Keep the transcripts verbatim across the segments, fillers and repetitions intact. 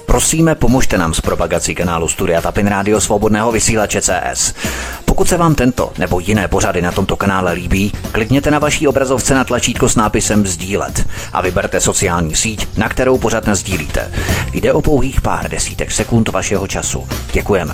Prosíme, pomožte nám s propagací kanálu Studia Tapin Rádio Svobodného vysílače C S. Pokud se vám tento nebo jiné pořady na tomto kanále líbí, klikněte na vaší obrazovce na tlačítko s nápisem sdílet a vyberte sociální síť, na kterou pořad nasdílíte. Jde o pouhých pár desítek sekund vašeho času. Děkujeme.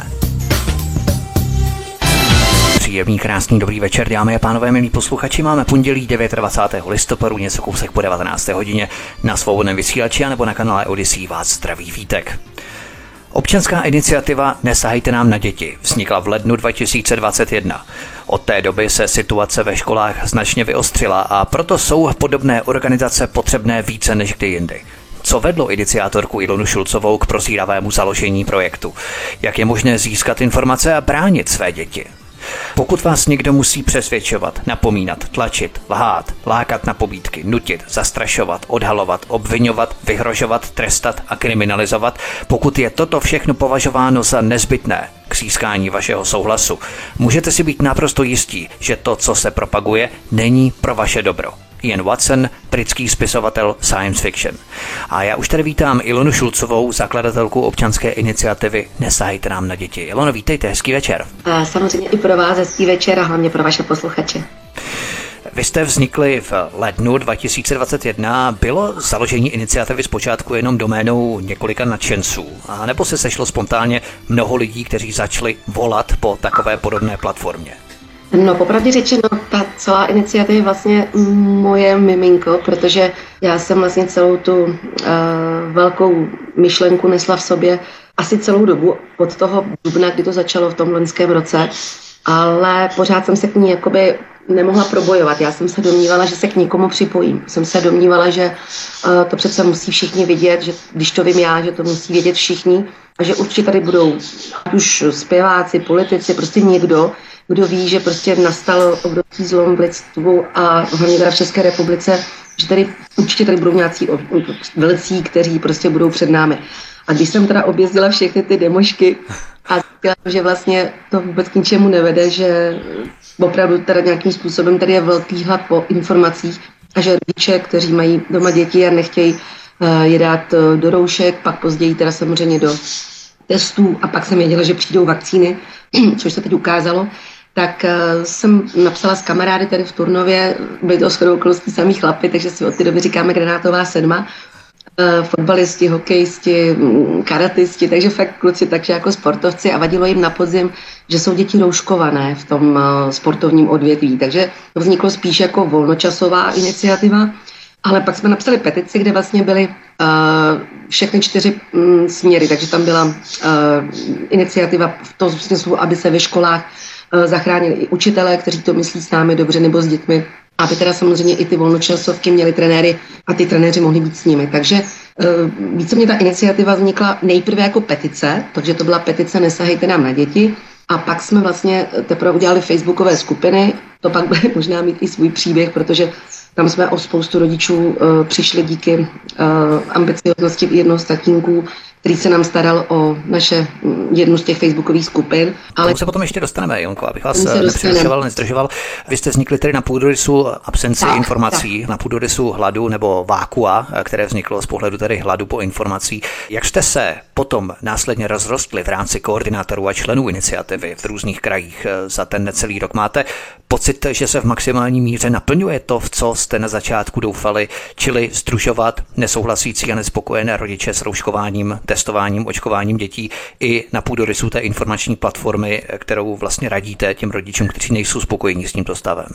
Příjemný, krásný, dobrý večer, dámy a pánové, milí posluchači. Máme pondělí dvacátého devátého listopadu, něco kousek po devatenácté hodině na Svobodném vysílači anebo na kanále Odyssey vás zdraví Vítek. Občanská iniciativa Nesahejte nám na děti vznikla v lednu dva tisíce dvacet jedna. Od té doby se situace ve školách značně vyostřila a proto jsou podobné organizace potřebné více než kdy jindy. Co vedlo iniciátorku Ilonu Šulcovou k prozíravému založení projektu? Jak je možné získat informace a bránit své děti? Pokud vás někdo musí přesvědčovat, napomínat, tlačit, lhát, lákat na pobídky, nutit, zastrašovat, odhalovat, obviňovat, vyhrožovat, trestat a kriminalizovat, pokud je toto všechno považováno za nezbytné k získání vašeho souhlasu, můžete si být naprosto jistí, že to, co se propaguje, není pro vaše dobro. Ian Watson, britský spisovatel science fiction. A já už tady vítám Ilonu Šulcovou, zakladatelku občanské iniciativy Nesahejte nám na děti. Ilono, vítejte, hezký večer. A samozřejmě i pro vás hezký večer a hlavně pro vaše posluchače. Vy jste vznikli v lednu dva tisíce dvacet jedna. Bylo založení iniciativy zpočátku jenom doménou několika nadšenců? A nebo se sešlo spontánně mnoho lidí, kteří začali volat po takové podobné platformě? No, popravdě řečeno, ta celá iniciativa je vlastně moje miminko, protože já jsem vlastně celou tu uh, velkou myšlenku nesla v sobě asi celou dobu od toho dubna, kdy to začalo v tom loňském roce, ale pořád jsem se k ní jakoby nemohla probojovat. Já jsem se domnívala, že se k někomu připojím. Jsem se domnívala, že uh, to přece musí všichni vidět, že když to vím já, že to musí vědět všichni a že určitě tady budou už zpěváci, politici, prostě někdo, kdo ví, že prostě nastal obrovský zlom v lidstvu a hlavně teda v České republice, že tady určitě tady budou nějací velcí, kteří prostě budou před námi. A když jsem teda objezdila všechny ty demošky a říkala, že vlastně to vůbec k ničemu nevede, že opravdu teda nějakým způsobem tady je velký hlad po informacích a že rodiče, kteří mají doma děti a nechtějí uh, je dát uh, do roušek, pak později teda samozřejmě do testů a pak jsem věděla, že přijdou vakcíny, což se teď ukázalo, tak uh, jsem napsala s kamarády tady v Turnově, byli to shodou okolností samý chlapy, takže si od té doby říkáme granátová sedma, uh, fotbalisti, hokejisti, karatisti, takže fakt kluci, takže jako sportovci a vadilo jim na podzim, že jsou děti rouškované v tom uh, sportovním odvětví, takže to vzniklo spíš jako volnočasová iniciativa. Ale pak jsme napsali petici, kde vlastně byly uh, všechny čtyři um, směry, takže tam byla uh, iniciativa v tom smyslu, aby se ve školách uh, zachránili i učitelé, kteří to myslí s námi dobře nebo s dětmi, aby teda samozřejmě i ty volnočasovky měly trenéry a ty trenéři mohli být s nimi. Takže uh, víceméně ta iniciativa vznikla nejprve jako petice, takže to byla petice Nesahejte nám na děti. A pak jsme vlastně teprve udělali facebookové skupiny, to pak bude možná mít i svůj příběh, protože tam jsme o spoustu rodičů uh, přišli díky uh, ambicioznosti jednoho z tatínků, který se nám staral o naše jednu z těch facebookových skupin. Ale tomu se potom ještě dostaneme, Jonko, abych vás nepřerušoval, nezdržoval. Vy jste vznikli tedy na půdorysu absence tak, informací, tak. Na půdorysu hladu nebo vákua, které vzniklo z pohledu tedy hladu po informací. Jak jste se potom následně rozrostli v rámci koordinátorů a členů iniciativy v různých krajích za ten necelý rok? Máte pocit, že se v maximální míře naplňuje to, v co jste na začátku doufali, čili sdružovat nesouhlasící a nespokojené rodiče s rouškováním, testováním, očkováním dětí i na půdorysu té informační platformy, kterou vlastně radíte těm rodičům, kteří nejsou spokojení s tímto stavem?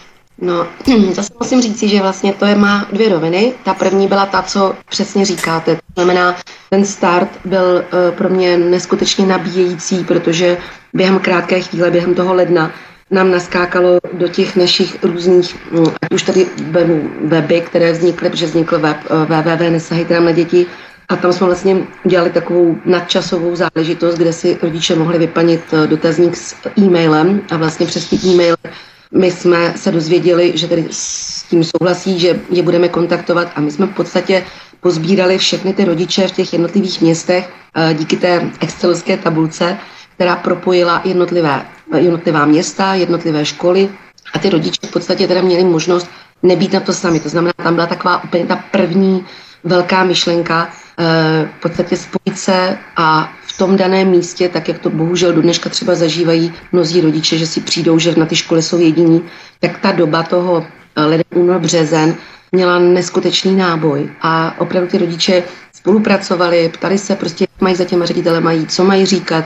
No, zase musím říct, že vlastně to je má dvě roviny. Ta první byla ta, co přesně říkáte. To znamená, ten start byl uh, pro mě neskutečně nabíjející, protože během krátké chvíle, během toho ledna, nám naskákalo do těch našich různých, ať už tady weby, které vznikly, protože vznikl web w w w tečka nesahejte nám na děti, a tam jsme vlastně udělali takovou nadčasovou záležitost, kde si rodiče mohli vyplnit dotazník s e-mailem a vlastně přes ty e-maily my jsme se dozvěděli, že tady s tím souhlasí, že je budeme kontaktovat a my jsme v podstatě pozbírali všechny ty rodiče v těch jednotlivých městech díky té excelovské tabulce, která propojila jednotlivé, jednotlivá města, jednotlivé školy a ty rodiče v podstatě teda měli možnost nebýt na to sami. To znamená, tam byla taková úplně ta první velká myšlenka, v podstatě spojit se a v tom daném místě, tak jak to bohužel do dneška třeba zažívají mnozí rodiče, že si přijdou, že na ty školy jsou jediní, tak ta doba toho leden, únor, březen měla neskutečný náboj a opravdu ty rodiče spolupracovali, ptali se prostě, jak mají za těma ředitelema jít, co mají říkat.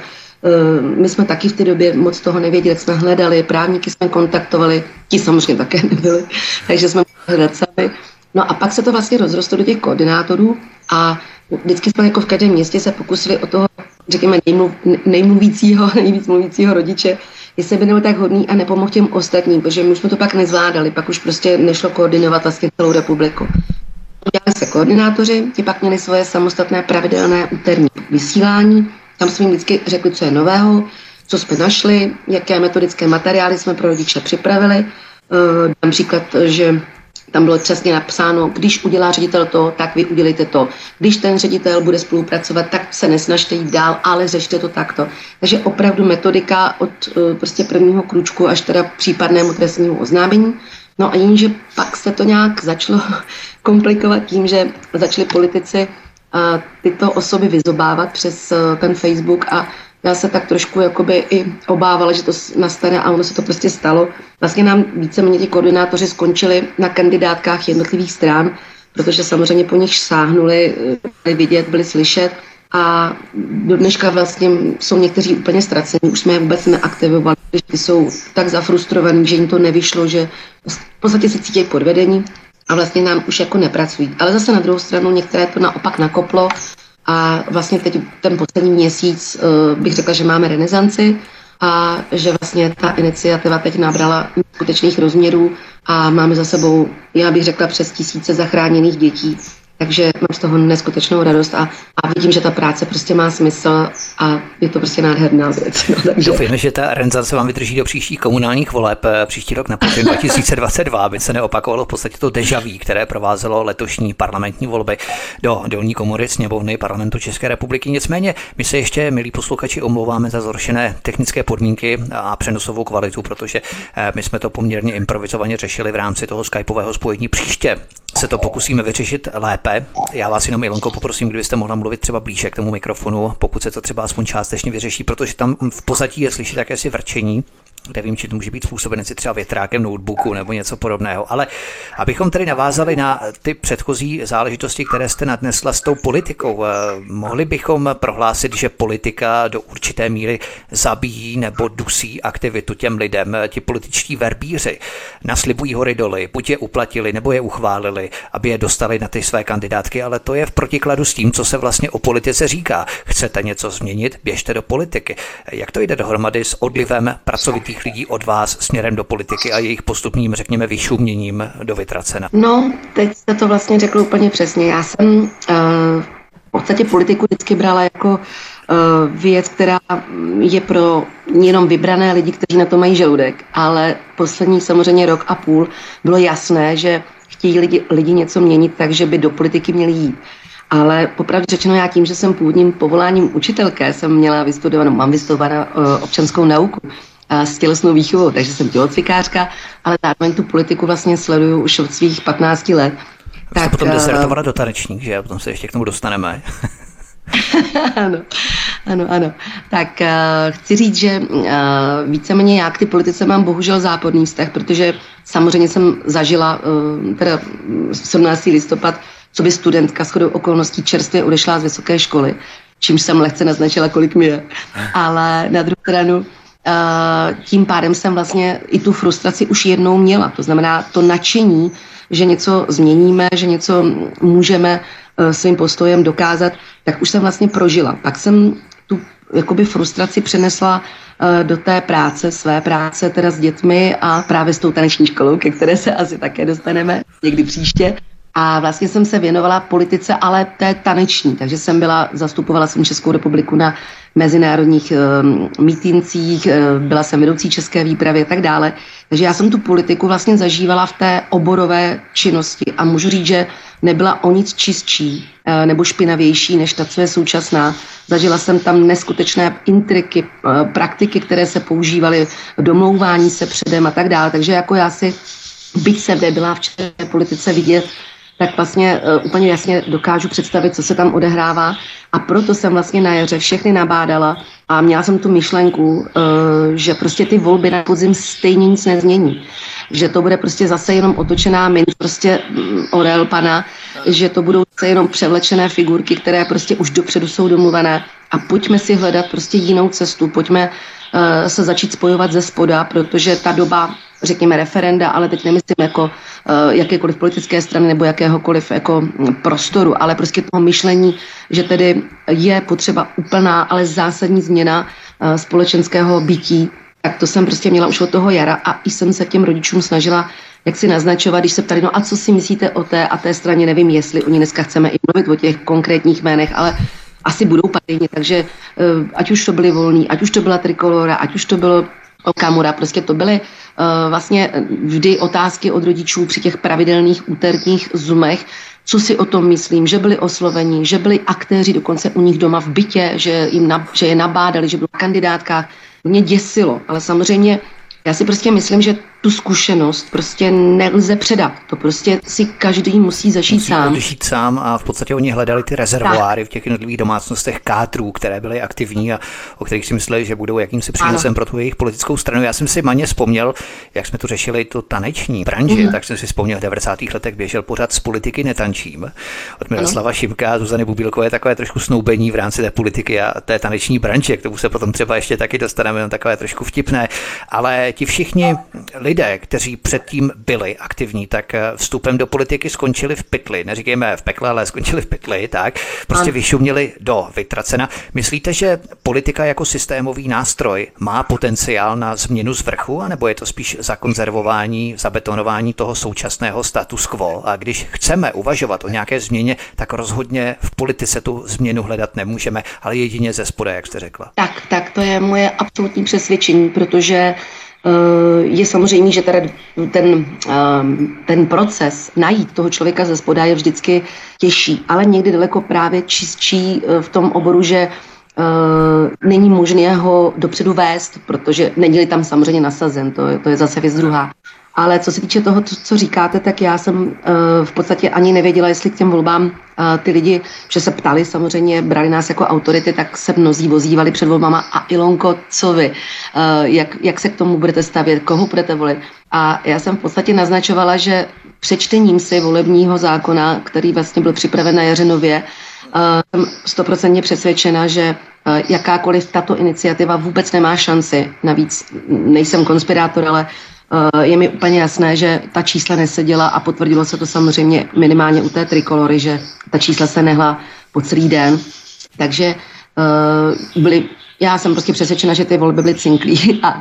My jsme taky v té době moc toho nevěděli, jak jsme hledali, právníky jsme kontaktovali, ti samozřejmě také nebyli, takže jsme hledat sami. No a pak se to vlastně rozrostlo do těch koordinátorů a vždycky jsme jako v každém městě se pokusili o toho, řekněme, nejmluv, nejmluvícího, nejvíc mluvícího rodiče, jestli by nebyl tak hodný a nepomohl těm ostatním, protože my už jsme to pak nezvládali, pak už prostě nešlo koordinovat vlastně celou republiku. Udělali se koordinátoři, ti pak měli svoje samostatné pravidelné úterní vysílání, tam jsme jim vždycky řekli, co je nového, co jsme našli, jaké metodické materiály jsme pro rodiče připravili. Dám příklad, že tam bylo přesně napsáno, když udělá ředitel to, tak vy udělejte to. Když ten ředitel bude spolupracovat, tak se nesnažte jít dál, ale řešte to takto. Takže opravdu metodika od prostě prvního kručku až teda případnému trestnímu oznámení. No a jenže pak se to nějak začalo komplikovat tím, že začali politici a tyto osoby vyzobávat přes ten Facebook a já se tak trošku jakoby i obávala, že to nastane a ono se to prostě stalo. Vlastně nám víceméně ti koordinátoři skončili na kandidátkách jednotlivých stran, protože samozřejmě po nich sáhnuli, byli vidět, byli slyšet a do dneška vlastně jsou někteří úplně ztracení, už jsme je vůbec neaktivovali, když ty jsou tak zafrustrovaní, že jim to nevyšlo, že v podstatě se cítí podvedení a vlastně nám už jako nepracují. Ale zase na druhou stranu některé to naopak nakoplo a vlastně teď ten poslední měsíc uh, bych řekla, že máme renesanci a že vlastně ta iniciativa teď nabrala skutečných rozměrů a máme za sebou, já bych řekla, přes tisíce zachráněných dětí. Takže mám z toho neskutečnou radost a, a vidím, že ta práce prostě má smysl a je to prostě nádherná věc. No, takže... Doufujeme, že ta renesance vám vydrží do příštích komunálních voleb příští rok na podzim dva tisíce dvacet dva, aby se neopakovalo v podstatě to déjà vu, které provázelo letošní parlamentní volby do dolní komory sněmovny parlamentu České republiky. Nicméně my se ještě, milí posluchači, omlouváme za zhoršené technické podmínky a přenosovou kvalitu, protože my jsme to poměrně improvizovaně řešili v rámci toho skypového spojení. Příště se to pokusíme vyřešit lépe. Já vás jenom, Ilonko, poprosím, kdybyste mohla mluvit třeba blíže k tomu mikrofonu, pokud se to třeba aspoň částečně vyřeší, protože tam v pozadí je slyšet jakési vrčení. Nevím, či to může být způsobené si třeba větrákem notebooku nebo něco podobného, ale abychom tedy navázali na ty předchozí záležitosti, které jste nadnesla s tou politikou, mohli bychom prohlásit, že politika do určité míry zabíjí nebo dusí aktivitu těm lidem. Ti političtí verbíři naslibují hory doly, buď je uplatili nebo je uchválili, aby je dostali na ty své kandidátky, ale to je v protikladu s tím, co se vlastně o politice říká. Chcete něco změnit, běžte do politiky. Jak to jde dohromady s odlivem pracovitých lidí od vás směrem do politiky a jejich postupným, řekněme, vyšuměním do vytracena? No, teď jste to vlastně řekl úplně přesně. Já jsem uh, v podstatě politiku vždycky brala jako uh, věc, která je pro jenom vybrané lidi, kteří na to mají žaludek, ale poslední samozřejmě rok a půl bylo jasné, že chtějí lidi, lidi něco měnit, takže by do politiky měli jít. Ale popravdě řečeno, já tím, že jsem původním povoláním učitelké, jsem měla vystudovanou, mám vystudovanou uh, občanskou nauku s tělesnou výchovou, takže jsem tělocvikářka, ale zároveň tu politiku vlastně sleduju už od svých patnácti let. Vy jste potom dezertovala do tanečník, že? Potom se ještě k tomu dostaneme. ano, ano, ano. Tak uh, chci říct, že uh, víceméně já k ty politice mám bohužel záporný vztah, protože samozřejmě jsem zažila uh, teda sedmnáctého listopad, co by studentka shodou okolností čerstvě odešla z vysoké školy, čímž jsem lehce naznačila, kolik mi je. Ale na druhou stranu tím pádem jsem vlastně i tu frustraci už jednou měla. To znamená to nadšení, že něco změníme, že něco můžeme svým postojem dokázat, tak už jsem vlastně prožila. Pak jsem tu jakoby frustraci přenesla do té práce, své práce teda s dětmi a právě s tou taneční školou, ke které se asi také dostaneme někdy příště. A vlastně jsem se věnovala politice, ale té taneční, takže jsem byla, zastupovala jsem Českou republiku na mezinárodních uh, mítincích, uh, byla jsem vedoucí české výpravy a tak dále. Takže já jsem tu politiku vlastně zažívala v té oborové činnosti a můžu říct, že nebyla o nic čistší uh, nebo špinavější, než ta, co je současná. Zažila jsem tam neskutečné intriky, uh, praktiky, které se používaly, domlouvání se předem a tak dále. Takže jako já si, byť jsem nebyla v české politice vidět, tak vlastně uh, úplně jasně dokážu představit, co se tam odehrává. A proto jsem vlastně na jaře všechny nabádala a měla jsem tu myšlenku, uh, že prostě ty volby na podzim stejně nic nezmění. Že to bude prostě zase jenom otočená minc, prostě um, orel pana, že to budou zase jenom převlečené figurky, které prostě už dopředu jsou domluvené. A pojďme si hledat prostě jinou cestu, pojďme uh, se začít spojovat ze spoda, protože ta doba, řekněme referenda, ale teď nemyslím jako uh, jakékoliv politické strany nebo jakéhokoliv jako prostoru, ale prostě toho myšlení, že tedy je potřeba úplná, ale zásadní změna uh, společenského bytí, tak to jsem prostě měla už od toho jara a i jsem se těm rodičům snažila jak si naznačovat, když se ptali, no a co si myslíte o té a té straně, nevím, jestli oni dneska chceme i mluvit o těch konkrétních jménech, ale asi budou patrně, takže ať už to byly Volný, ať už to byla Trikolora, ať už to bylo Okamura, prostě to byly uh, vlastně vždy otázky od rodičů při těch pravidelných úterních zoomech, co si o tom myslím, že byli osloveni, že byli aktéři dokonce u nich doma v bytě, že, jim na, že je nabádali, že byli v kandidátkách. Mě děsilo, ale samozřejmě já si prostě myslím, že tu zkušenost prostě nelze předat. To prostě si každý musí zažít musí sám. Musí sám a v podstatě oni hledali ty rezervoáry v těch jednotlivých domácnostech kátrů, které byly aktivní a o kterých si mysleli, že budou jakýmsi přínosem pro tu jejich politickou stranu. Já jsem si Maně vzpomněl, jak jsme tu řešili tu taneční branži, mm. tak jsem si vzpomněl, v devadesátých letech běžel pořad Z politiky netančím. Od Miroslava Šimka a Zuzany Bubílkové takové trošku snoubení v rámci té politiky a té taneční branže, k tomu se potom třeba ještě taky dostaneme, jenom takové trošku vtipné, ale ti všichni lidé, kteří předtím byli aktivní, tak vstupem do politiky skončili v pytli. Neříkejme v pekle, ale skončili v pytli, tak prostě vyšuměli do vytracena. Myslíte, že politika jako systémový nástroj má potenciál na změnu z vrchu, anebo je to spíš zakonzervování, zabetonování toho současného status quo? A když chceme uvažovat o nějaké změně, tak rozhodně v politice tu změnu hledat nemůžeme, ale jedině ze spoda, jak jste řekla. Tak, tak to je moje absolutní přesvědčení, protože je samozřejmě, že teda ten, ten proces najít toho člověka ze spoda je vždycky těžší, ale někdy daleko právě čistší v tom oboru, že není možné ho dopředu vést, protože není tam samozřejmě nasazen, to je, to je zase věc druhá. Ale co se týče toho, co říkáte, tak já jsem uh, v podstatě ani nevěděla, jestli k těm volbám uh, ty lidi, že se ptali samozřejmě, brali nás jako autority, tak se mnozí vozívali před volbama a Ilonko, co vy, uh, jak, jak se k tomu budete stavět, koho budete volit. A já jsem v podstatě naznačovala, že přečtením si volebního zákona, který vlastně byl připraven na Jařenově, uh, jsem stoprocentně přesvědčena, že uh, jakákoliv tato iniciativa vůbec nemá šanci. Navíc nejsem konspirátor, ale je mi úplně jasné, že ta čísla neseděla a potvrdilo se to samozřejmě minimálně u té Trikolory, že ta čísla se nehla po celý den. Takže uh, byly, já jsem prostě přesvědčena, že ty volby byly cinklí. A,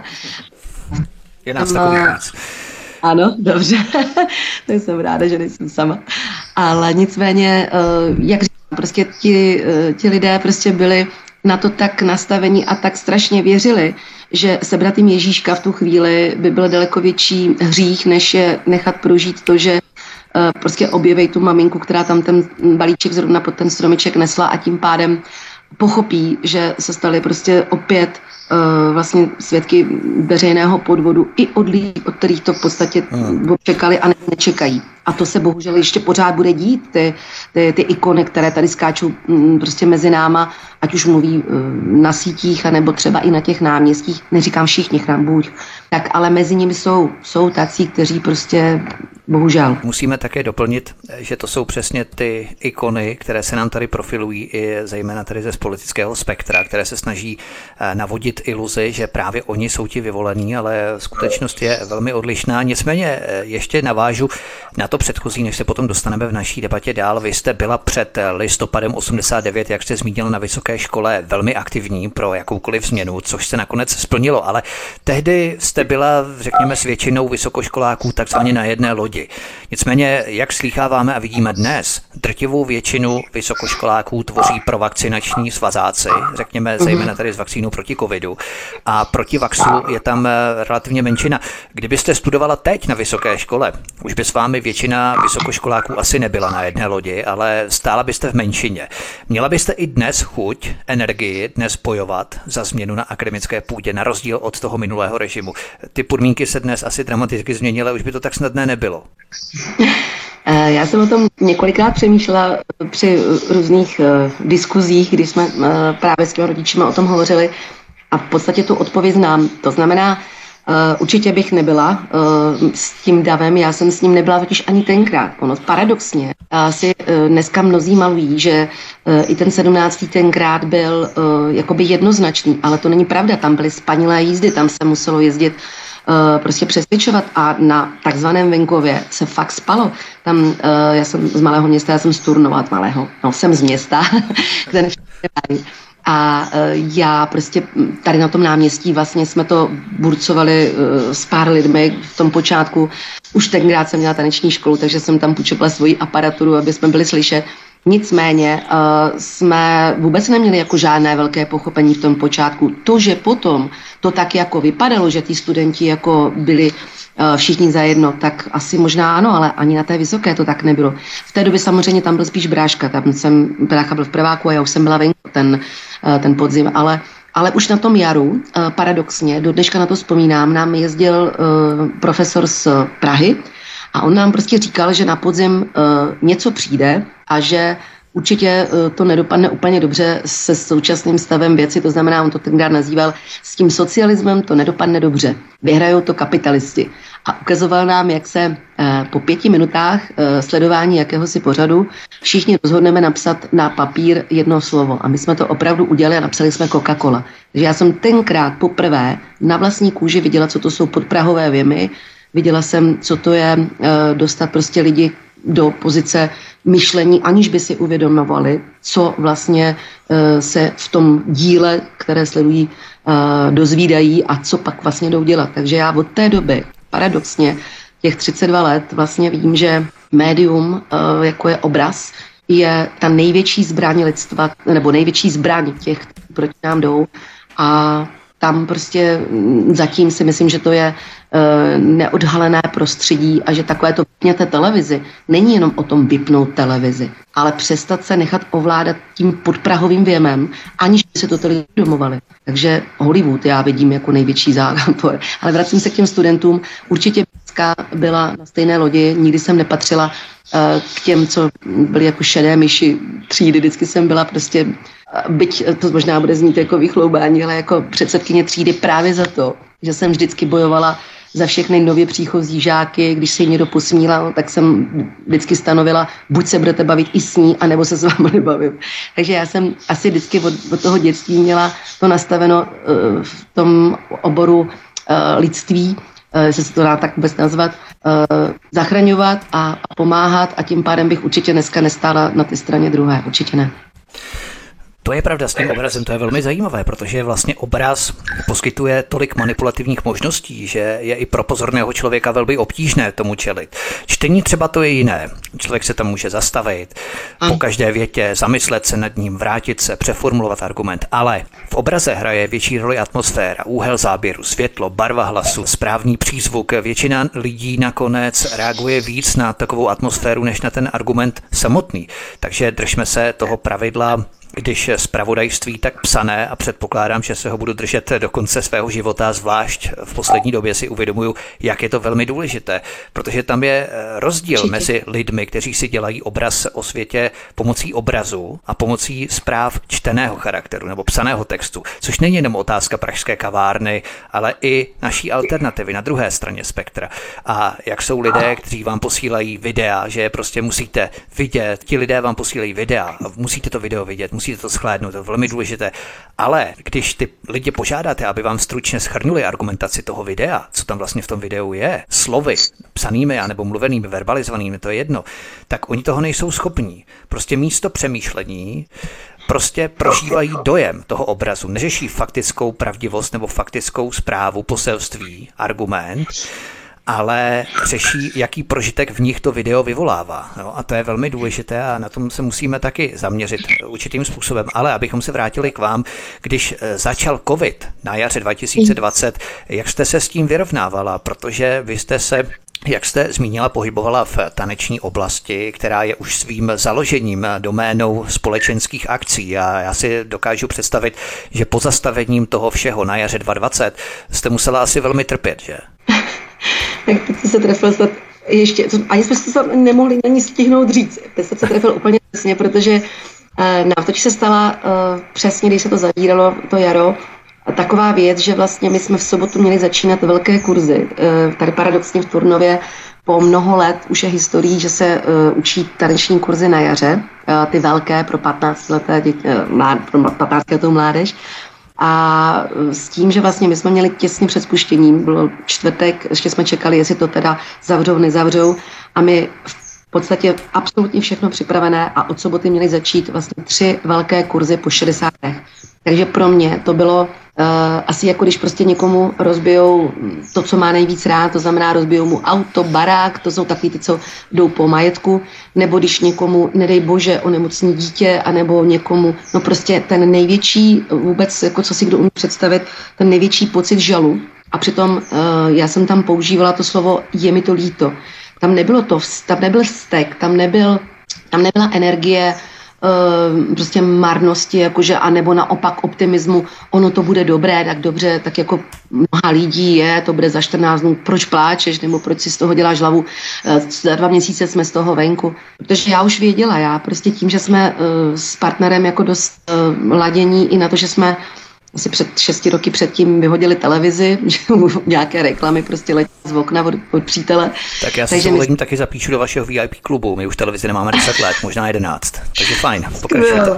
je nás takový víc. Ano, dobře. Tak jsem ráda, že nejsem sama. Ale nicméně, uh, jak říkám, prostě ti, uh, ti lidé prostě byli na to tak nastavení a tak strašně věřili, že sebrat jim Ježíška v tu chvíli by byl daleko větší hřích, než je nechat prožít to, že uh, prostě objeví tu maminku, která tam ten balíček zrovna pod ten stromeček nesla a tím pádem pochopí, že se stali prostě opět uh, vlastně svědky veřejného podvodu i od lidí, od kterých to v podstatě hmm. čekali a ne, nečekají. A to se bohužel ještě pořád bude dít. Ty, ty, ty ikony, které tady skáčou m, prostě mezi náma, ať už mluví m, na sítích, anebo třeba i na těch náměstích, neříkám všichni chrám buď, tak ale mezi nimi jsou, jsou tací, kteří prostě bohužel. Musíme také doplnit, že to jsou přesně ty ikony, které se nám tady profilují i zejména tady ze politického spektra, které se snaží navodit iluzi, že právě oni jsou ti vyvolení, ale skutečnost je velmi odlišná. Nicméně ještě navážu na to předchozí, než se potom dostaneme v naší debatě dál. Vy jste byla před listopadem osmdesát devět, jak jste zmínila, na vysoké škole velmi aktivní pro jakoukoliv změnu, což se nakonec splnilo, ale tehdy jste byla, řekněme, s většinou vysokoškoláků takzvaně na jedné lodi. Nicméně, jak slýcháváme a vidíme dnes, drtivou většinu vysokoškoláků tvoří provakcinační svazáci, řekněme zejména tady s vakcínou proti covidu, a proti vaxu je tam relativně menšina. Kdybyste studovala teď na vysoké škole, už by s vámi většina vysokoškoláků asi nebyla na jedné lodi, ale stála byste v menšině. Měla byste i dnes chuť, energii dnes bojovat za změnu na akademické půdě, na rozdíl od toho minulého režimu. Ty podmínky se dnes asi dramaticky změnily, už by to tak snadné nebylo. Já jsem o tom několikrát přemýšlela při různých diskuzích, když jsme právě s těmi rodičima o tom hovořili a v podstatě tu odpověď znám. To znamená, určitě bych nebyla s tím davem, já jsem s ním nebyla totiž ani tenkrát. Ono paradoxně si dneska mnozí malují, že i ten sedmnáctý tenkrát byl jakoby jednoznačný, ale to není pravda, tam byly spanilé jízdy, tam se muselo jezdit prostě přesvědčovat a na takzvaném venkově se fakt spalo. Tam, uh, já jsem z malého města, já jsem z Turnova, malého, no jsem z města, kde a uh, já prostě tady na tom náměstí vlastně jsme to burcovali uh, s pár lidmi v tom počátku. Už tenkrát jsem měla taneční školu, takže jsem tam půjčovala svoji aparaturu, aby jsme byli slyšet. Nicméně uh, jsme vůbec neměli jako žádné velké pochopení v tom počátku. To, že potom to tak jako vypadalo, že ty studenti jako byli uh, všichni zajedno, tak asi možná ano, ale ani na té vysoké to tak nebylo. V té době samozřejmě tam byl spíš bráška, tam jsem, brácha byl v prváku a já už jsem byla venku ten, uh, ten podzim, ale Ale už na tom jaru, paradoxně, do dneška na to vzpomínám, nám jezdil uh, profesor z Prahy a on nám prostě říkal, že na podzim uh, něco přijde a že určitě uh, to nedopadne úplně dobře se současným stavem věci, to znamená, on to tenkrát nazýval, s tím socialismem to nedopadne dobře, vyhrajou to kapitalisti. A ukazoval nám, jak se uh, po pěti minutách uh, sledování jakéhosi pořadu všichni rozhodneme napsat na papír jedno slovo. A my jsme to opravdu udělali a napsali jsme Coca-Cola. Takže já jsem tenkrát poprvé na vlastní kůži viděla, co to jsou podprahové věmy. Viděla jsem, co to je uh, dostat prostě lidi do pozice myšlení, aniž by si uvědomovali, co vlastně uh, se v tom díle, které sledují, uh, dozvídají a co pak vlastně jdou dělat. Takže já od té doby paradoxně těch třicet dva let vlastně vidím, že médium, jako je obraz, je ta největší zbraň lidstva, nebo největší zbraň těch, kteří proti nám jdou. A tam prostě zatím si myslím, že to je neodhalené prostředí a že takové to vypněte televizi není jenom o tom vypnout televizi, ale přestat se nechat ovládat tím podprahovým věmem, aniž by se to ty lidi domovali. Takže Hollywood já vidím jako největší zápor. Ale vracím se k těm studentům. Určitě byla na stejné lodi, nikdy jsem nepatřila k těm, co byli jako šedé myši třídy. Vždycky jsem byla prostě, byť to možná bude znít jako vychloubání, ale jako předsedkyně třídy právě za to, že jsem vždycky bojovala za všechny nově příchozí žáky. Když se jim někdo posmílal, tak jsem vždycky stanovila, buď se budete bavit i s ní, anebo se s vámi nebavím. Takže já jsem asi vždycky od, od toho dětství měla to nastaveno uh, v tom oboru uh, lidství, jestli se to dá tak vůbec nazvat, uh, zachraňovat a pomáhat a tím pádem bych určitě dneska nestála na té straně druhé. Určitě ne. To je pravda s tím obrazem, to je velmi zajímavé, protože vlastně obraz poskytuje tolik manipulativních možností, že je i pro pozorného člověka velmi obtížné tomu čelit. Čtení třeba to je jiné. Člověk se tam může zastavit, po každé větě zamyslet se nad ním, vrátit se, přeformulovat argument, ale v obraze hraje větší roli atmosféra, úhel záběru, světlo, barva hlasu, správný přízvuk. Většina lidí nakonec reaguje víc na takovou atmosféru, než na ten argument samotný. Takže držme se toho pravidla, když zpravodajství tak psané, a předpokládám, že se ho budu držet do konce svého života, zvlášť v poslední době si uvědomuju, jak je to velmi důležité, protože tam je rozdíl Určitě. mezi lidmi, kteří si dělají obraz o světě pomocí obrazu a pomocí zpráv čteného charakteru nebo psaného textu, což není jenom otázka pražské kavárny, ale i naší alternativy na druhé straně spektra. A jak jsou lidé, kteří vám posílají videa, že je prostě musíte vidět, ti lidé vám posílají videa, musíte to video vidět, musíte to shlédnout, to je velmi důležité. Ale když ty lidi požádáte, aby vám stručně shrnuli argumentaci toho videa, co tam vlastně v tom videu je, slovy, psanými anebo mluvenými, verbalizovanými, to je jedno, tak oni toho nejsou schopní. Prostě místo přemýšlení prostě prožívají dojem toho obrazu, neřeší faktickou pravdivost nebo faktickou zprávu, poselství, argument, ale řeší, jaký prožitek v nich to video vyvolává. No, a to je velmi důležité a na tom se musíme taky zaměřit určitým způsobem. Ale abychom se vrátili k vám, když začal covid na jaře dva tisíce dvacet, jak jste se s tím vyrovnávala? Protože vy jste se, jak jste zmínila, pohybovala v taneční oblasti, která je už svým založením doménou společenských akcí. A já si dokážu představit, že po zastavením toho všeho na jaře dva tisíce dvacet jste musela asi velmi trpět, že? Tak teď se trefil snad ještě, ani jsme si to nemohli ani stihnout říct. Teď jste se trefil úplně přesně, protože nám totiž se stala přesně, když se to zavíralo, to jaro, taková věc, že vlastně my jsme v sobotu měli začínat velké kurzy. Tady paradoxně v Turnově po mnoho let už je historií, že se uh, učí taneční kurzy na jaře, uh, ty velké pro patnáctileté děti, uh, mlád, pro patnáctiletou mládež. A s tím, že vlastně my jsme měli těsně před spuštěním, bylo čtvrtek, ještě jsme čekali, jestli to teda zavřou, nezavřou, a my v podstatě absolutně všechno připravené a od soboty měli začít vlastně tři velké kurzy po šedesátech. Takže pro mě to bylo uh, asi jako když prostě někomu rozbijou to, co má nejvíc rád, to znamená rozbijou mu auto, barák, to jsou takový ty, co jdou po majetku, nebo když někomu, nedej bože, onemocní dítě, anebo někomu, no prostě ten největší vůbec, jako co si kdo umí představit, ten největší pocit žalu. A přitom uh, já jsem tam používala to slovo je mi to líto. Tam nebylo to, tam nebyl vztek, tam nebyl, tam nebyla energie, prostě marnosti, jakože, anebo naopak optimismu, ono to bude dobré, tak dobře, tak jako mnoha lidí je, to bude za čtrnáct dnů, proč pláčeš, nebo proč si z toho děláš hlavu, za dva měsíce jsme z toho venku, protože já už věděla, já prostě tím, že jsme s partnerem jako dost ladění i na to, že jsme asi před šesti roky předtím vyhodili televizi, že nějaké reklamy prostě letí z okna od, od přítele. Tak já si s dovolením my... taky zapíšu do vašeho V I P klubu. My už televizi nemáme deset let, možná jedenáct. Takže fajn, pokračujte.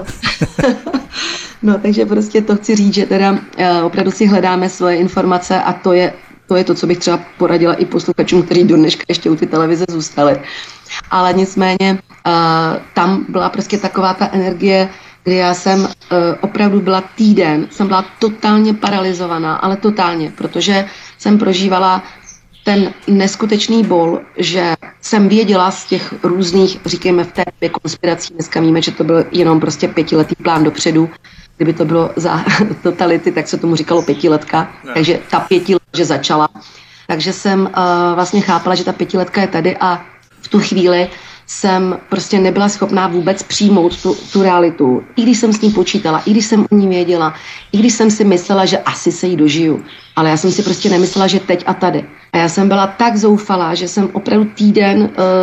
No, takže prostě to chci říct, že teda uh, opravdu si hledáme svoje informace a to je, to je to, co bych třeba poradila i posluchačům, kteří do dneška ještě u ty televize zůstali. Ale nicméně uh, tam byla prostě taková ta energie, kdy já jsem uh, opravdu byla týden, jsem byla totálně paralizovaná, ale totálně, protože jsem prožívala ten neskutečný bol, že jsem věděla z těch různých, říkejme v té době konspirací, dneska víme, že to byl jenom prostě pětiletý plán dopředu, kdyby to bylo za totality, tak se tomu říkalo pětiletka, ne. Takže ta pětiletka, že začala. Takže jsem uh, vlastně chápala, že ta pětiletka je tady a v tu chvíli jsem prostě nebyla schopná vůbec přijmout tu, tu realitu. I když jsem s ní počítala, i když jsem o ní věděla, i když jsem si myslela, že asi se jí dožiju. Ale já jsem si prostě nemyslela, že teď a tady. A já jsem byla tak zoufalá, že jsem opravdu týden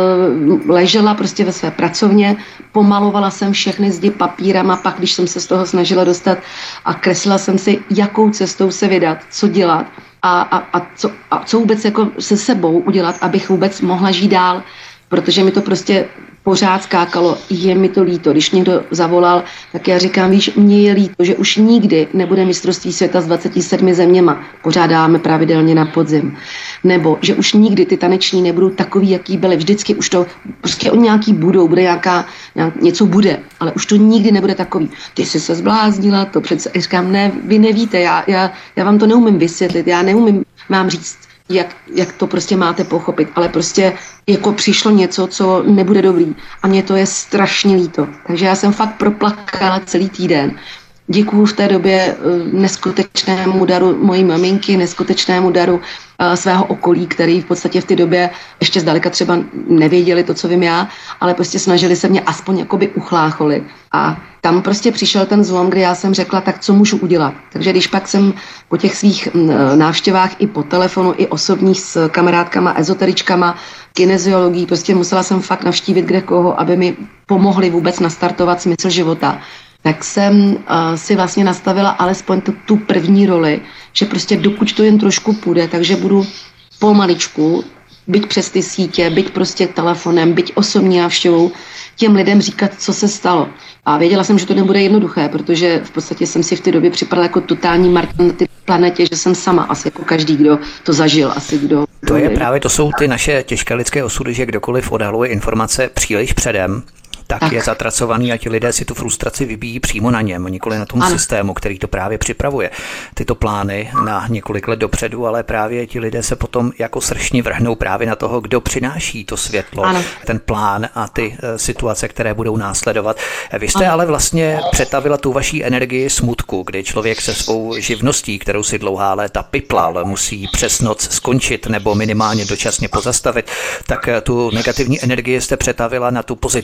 uh, ležela prostě ve své pracovně, pomalovala jsem všechny zdi papírama, pak když jsem se z toho snažila dostat a kreslila jsem si, jakou cestou se vydat, co dělat a, a, a, co, a co vůbec jako se sebou udělat, abych vůbec mohla žít dál. Protože mi to prostě pořád skákalo, je mi to líto. Když někdo zavolal, tak já říkám, víš, mně je líto, že už nikdy nebude mistrovství světa s dvaceti sedmi zeměma, pořádáme pravidelně na podzim. Nebo, že už nikdy ty taneční nebudou takový, jaký byly. Vždycky už to, prostě oni nějaký budou, bude nějaká, nějak, něco bude, ale už to nikdy nebude takový. Ty jsi se zbláznila, to přece, říkám, ne, vy nevíte, já, já, já vám to neumím vysvětlit, já neumím vám říct, Jak, jak to prostě máte pochopit, ale prostě jako přišlo něco, co nebude dobrý a mně to je strašně líto. Takže já jsem fakt proplakala celý týden. Děkuju v té době neskutečnému daru mojí maminky, neskutečnému daru uh, svého okolí, který v podstatě v té době ještě zdaleka třeba nevěděli to, co vím já, ale prostě snažili se mě aspoň jakoby uchlácholit. A tam prostě přišel ten zlom, kdy já jsem řekla, tak co můžu udělat. Takže když pak jsem po těch svých návštěvách i po telefonu, i osobních s kamarádkama, ezoteričkama, kineziologií, prostě musela jsem fakt navštívit kde koho, aby mi pomohli vůbec nastartovat smysl života. Tak jsem uh, si vlastně nastavila alespoň tu, tu první roli, že prostě dokud to jen trošku půjde, takže budu pomaličku, byť přes ty sítě, byť prostě telefonem, byť osobní návštěvou, těm lidem říkat, co se stalo. A věděla jsem, že to nebude jednoduché, protože v podstatě jsem si v té době připadala jako totální martin na té planetě, že jsem sama, asi jako každý, kdo to zažil, asi kdo... To je právě, to jsou ty naše těžké lidské osudy, že kdokoliv odhaluje informace příliš předem, tak, tak je zatracovaný a ti lidé si tu frustraci vybíjí přímo na něm, nikoli na tom ano. systému, který to právě připravuje. Tyto plány na několik let dopředu, ale právě ti lidé se potom jako sršni vrhnou právě na toho, kdo přináší to světlo, ano. ten plán a ty uh, situace, které budou následovat. Vy jste ano. ale vlastně přetavila tu vaší energii smutku, kdy člověk se svou živností, kterou si dlouhá léta piplal, musí přes noc skončit nebo minimálně dočasně pozastavit, tak tu negativní energii jste přetavila na tu pozitivní,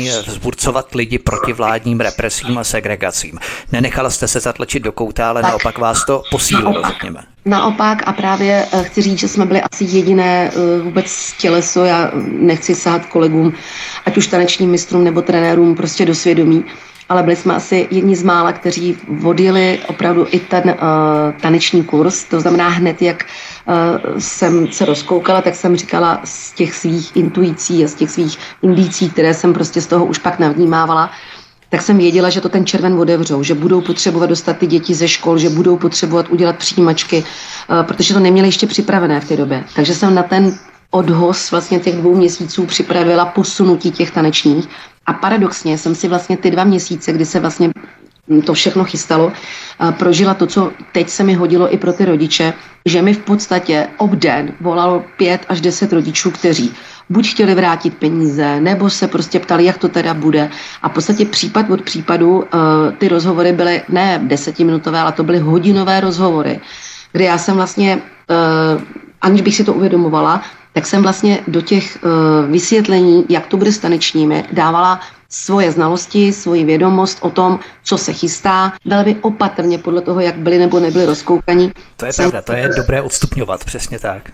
zároveň vzburcovat lidi proti vládním represím a segregacím. Nenechala jste se zatlačit do kouta, ale tak naopak vás to posílilo, řekněme. Naopak a právě chci říct, že jsme byli asi jediné vůbec těleso, já nechci sahat kolegům, ať už tanečním mistrům nebo trenérům prostě do svědomí, ale byli jsme asi jedni z mála, kteří odjeli opravdu i ten uh, taneční kurz. To znamená hned, jak uh, jsem se rozkoukala, tak jsem říkala z těch svých intuicí a z těch svých indicí, které jsem prostě z toho už pak navnímávala, tak jsem věděla, že to ten červen otevřou, že budou potřebovat dostat ty děti ze škol, že budou potřebovat udělat přijímačky, uh, protože to neměli ještě připravené v té době. Takže jsem na ten odhoz vlastně těch dvou měsíců připravila posunutí těch tanečních. A paradoxně jsem si vlastně ty dva měsíce, kdy se vlastně to všechno chystalo, prožila to, co teď se mi hodilo i pro ty rodiče, že mi v podstatě obden volalo pět až deset rodičů, kteří buď chtěli vrátit peníze, nebo se prostě ptali, jak to teda bude. A v podstatě případ od případu ty rozhovory byly ne desetiminutové, ale to byly hodinové rozhovory, kdy já jsem vlastně, aniž bych si to uvědomovala, tak jsem vlastně do těch uh, vysvětlení, jak to bude s tanečními, dávala svoje znalosti, svoji vědomost o tom, co se chystá, velmi opatrně podle toho, jak byli nebo nebyli rozkoukaní. To je jsem... pravda, to je dobré odstupňovat, přesně tak.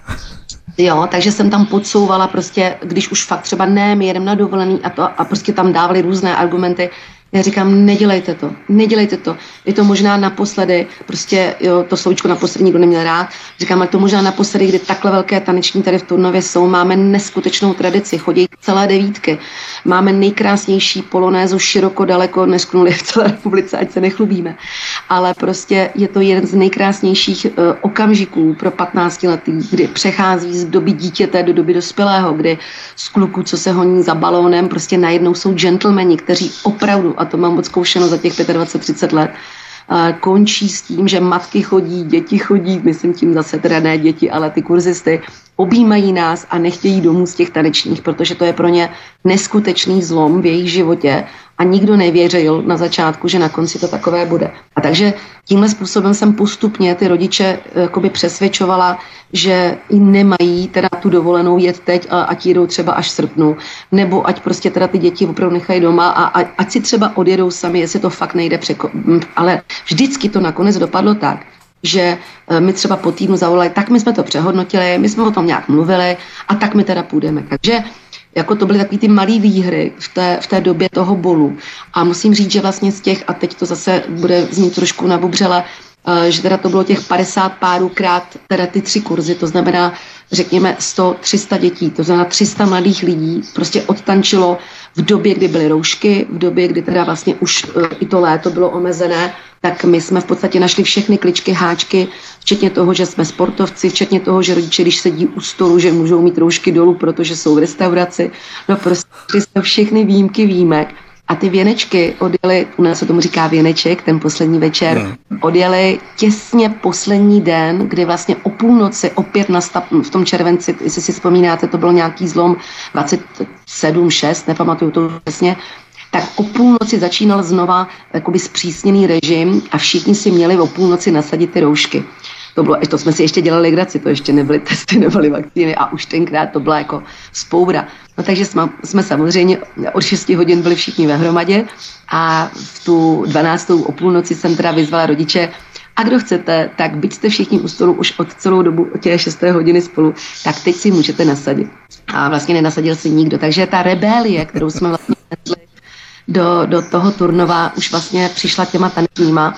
Jo, takže jsem tam podsouvala prostě, když už fakt třeba ne, my jedeme na dovolený a, to, a prostě tam dávali různé argumenty. Já říkám, nedělejte to, nedělejte to. Je to možná naposledy, prostě jo, to slovíčko naposledy nikdo neměl rád. Říkám, ale to možná naposledy, kdy takhle velké taneční tady v Turnově jsou, máme neskutečnou tradici, chodí celé devítky. Máme nejkrásnější polonézu široko daleko nesknuli v celé republice, ať se nechlubíme. Ale prostě je to jeden z nejkrásnějších uh, okamžiků pro patnáctiletý, kdy přechází z doby dítěte do doby dospělého, kdy z kluku, co se honí za balónem, prostě najednou jsou gentlemani, kteří opravdu, a to mám odzkoušeno za těch dvacet třicet let, končí s tím, že matky chodí, děti chodí, myslím tím zase teda ne děti, ale ty kurzisty, objímají nás a nechtějí domů z těch tanečních, protože to je pro ně neskutečný zlom v jejich životě a nikdo nevěřil na začátku, že na konci to takové bude. A takže tímhle způsobem jsem postupně ty rodiče jakoby přesvědčovala, že i nemají teda tu dovolenou jet teď a ať jedou třeba až v srpnu, nebo ať prostě teda ty děti opravdu nechají doma a, a ať si třeba odjedou sami, jestli to fakt nejde překo... Ale vždycky to nakonec dopadlo tak, že mi třeba po týdnu zavolali, tak my jsme to přehodnotili, my jsme o tom nějak mluvili a tak my teda půjdeme. Takže jako to byly takový ty malý výhry v té, v té době toho bolu. A musím říct, že vlastně z těch, a teď to zase bude znít trošku nabubřele, že teda to bylo těch padesát párů krát teda ty tři kurzy, to znamená, řekněme, sto tři sta dětí, to znamená tři sta mladých lidí prostě odtančilo v době, kdy byly roušky, v době, kdy teda vlastně už i to léto bylo omezené, tak my jsme v podstatě našli všechny kličky, háčky, včetně toho, že jsme sportovci, včetně toho, že rodiče, když sedí u stolu, že můžou mít roušky dolů, protože jsou v restauraci. No prostě jsou všechny výjimky výjimek. A ty věnečky odjeli, u nás se tomu říká věneček, ten poslední večer, hmm. odjeli těsně poslední den, kdy vlastně o půlnoci opět nastap, v tom červenci, jestli si vzpomínáte, to byl nějaký zlom dvacet sedm šest, nepamatuju to přesně, tak o půlnoci začínal znova jakoby zpřísněný režim a všichni si měli o půlnoci nasadit ty roušky. To bylo, to jsme si ještě dělali legraci, to ještě nebyly testy, nebyly vakcíny a už tenkrát to byla jako vzpoura. No takže jsme, jsme samozřejmě od šesti hodin byli všichni ve hromadě a v tu dvanáctou o půlnoci jsem teda vyzvala rodiče, a kdo chcete, tak byť jste všichni u stolu už od celou dobu od těch šesté hodiny spolu, tak teď si můžete nasadit. A vlastně nenasadil si nikdo. Takže ta rebélie, kterou jsme vlastně nesli do, do toho Turnova, už vlastně přišla těma tanečníma.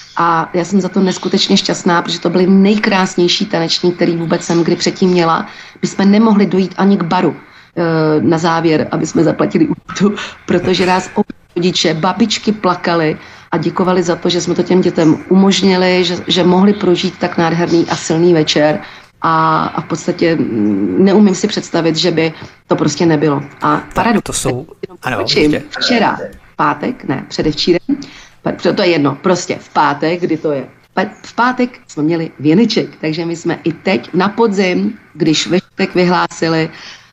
A já jsem za to neskutečně šťastná, protože to byly nejkrásnější taneční, který vůbec jsem kdy předtím měla. My jsme nemohli dojít ani k baru e, na závěr, aby jsme zaplatili účtu, protože nás rodiče, babičky plakali a děkovali za to, že jsme to těm dětem umožnili, že, že mohli prožít tak nádherný a silný večer. A, a v podstatě neumím si představit, že by to prostě nebylo. A paradoxně, to jsou... Ano, včera, pátek, ne, předevčírem, to je jedno, prostě v pátek, kdy to je. V pátek jsme měli věneček, takže my jsme i teď na podzim, když ve čtvrtek vyhlásili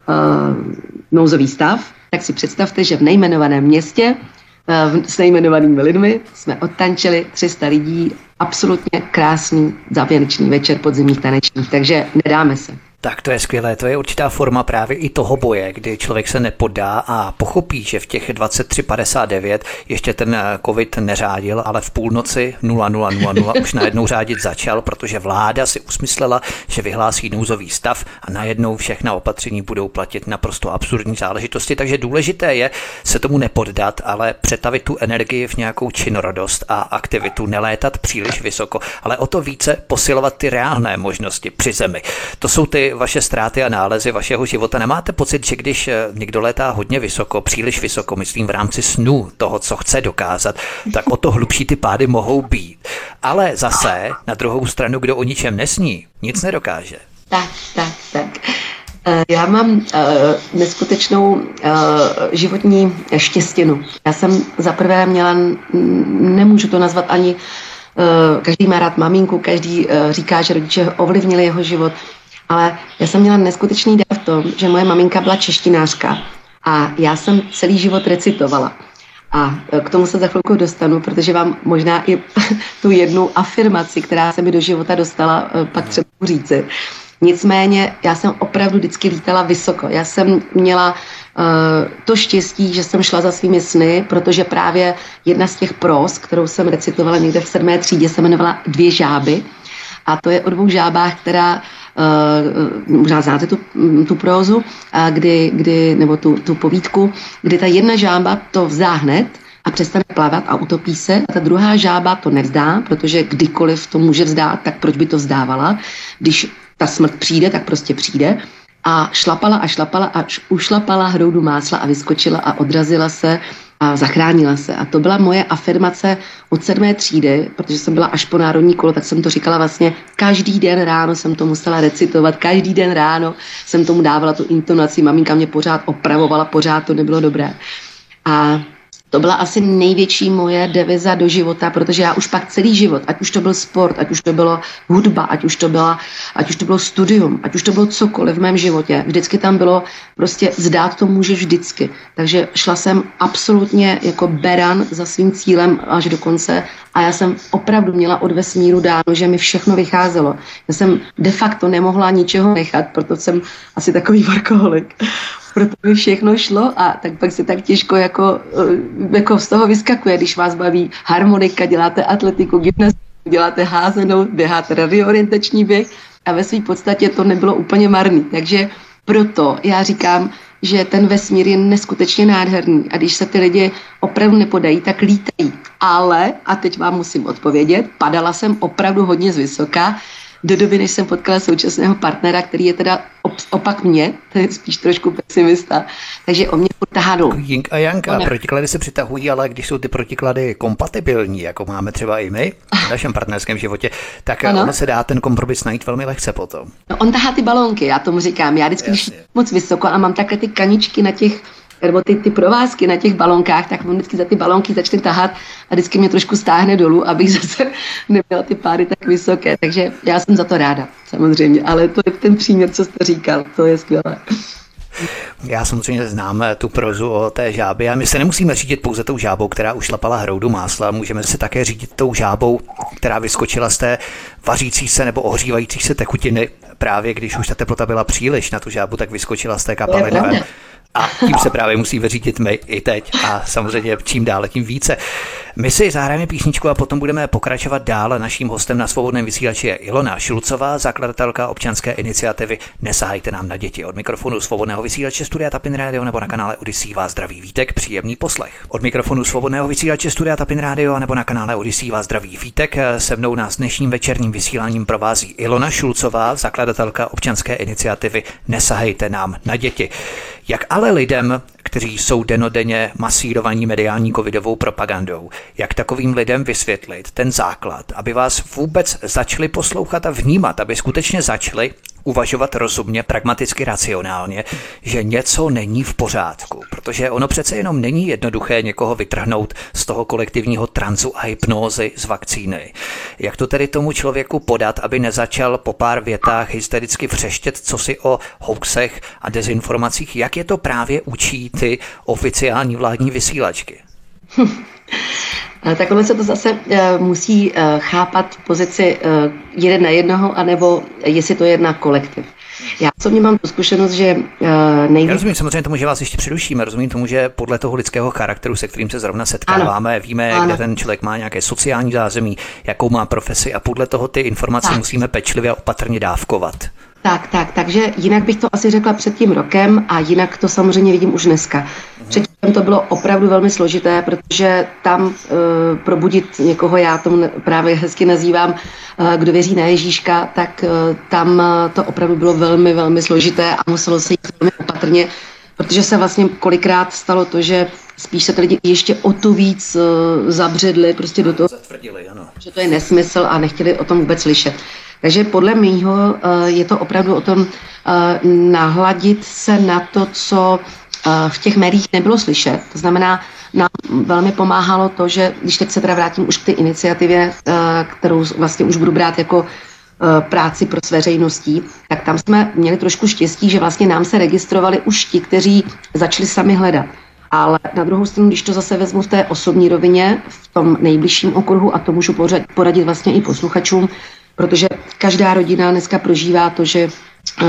uh, nouzový stav, tak si představte, že v nejmenovaném městě uh, s nejmenovanými lidmi jsme odtančili tři sta lidí, absolutně krásný závěrečný večer podzimních tanečních, takže nedáme se. Tak to je skvělé, to je určitá forma právě i toho boje, kdy člověk se nepoddá a pochopí, že v těch dvacet tři padesát devět ještě ten covid neřádil, ale v půlnoci nula nula nula nula už najednou řádit začal, protože vláda si usmyslela, že vyhlásí nouzový stav a najednou všechna opatření budou platit naprosto absurdní záležitosti, takže důležité je se tomu nepoddat, ale přetavit tu energii v nějakou činorodost a aktivitu, nelétat příliš vysoko, ale o to více posilovat ty reálné možnosti při zemi. To jsou ty vaše ztráty a nálezy vašeho života. Nemáte pocit, že když někdo létá hodně vysoko, příliš vysoko, myslím v rámci snů toho, co chce dokázat, tak o to hlubší ty pády mohou být. Ale zase na druhou stranu, kdo o ničem nesní, nic nedokáže. Tak, tak, tak. Já mám uh, neskutečnou uh, životní štěstinu. Já jsem zaprvé měla, nemůžu to nazvat ani, uh, každý má rád maminku, každý uh, říká, že rodiče ovlivnili jeho život, ale já jsem měla neskutečný dar v tom, že moje maminka byla češtinářka a já jsem celý život recitovala. A k tomu se za chvilku dostanu, protože vám možná i tu jednu afirmaci, která se mi do života dostala, pak třeba říci. Nicméně já jsem opravdu vždycky lítala vysoko. Já jsem měla uh, to štěstí, že jsem šla za svými sny, protože právě jedna z těch pros, kterou jsem recitovala někde v sedmé třídě, se jmenovala Dvě žáby. A to je o dvou žábách, která, uh, možná znáte tu, tu prózu, uh, kdy, kdy, nebo tu, tu povídku, kdy ta jedna žába to vzdá hned a přestane plavat a utopí se. A ta druhá žába to nevzdá, protože kdykoliv to může vzdát, tak proč by to vzdávala? Když ta smrt přijde, tak prostě přijde. A šlapala a šlapala a ušlapala hroudu másla a vyskočila a odrazila se a zachránila se. A to byla moje afirmace od sedmé třídy, protože jsem byla až po národní kolo, tak jsem to říkala vlastně každý den ráno jsem to musela recitovat, každý den ráno jsem tomu dávala tu intonaci, maminka mě pořád opravovala, pořád to nebylo dobré. A to byla asi největší moje deviza do života, protože já už pak celý život, ať už to byl sport, ať už to bylo hudba, ať už to, byla, ať už to bylo studium, ať už to bylo cokoliv v mém životě, vždycky tam bylo prostě zdát to můžeš vždycky. Takže šla jsem absolutně jako beran za svým cílem až do konce a já jsem opravdu měla od vesmíru dáno, že mi všechno vycházelo. Já jsem de facto nemohla ničeho nechat, proto jsem asi takový workoholik. Proto mi všechno šlo a tak pak se tak těžko jako, jako z toho vyskakuje, když vás baví harmonika, děláte atletiku, gymnastiku, děláte házenou, běháte radioorientační běh a ve své podstatě to nebylo úplně marný. Takže proto já říkám, že ten vesmír je neskutečně nádherný a když se ty lidi opravdu nepodají, tak lítají. Ale, a teď vám musím odpovědět, padala jsem opravdu hodně z vysoka, do doby, než jsem potkala současného partnera, který je teda opak mě, to je spíš trošku pesimista, takže on mě potahá dolů. Yin a yang a protiklady se přitahují, ale když jsou ty protiklady kompatibilní, jako máme třeba i my v našem partnerském životě, tak ano, ono se dá ten kompromis najít velmi lehce potom. No, on tahá ty balónky, já tomu říkám. Já vždycky, když moc vysoko a mám takhle ty kaničky na těch nebo ty, ty provázky na těch balónkách, tak on vždycky za ty balónky začne tahat a vždycky mě trošku stáhne dolů, abych zase neměla ty páry tak vysoké. Takže já jsem za to ráda, samozřejmě. Ale to je ten příměr, co jste říkal, to je skvělé. Já samozřejmě znám tu prozu o té žábě a my se nemusíme řídit pouze tou žábou, která ušlapala hroudu másla, můžeme se také řídit tou žábou, která vyskočila z té vařící se nebo ohřívající se tekutiny, právě když už ta teplota byla příliš na tu žábu, tak vyskočila z té kapaliny. A tím se právě musíme řídit my i teď a samozřejmě čím dále, tím více. My si zahrajeme písničku a potom budeme pokračovat dál. Naším hostem na svobodném vysílači je Ilona Šulcová, zakladatelka občanské iniciativy Nesahajte nám na děti. Od mikrofonu svobodného vysílače Studia Tapin Radio nebo na kanále Odyssey vás zdraví Vítek, příjemný poslech. Od mikrofonu svobodného vysílače Studia Tapin Radio nebo na kanále Odyssey vás zdraví Vítek. Se mnou nás dnešním večerním vysíláním provází Ilona Šulcová, zakladatelka občanské iniciativy Nesahajte nám na děti. Jak ale lidem, kteří jsou dennodenně masírovaní mediální covidovou propagandou, jak takovým lidem vysvětlit ten základ, aby vás vůbec začali poslouchat a vnímat, aby skutečně začali uvažovat rozumně, pragmaticky, racionálně, že něco není v pořádku, protože ono přece jenom není jednoduché někoho vytrhnout z toho kolektivního transu a hypnózy z vakcíny. Jak to tedy tomu člověku podat, aby nezačal po pár větách hystericky vřeštět cosi o hoaxech a dezinformacích, jak je to právě učí ty oficiální vládní vysílačky? Tak ono se to zase uh, musí uh, chápat v pozici uh, jeden na jednoho, anebo jestli to je jedna kolektiv. Já osobně mám tu zkušenost, že uh, nejvíc... Já rozumím samozřejmě tomu, že vás ještě předušíme, rozumím tomu, že podle toho lidského charakteru, se kterým se zrovna setkáváme, ano. víme, ano. kde ten člověk má nějaké sociální zázemí, jakou má profesi a podle toho ty informace tak. musíme pečlivě a opatrně dávkovat. Tak, tak, takže jinak bych to asi řekla před tím rokem a jinak to samozřejmě vidím už dneska. Předtím to bylo opravdu velmi složité, protože tam uh, probudit někoho, já tomu právě hezky nazývám, uh, kdo věří na Ježíška, tak uh, tam uh, to opravdu bylo velmi, velmi složité a muselo se jít velmi opatrně, protože se vlastně kolikrát stalo to, že spíš se ty lidi ještě o to víc uh, zabředli prostě do toho, zatvrdili, ano. že to je nesmysl a nechtěli o tom vůbec slyšet. Takže podle mýho uh, je to opravdu o tom uh, nahladit se na to, co uh, v těch médiích nebylo slyšet. To znamená, nám velmi pomáhalo to, že když teď se teda vrátím už k té iniciativě, uh, kterou vlastně už budu brát jako uh, práci pro s veřejností, tak tam jsme měli trošku štěstí, že vlastně nám se registrovali už ti, kteří začali sami hledat. Ale na druhou stranu, když to zase vezmu v té osobní rovině, v tom nejbližším okruhu, a to můžu poradit vlastně i posluchačům, protože každá rodina dneska prožívá to, že uh,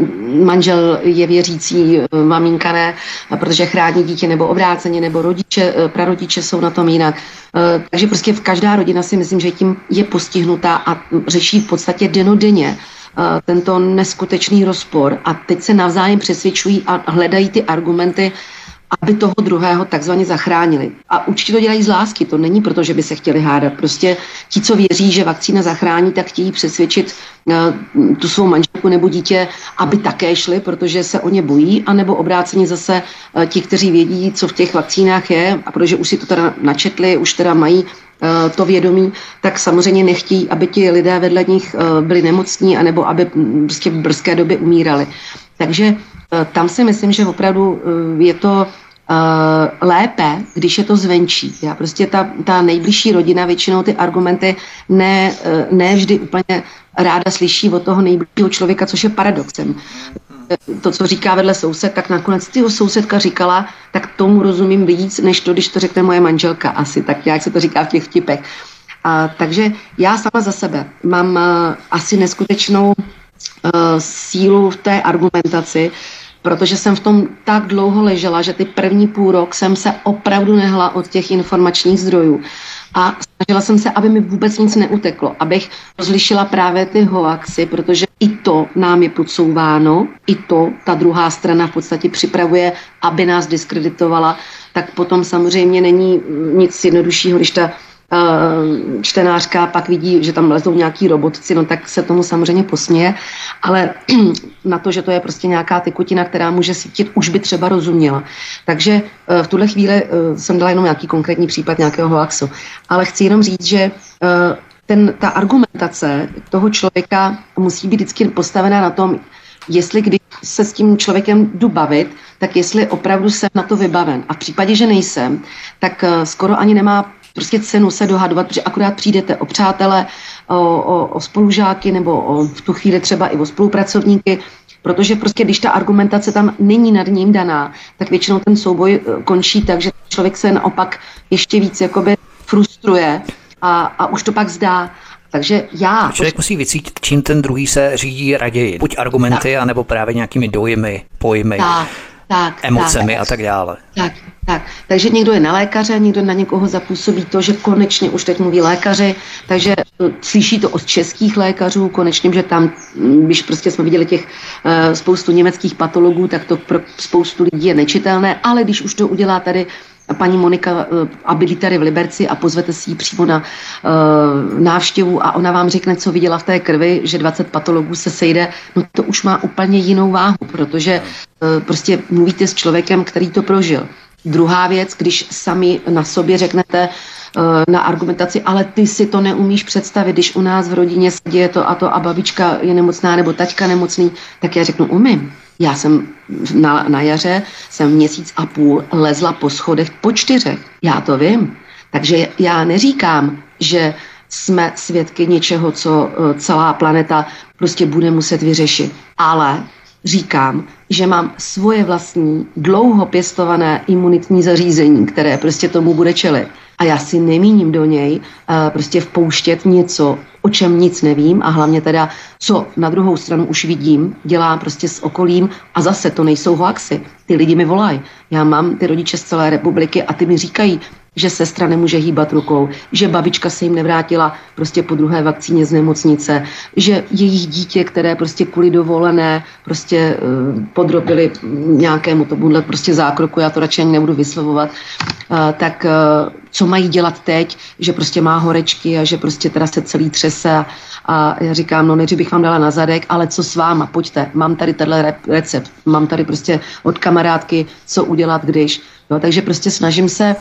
manžel je věřící, uh, maminka ne, protože chrání dítě nebo obráceně, nebo rodiče, uh, prarodiče jsou na tom jinak. Uh, takže prostě v každá rodina si myslím, že tím je postihnutá a řeší v podstatě denodenně uh, tento neskutečný rozpor a teď se navzájem přesvědčují a hledají ty argumenty, aby toho druhého takzvaně zachránili. A určitě to dělají z lásky, to není proto, že by se chtěli hádat. Prostě ti, co věří, že vakcína zachrání, tak chtějí přesvědčit uh, tu svou manželku nebo dítě, aby také šli, protože se o ně bojí, anebo obráceně zase uh, ti, kteří vědí, co v těch vakcínách je, a protože už si to teda načetli, už teda mají uh, to vědomí, tak samozřejmě nechtějí, aby ti lidé vedle nich uh, byli nemocní, anebo aby prostě v brzké době umírali. Takže tam si myslím, že opravdu je to uh, lépe, když je to zvenčí. Já prostě ta, ta nejbližší rodina většinou ty argumenty ne, ne vždy úplně ráda slyší od toho nejbližšího člověka, což je paradoxem. To, co říká vedle soused, tak nakonec tyho sousedka říkala, tak tomu rozumím víc, než to, když to řekne moje manželka asi, tak jak se to říká v těch vtipech. A, takže já sama za sebe mám uh, asi neskutečnou uh, sílu v té argumentaci, protože jsem v tom tak dlouho ležela, že ty první půl rok jsem se opravdu nehla od těch informačních zdrojů. A snažila jsem se, aby mi vůbec nic neuteklo, abych rozlišila právě ty hoaxy, protože i to nám je podsouváno, i to ta druhá strana v podstatě připravuje, aby nás diskreditovala, tak potom samozřejmě není nic jednoduššího, když ta Uh, čtenářka pak vidí, že tam lezou nějaký robotci, no tak se tomu samozřejmě posměje, ale na to, že to je prostě nějaká tekutina, která může sítit, už by třeba rozuměla. Takže uh, v tuhle chvíli uh, jsem dala jenom nějaký konkrétní případ nějakého hoaxu. Ale chci jenom říct, že uh, ten, ta argumentace toho člověka musí být vždycky postavená na tom, jestli když se s tím člověkem jdu bavit, tak jestli opravdu jsem na to vybaven. A v případě, že nejsem, tak uh, skoro ani nemá prostě cenu se dohadovat, protože akorát přijdete o přátele, o, o, o spolužáky nebo o, v tu chvíli třeba i o spolupracovníky, protože prostě když ta argumentace tam není nad ním daná, tak většinou ten souboj končí tak, že člověk se naopak ještě víc jakoby frustruje a, a už to pak zdá. Takže já... Člověk musí vycítit, čím ten druhý se řídí raději. Buď argumenty, tak. anebo právě nějakými dojmy, pojmy. Tak. Tak, emocemi tak, a tak dále. Tak, tak. Takže někdo je na lékaře, někdo na někoho zapůsobí to, že konečně už teď mluví lékaři, takže slyší to od českých lékařů, konečně, že tam, když prostě jsme viděli těch uh, spoustu německých patologů, tak to pro spoustu lidí je nečitelné, ale když už to udělá tady paní Monika, a bydlí tady v Liberci a pozvete si ji přímo na uh, návštěvu a ona vám řekne, co viděla v té krvi, že dvacet patologů se sejde, no to už má úplně jinou váhu, protože uh, prostě mluvíte s člověkem, který to prožil. Druhá věc, když sami na sobě řeknete uh, na argumentaci, ale ty si to neumíš představit, když u nás v rodině se děje to a to a babička je nemocná nebo taťka nemocný, tak já řeknu, umím. Já jsem na, na jaře, jsem měsíc a půl lezla po schodech po čtyřech. Já to vím. Takže já neříkám, že jsme svědky něčeho, co celá planeta prostě bude muset vyřešit. Ale říkám, že mám svoje vlastní dlouho pěstované imunitní zařízení, které prostě tomu bude čelit. a já si nemíním do něj uh, prostě vpouštět něco, o čem nic nevím a hlavně teda, co na druhou stranu už vidím, dělám prostě s okolím a zase to nejsou hoaxy. Ty lidi mi volají. Já mám ty rodiče z celé republiky a ty mi říkají, že sestra nemůže hýbat rukou, že babička se jim nevrátila prostě po druhé vakcíně z nemocnice, že jejich dítě, které prostě kvůli dovolené prostě uh, podrobili nějakému tomuhle prostě zákroku, já to radši ani nebudu vyslovovat, uh, tak uh, co mají dělat teď, že prostě má horečky a že prostě teda se celý třese a, a já říkám, no nejdřív bych vám dala na zadek, ale co s váma, pojďte, mám tady tenhle recept, mám tady prostě od kamarádky, co udělat, když, no, takže prostě snažím se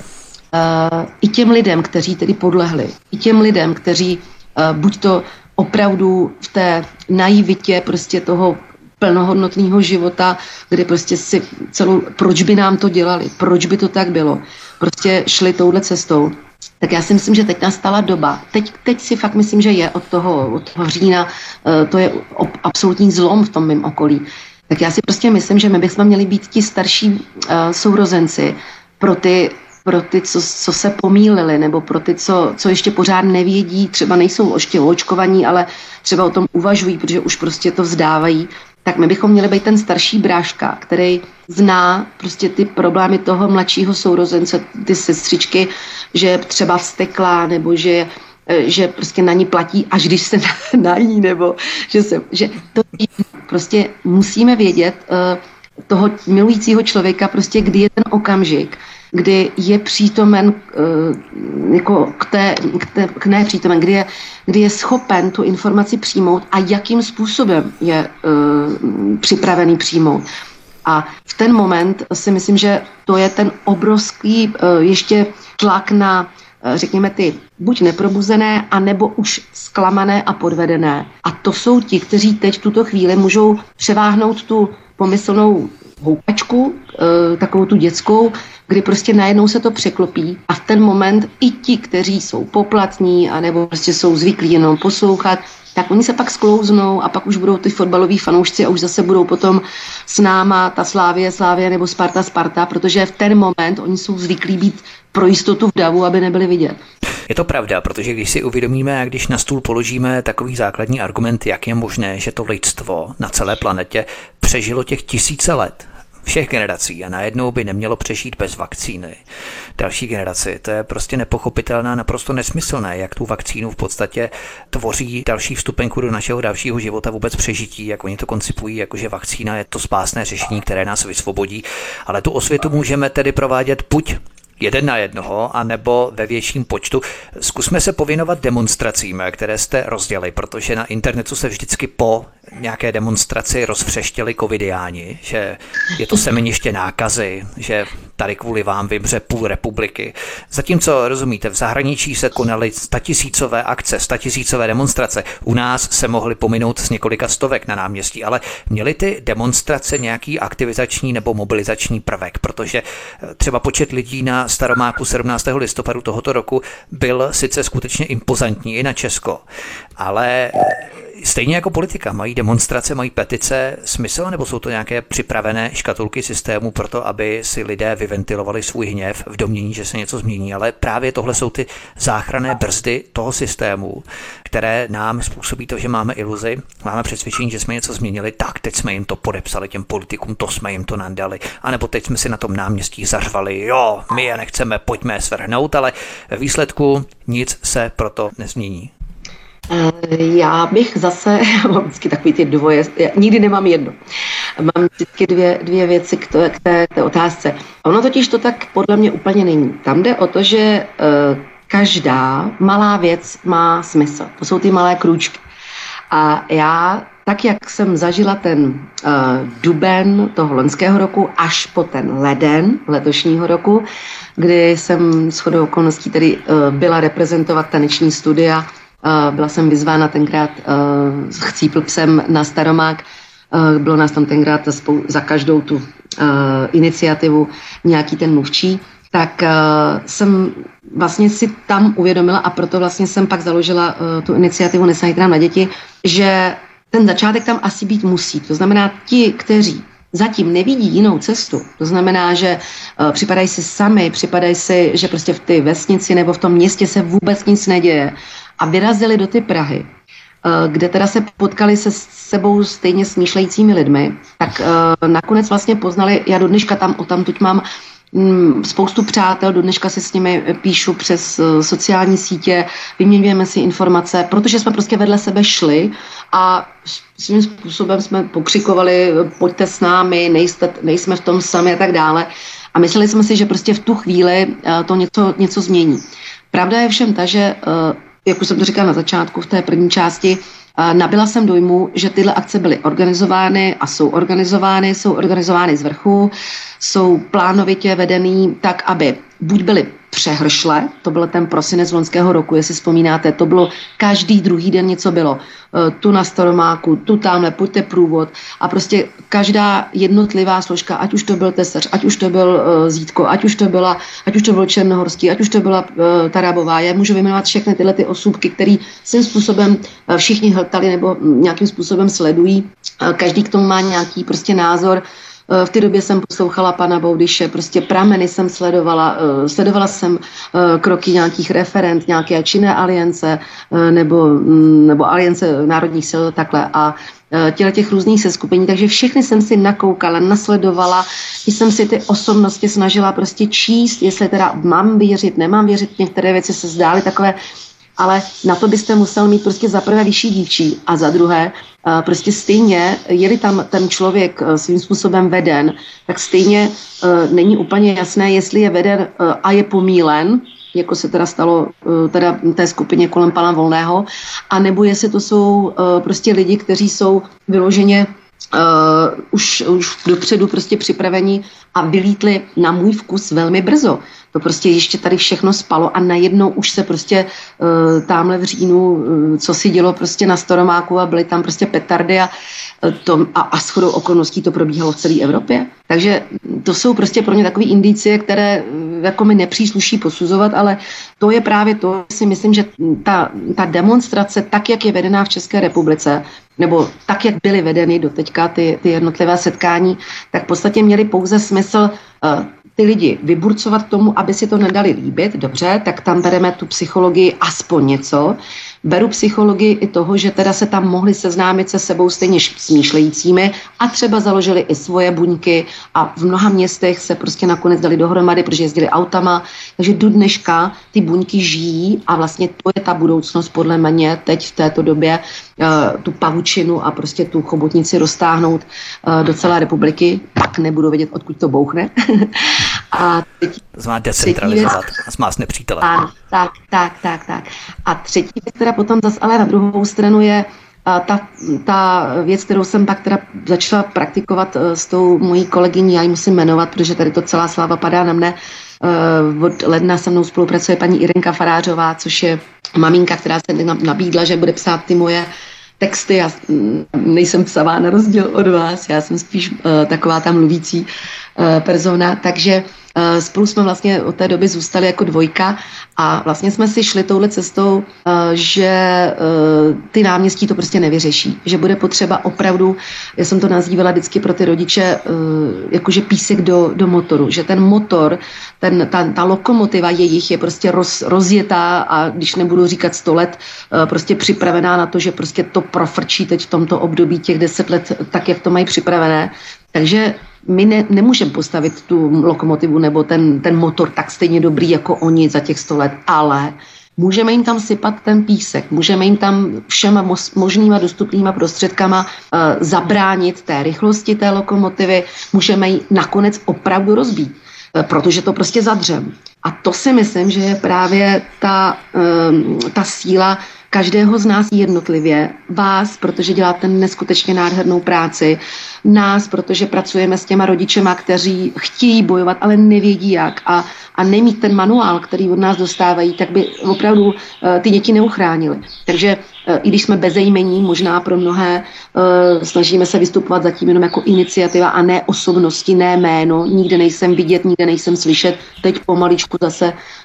Uh, i těm lidem, kteří tedy podlehli, i těm lidem, kteří uh, buď to opravdu v té naivitě prostě toho plnohodnotného života, kde prostě si celou, proč by nám to dělali, proč by to tak bylo, prostě šli touhle cestou. Tak já si myslím, že teď nastala doba. Teď, teď si fakt myslím, že je od toho, od toho října, uh, to je ob, absolutní zlom v tom mém okolí. Tak já si prostě myslím, že my bychom měli být ti starší uh, sourozenci pro ty pro ty, co, co se pomýlili, nebo pro ty, co, co ještě pořád nevědí, třeba nejsou ještě očkovaní, ale třeba o tom uvažují, protože už prostě to vzdávají, tak my bychom měli být ten starší bráška, který zná prostě ty problémy toho mladšího sourozence, ty sestřičky, že je třeba vzteklá, nebo že že prostě na ní platí, až když se nají, nebo že se, že to prostě musíme vědět uh, toho milujícího člověka, prostě kdy je ten okamžik, kdy je přítomen uh, jako k té, k té k ne přítomen, kdy je, kdy je schopen tu informaci přijmout a jakým způsobem je uh, připravený přijmout. A v ten moment si myslím, že to je ten obrovský uh, ještě tlak na, uh, řekněme, ty buď neprobuzené, anebo už zklamané a podvedené. A to jsou ti, kteří teď v tuto chvíli můžou převáhnout tu pomyslnou houpačku, e, takovou tu dětskou, kdy prostě najednou se to překlopí a v ten moment i ti, kteří jsou poplatní anebo prostě jsou zvyklí jenom poslouchat, tak oni se pak sklouznou a pak už budou ty fotbaloví fanoušci a už zase budou potom s náma ta Slávie, Slávie nebo Sparta, Sparta, protože v ten moment oni jsou zvyklí být pro jistotu v davu, aby nebyli vidět. Je to pravda, protože když si uvědomíme a když na stůl položíme takový základní argument, jak je možné, že to lidstvo na celé planetě přežilo těch tisíce let, všech generací a najednou by nemělo přežít bez vakcíny. Další generaci, to je prostě nepochopitelné, naprosto nesmyslné, jak tu vakcínu v podstatě tvoří další vstupenku do našeho dalšího života, vůbec přežití, jak oni to koncipují, jakože vakcína je to spásné řešení, které nás vysvobodí, ale tu osvětu můžeme tedy provádět buď jeden na jednoho, anebo ve větším počtu. Zkusme se pověnovat demonstracím, které jste rozdělili, protože na internetu se vždycky po nějaké demonstraci rozvřeštěli covidiáni, že je to semeniště nákazy, že tady kvůli vám vymře půl republiky. Zatímco, rozumíte, v zahraničí se konaly statisícové akce, statisícové demonstrace. U nás se mohly pominout z několika stovek na náměstí, ale měly ty demonstrace nějaký aktivizační nebo mobilizační prvek, protože třeba počet lidí na Staromáku sedmnáctého listopadu tohoto roku byl sice skutečně impozantní i na Česko, ale stejně jako politika, mají demonstrace, mají petice smysl, nebo jsou to nějaké připravené škatulky systému pro to, aby si lidé vyventilovali svůj hněv v domnění, že se něco změní, ale právě tohle jsou ty záchranné brzdy toho systému, které nám způsobí to, že máme iluzi, máme přesvědčení, že jsme něco změnili, tak teď jsme jim to podepsali těm politikům, to jsme jim to nandali, anebo teď jsme si na tom náměstí zařvali, jo, my je nechceme, pojďme je svrhnout, ale ve výsledku nic se proto nezmění. Já bych zase, mám vždycky takový ty dvoje, já nikdy nemám jedno. Mám vždycky dvě, dvě věci k, to, k, té, k té otázce. Ono totiž to tak podle mě úplně není. Tam jde o to, že uh, každá malá věc má smysl. To jsou ty malé krůčky. A já, tak jak jsem zažila ten uh, duben toho loňského roku až po ten leden letošního roku, kdy jsem shodou okolností tedy uh, byla reprezentovat taneční studia. Uh, byla jsem vyzvána tenkrát uh, chcípl psem na Staromák. Uh, bylo nás tam tenkrát spou- za každou tu uh, iniciativu nějaký ten mluvčí. Tak uh, jsem vlastně si tam uvědomila a proto vlastně jsem pak založila uh, tu iniciativu Nesahnite nám na děti, že ten začátek tam asi být musí. To znamená ti, kteří zatím nevidí jinou cestu, to znamená, že uh, připadají si sami, připadají si, že prostě v té vesnici nebo v tom městě se vůbec nic neděje a vyrazili do ty Prahy, uh, kde teda se potkali se s sebou stejně smýšlejícími lidmi, tak uh, nakonec vlastně poznali, já do dneška tam, o tamtuť mám spoustu přátel, do dneška si s nimi píšu přes sociální sítě, vyměňujeme si informace, protože jsme prostě vedle sebe šli a svým způsobem jsme pokřikovali, pojďte s námi, nejste, nejsme v tom sami a tak dále. A mysleli jsme si, že prostě v tu chvíli to něco, něco změní. Pravda je všem ta, že, jak už jsem to říkala na začátku v té první části, nabyla jsem dojmu, že tyhle akce byly organizovány a jsou organizovány, jsou organizovány z vrchu, jsou plánovitě vedený tak, aby buď byly přehršle, to byl ten prosinec loňského roku, jestli vzpomínáte, to bylo každý druhý den něco bylo. Tu na Staromáku, tu tamhle, pojďte průvod a prostě každá jednotlivá složka, ať už to byl Tesař, ať už to byl uh, Zítko, ať už to byla, ať už to byl Černohorský, ať už to byla uh, Tarabová, já můžu vyjmenovat všechny tyhle ty osůbky, který svým způsobem uh, všichni hltali nebo nějakým způsobem sledují. Uh, každý k tomu má nějaký prostě názor. V té době jsem poslouchala pana Boudyše, prostě prameny jsem sledovala, sledovala jsem kroky nějakých referent, nějaké činné aliance nebo, nebo aliance národních sil takhle a těle těch různých seskupení, takže všechny jsem si nakoukala, nasledovala, i jsem si ty osobnosti snažila prostě číst, jestli teda mám věřit, nemám věřit, některé věci se zdály takové, ale na to byste musel mít prostě za prvé vyšší dívčí a za druhé prostě stejně, je-li tam ten člověk svým způsobem veden, tak stejně není úplně jasné, jestli je veden a je pomílen, jako se teda stalo teda té skupině kolem pana Volného, anebo jestli to jsou prostě lidi, kteří jsou vyloženě Uh, už, už dopředu prostě připraveni a vylítli na můj vkus velmi brzo. To prostě ještě tady všechno spalo a najednou už se prostě uh, tamhle v říjnu, uh, co si dělo prostě na Staromáku a byly tam prostě petardy a, uh, to, a, a shodou okolností to probíhalo v celé Evropě. Takže to jsou prostě pro mě takové indicie, které uh, jako mi nepřísluší posuzovat, ale to je právě to, si myslím, že ta, ta demonstrace, tak jak je vedená v České republice, nebo tak, jak byly vedeny do teďka ty, ty jednotlivé setkání, tak v podstatě měly pouze smysl uh, ty lidi vyburcovat k tomu, aby si to nedali líbit, dobře, tak tam bereme tu psychologii aspoň něco. Beru psychologii i toho, že teda se tam mohli seznámit se sebou stejně smýšlejícími a třeba založili i svoje buňky a v mnoha městech se prostě nakonec dali dohromady, protože jezdili autama, takže do dneška ty buňky žijí a vlastně to je ta budoucnost podle mě teď v této době uh, tu pavučinu a prostě tu chobotnici roztáhnout uh, do celé republiky, pak nebudu vědět, odkud to bouchne. A teď, Znamená decentralizovat a zmást nepřítele. Ano, tak, tak, tak, tak. A třetí věc, teda potom zase ale na druhou stranu je a ta, ta věc, kterou jsem pak teda začala praktikovat s tou mojí kolegyní, já ji musím jmenovat, protože tady to celá sláva padá na mne. Od ledna se mnou spolupracuje paní Irenka Farářová, což je maminka, která se nabídla, že bude psát ty moje texty. Já nejsem psavá na rozdíl od vás, já jsem spíš uh, taková ta mluvící uh, persona, takže uh, spolu jsme vlastně od té doby zůstali jako dvojka a vlastně jsme si šli touhle cestou, uh, že uh, ty náměstí to prostě nevyřeší, že bude potřeba opravdu, já jsem to nazývala vždycky pro ty rodiče, uh, jakože písek do, do motoru, že ten motor, ten, ta, ta lokomotiva jejich je prostě roz, rozjetá a když nebudu říkat sto let, uh, prostě připravená na to, že prostě to profrčí teď v tomto období těch deset let, tak jak to mají připravené. Takže my ne, nemůžeme postavit tu lokomotivu nebo ten, ten motor tak stejně dobrý jako oni za těch sto let, ale můžeme jim tam sypat ten písek, můžeme jim tam všema možnýma dostupnýma prostředkama uh, zabránit té rychlosti té lokomotivy, můžeme ji nakonec opravdu rozbít, uh, protože to prostě zadřem. A to si myslím, že je právě ta, uh, ta síla každého z nás jednotlivě, vás, protože děláte neskutečně nádhernou práci, nás, protože pracujeme s těma rodičema, kteří chtějí bojovat, ale nevědí jak a, a nemít ten manuál, který od nás dostávají, tak by opravdu uh, ty děti neuchránili. Takže uh, i když jsme bezejmení, možná pro mnohé, uh, snažíme se vystupovat zatím jenom jako iniciativa a ne osobnosti, ne jméno, nikde nejsem vidět, nikde nejsem slyšet, teď pomaličku zase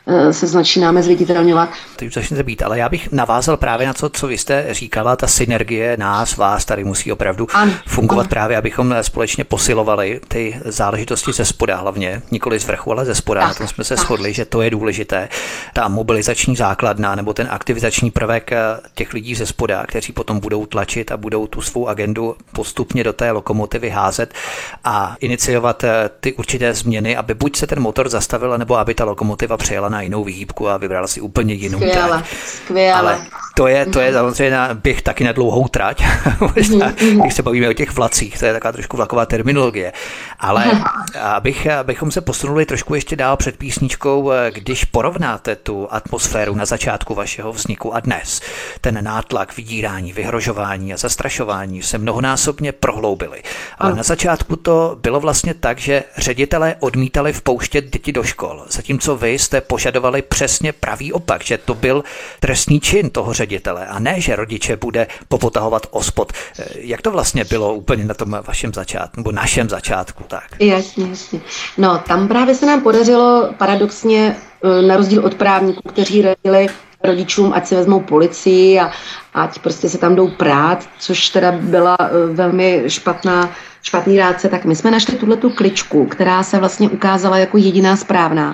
se začínáme zviditelňovat. Teď už začnete být, ale já bych navázal právě na to, co vy jste říkala, ta synergie nás, vás tady musí opravdu ano, fungovat ano. právě, abychom společně posilovali ty záležitosti ze spoda hlavně, nikoli z vrchu, ale ze spoda. Tak, na tom jsme se tak. shodli, že to je důležité. Ta mobilizační základna nebo ten aktivizační prvek těch lidí ze spoda, kteří potom budou tlačit a budou tu svou agendu postupně do té lokomotivy házet a iniciovat ty určité změny, aby buď se ten motor zastavil, nebo aby ta lokomotiva přejela na jinou výhybku a vybrala si úplně jinou skvěle, trať. Skvěle. Ale to je, to je samozřejmě na běh taky na dlouhou trať, když se bavíme o těch vlacích, to je taková trošku vlaková terminologie. Ale abych, abychom se posunuli trošku ještě dál před písničkou, když porovnáte tu atmosféru na začátku vašeho vzniku a dnes, ten nátlak, vydírání, vyhrožování a zastrašování se mnohonásobně prohloubily. Ale na začátku to bylo vlastně tak, že ředitelé odmítali vpouštět děti do škol, zatímco vy jste požadovali přesně pravý opak, že to byl trestný čin toho ředitele a ne, že rodiče bude popotahovat ospod. Jak to vlastně bylo úplně na tom vašem začátku, nebo našem začátku? Tak? Jasně, jasně. No, tam právě se nám podařilo paradoxně, na rozdíl od právníků, kteří radili rodičům, ať si vezmou policii a ať prostě se tam jdou prát, což teda byla velmi špatná, špatný rádce, tak my jsme našli tuhletu kličku, která se vlastně ukázala jako jediná správná,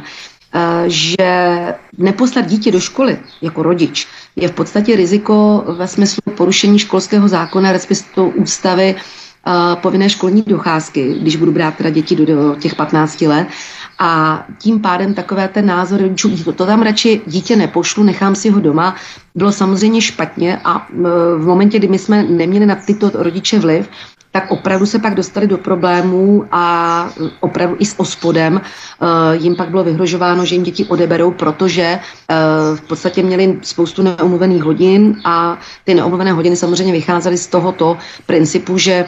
že neposlat dítě do školy jako rodič je v podstatě riziko ve smyslu porušení školského zákona, respektive ústavy povinné školní docházky, když budu brát teda děti do, do těch patnácti let. A tím pádem takové ten názor rodičů, to, to tam radši dítě nepošlu, nechám si ho doma, bylo samozřejmě špatně a v momentě, kdy my jsme neměli na tyto rodiče vliv, tak opravdu se pak dostali do problémů a opravdu i s ospodem jim pak bylo vyhrožováno, že jim děti odeberou, protože v podstatě měli spoustu neomluvených hodin a ty neomluvené hodiny samozřejmě vycházely z tohoto principu, že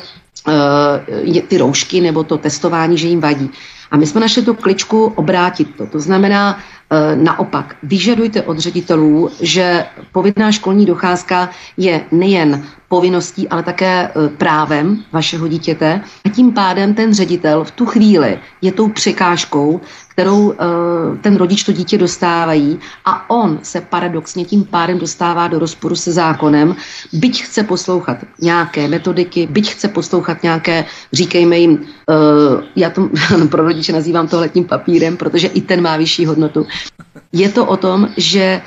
ty roušky nebo to testování, že jim vadí. A my jsme našli tu kličku obrátit to. To znamená naopak, vyžadujte od ředitelů, že povinná školní docházka je nejen povinností, ale také právem vašeho dítěte. A tím pádem ten ředitel v tu chvíli je tou překážkou, kterou ten rodič to dítě dostávají a on se paradoxně tím pádem dostává do rozporu se zákonem, byť chce poslouchat nějaké metodiky, byť chce poslouchat nějaké, říkejme jim, já to pro rodiče nazývám tohletním papírem, protože i ten má vyšší hodnotu. Je to o tom, že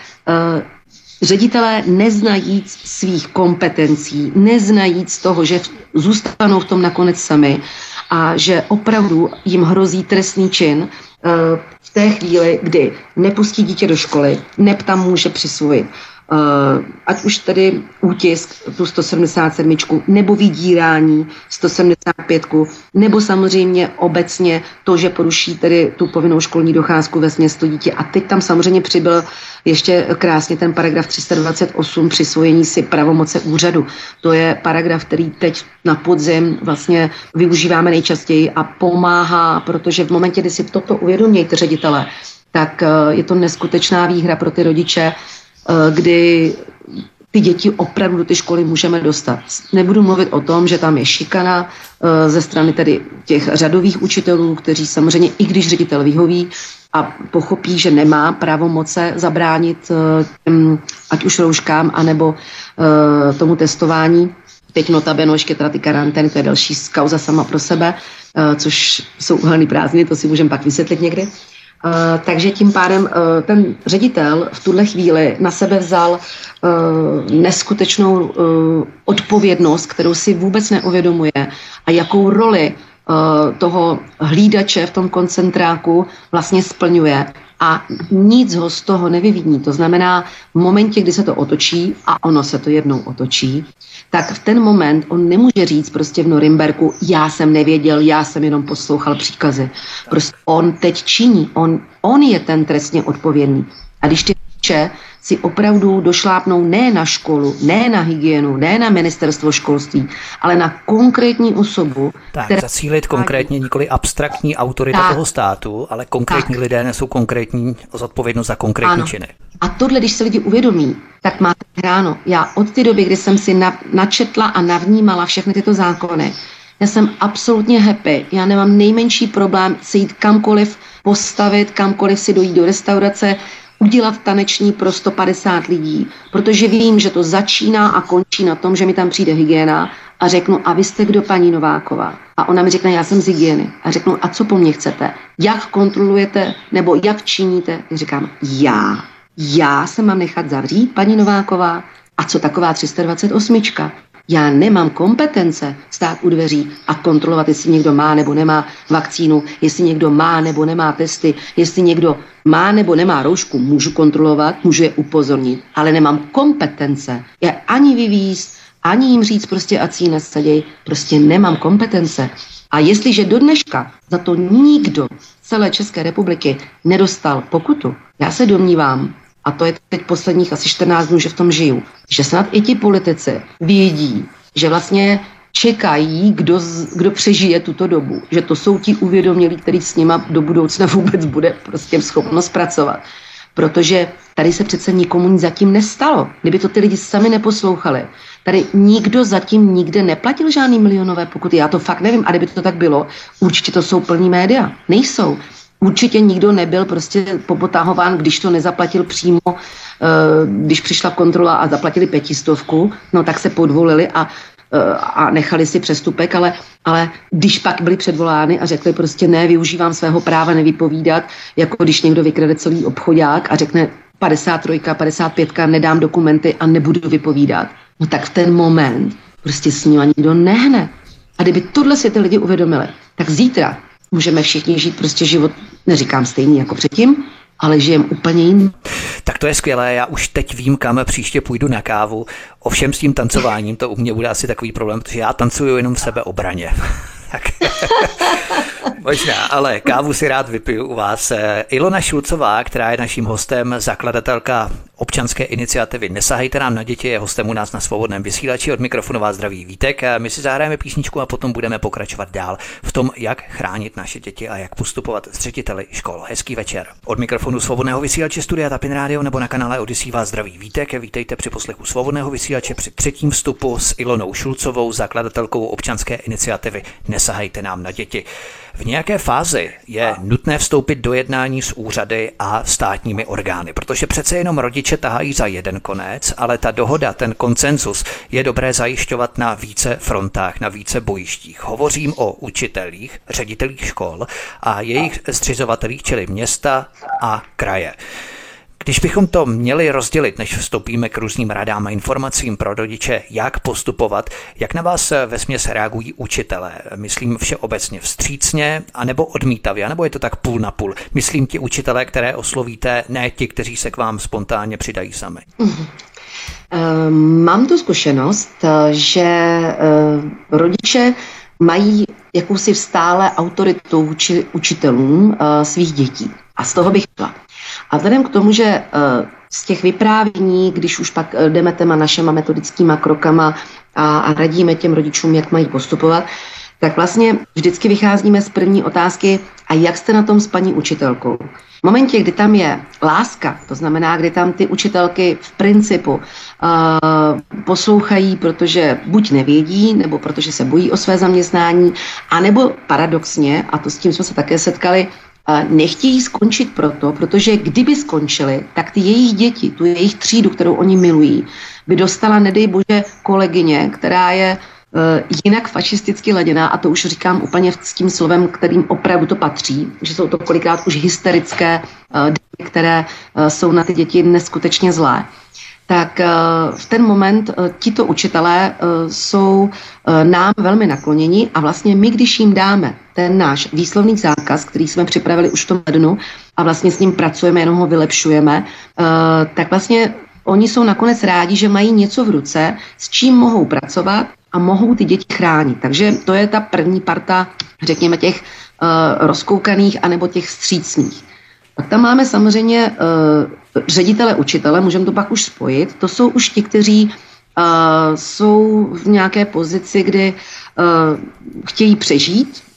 ředitelé neznajíc svých kompetencí, neznajíc toho, že zůstanou v tom nakonec sami a že opravdu jim hrozí trestný čin v té chvíli, kdy nepustí dítě do školy, neb tam může přisvojit. Ať už tedy útisk, tu sto sedmdesát sedm, nebo vydírání sto sedmdesát pět, nebo samozřejmě obecně to, že poruší tedy tu povinnou školní docházku ve směstu dítě. A teď tam samozřejmě přibyl ještě krásně ten paragraf tři sta dvacet osm přisvojení si pravomoce úřadu. To je paragraf, který teď na podzim vlastně využíváme nejčastěji a pomáhá, protože v momentě, kdy si toto uvědomějí ty ředitele, tak je to neskutečná výhra pro ty rodiče, kdy ty děti opravdu do ty školy můžeme dostat. Nebudu mluvit o tom, že tam je šikana ze strany tedy těch řadových učitelů, kteří samozřejmě, i když ředitel vyhoví a pochopí, že nemá pravomoce zabránit těm, ať už rouškám, anebo tomu testování. Teď notabene ještě teda ty karantény, to je další kauza sama pro sebe, což jsou uhelný prázdniny, to si můžeme pak vysvětlit někdy. Uh, takže tím pádem uh, ten ředitel v tuhle chvíli na sebe vzal uh, neskutečnou uh, odpovědnost, kterou si vůbec neuvědomuje a jakou roli uh, toho hlídače v tom koncentráku vlastně splňuje a nic ho z toho nevyviní. To znamená, v momentě, kdy se to otočí, a ono se to jednou otočí, tak v ten moment on nemůže říct prostě v Norimberku, já jsem nevěděl, já jsem jenom poslouchal příkazy. Prostě on teď činí, on, on je ten trestně odpovědný. A když ty rodiče si opravdu došlápnou ne na školu, ne na hygienu, ne na ministerstvo školství, ale na konkrétní osobu. Tak, která... zacílit konkrétně, nikoli abstraktní autorita tak. toho státu, ale konkrétní tak. lidé nesou konkrétní zodpovědnost za konkrétní ano. činy. A tohle, když se lidi uvědomí, tak máte hráno. Já od té doby, kdy jsem si na, načetla a navnímala všechny tyto zákony, já jsem absolutně happy. Já nemám nejmenší problém se jít kamkoliv postavit, kamkoliv si dojít do restaurace, udělat taneční pro sto padesát lidí, protože vím, že to začíná a končí na tom, že mi tam přijde hygiena a řeknu, a vy jste kdo, paní Nováková? A ona mi řekne, já jsem z hygieny. A řeknu, a co po mně chcete? Jak kontrolujete nebo jak činíte? Já říkám, já. Já se mám nechat zavřít, paní Nováková? A co taková tři sta dvacet osm? Já nemám kompetence stát u dveří a kontrolovat, jestli někdo má nebo nemá vakcínu, jestli někdo má nebo nemá testy, jestli někdo má nebo nemá roušku, můžu kontrolovat, můžu je upozornit, ale nemám kompetence je ani vyvízt, ani jim říct prostě ať si ji nesaděj, prostě nemám kompetence. A jestliže do dneška za to nikdo z celé České republiky nedostal pokutu, já se domnívám, a to je teď posledních asi čtrnáct dnů, že v tom žiju, že snad i ti politici vědí, že vlastně čekají, kdo, z, kdo přežije tuto dobu. Že to jsou ti uvědomělí, kteří s nima do budoucna vůbec bude prostě schopnost pracovat. Protože tady se přece nikomu nic zatím nestalo. Kdyby to ty lidi sami neposlouchali. Tady nikdo zatím nikde neplatil žádný milionové pokuty. Já to fakt nevím. A kdyby to tak bylo, určitě to jsou plný média. Nejsou. Určitě nikdo nebyl prostě popotahován, když to nezaplatil přímo, když přišla kontrola a zaplatili pětistovku, no tak se podvolili a, a nechali si přestupek, ale, ale když pak byli předvolány a řekli prostě ne, využívám svého práva nevypovídat, jako když někdo vykrade celý obchodák a řekne padesát tři, padesát pět, nedám dokumenty a nebudu vypovídat, no tak v ten moment prostě s ním ani nikdo nehne. A kdyby tohle si ty lidi uvědomili, tak zítra můžeme všichni žít prostě život, neříkám stejný jako předtím, ale žijem úplně jiný. Tak to je skvělé, já už teď vím, kam příště půjdu na kávu. Ovšem s tím tancováním to u mě bude asi takový problém, protože já tancuju jenom v sebeobraně. Tak. Možná, ale kávu si rád vypiju u vás. Ilona Šulcová, která je naším hostem, zakladatelka občanské iniciativy Nesahejte nám na děti, je hostem u nás na Svobodném vysílači. Od mikrofonu vás zdraví Vítek. My si zahrajeme písničku a potom budeme pokračovat dál v tom, jak chránit naše děti a jak postupovat s řediteli škol. Hezký večer. Od mikrofonu Svobodného vysílače Studia Tapin Radio nebo na kanále Odyssey vás zdraví Vítek. Vítejte při poslechu Svobodného vysílače při třetím vstupu s Ilonou Šulcovou, zakladatelkou občanské iniciativy Nesahejte nám na děti. V nějaké fázi je nutné vstoupit do jednání s úřady a státními orgány, protože přece jenom rodiče tahají za jeden konec, ale ta dohoda, ten konsenzus je dobré zajišťovat na více frontách, na více bojištích. Hovořím o učitelích, ředitelích škol a jejich zřizovatelích, čili města a kraje. Když bychom to měli rozdělit, než vstoupíme k různým radám a informacím pro rodiče, jak postupovat, jak na vás vesměs reagují učitelé? Myslím všeobecně vstřícně, anebo odmítavě, anebo je to tak půl na půl? Myslím ti učitelé, které oslovíte, ne ti, kteří se k vám spontánně přidají sami. Mm. Mám tu zkušenost, že rodiče mají jakousi stále autoritu vůči učitelům svých dětí. A z toho bych chtěla. A vzhledem k tomu, že z těch vyprávění, když už pak jdeme těma našima metodickýma krokama a, a radíme těm rodičům, jak mají postupovat, tak vlastně vždycky vycházíme z první otázky, a jak jste na tom s paní učitelkou? V momentě, kdy tam je láska, to znamená, kdy tam ty učitelky v principu uh, poslouchají, protože buď nevědí, nebo protože se bojí o své zaměstnání, anebo paradoxně, a to s tím jsme se také setkali, nechtějí skončit proto, protože kdyby skončili, tak ty jejich děti, tu jejich třídu, kterou oni milují, by dostala, nedej bože, kolegyně, která je uh, jinak fašisticky laděná, a to už říkám úplně s tím slovem, kterým opravdu to patří, že jsou to kolikrát už hysterické uh, děti, které uh, jsou na ty děti neskutečně zlé. Tak v ten moment tito učitelé jsou nám velmi nakloněni a vlastně my, když jim dáme ten náš výslovný zákaz, který jsme připravili už v tom lednu a vlastně s ním pracujeme, jenom ho vylepšujeme, tak vlastně oni jsou nakonec rádi, že mají něco v ruce, s čím mohou pracovat a mohou ty děti chránit. Takže to je ta první parta, řekněme, těch rozkoukaných anebo těch vstřícných. Pak tam máme samozřejmě uh, ředitele, učitele, můžeme to pak už spojit. To jsou už ti, kteří uh, jsou v nějaké pozici, kdy uh, chtějí přežít,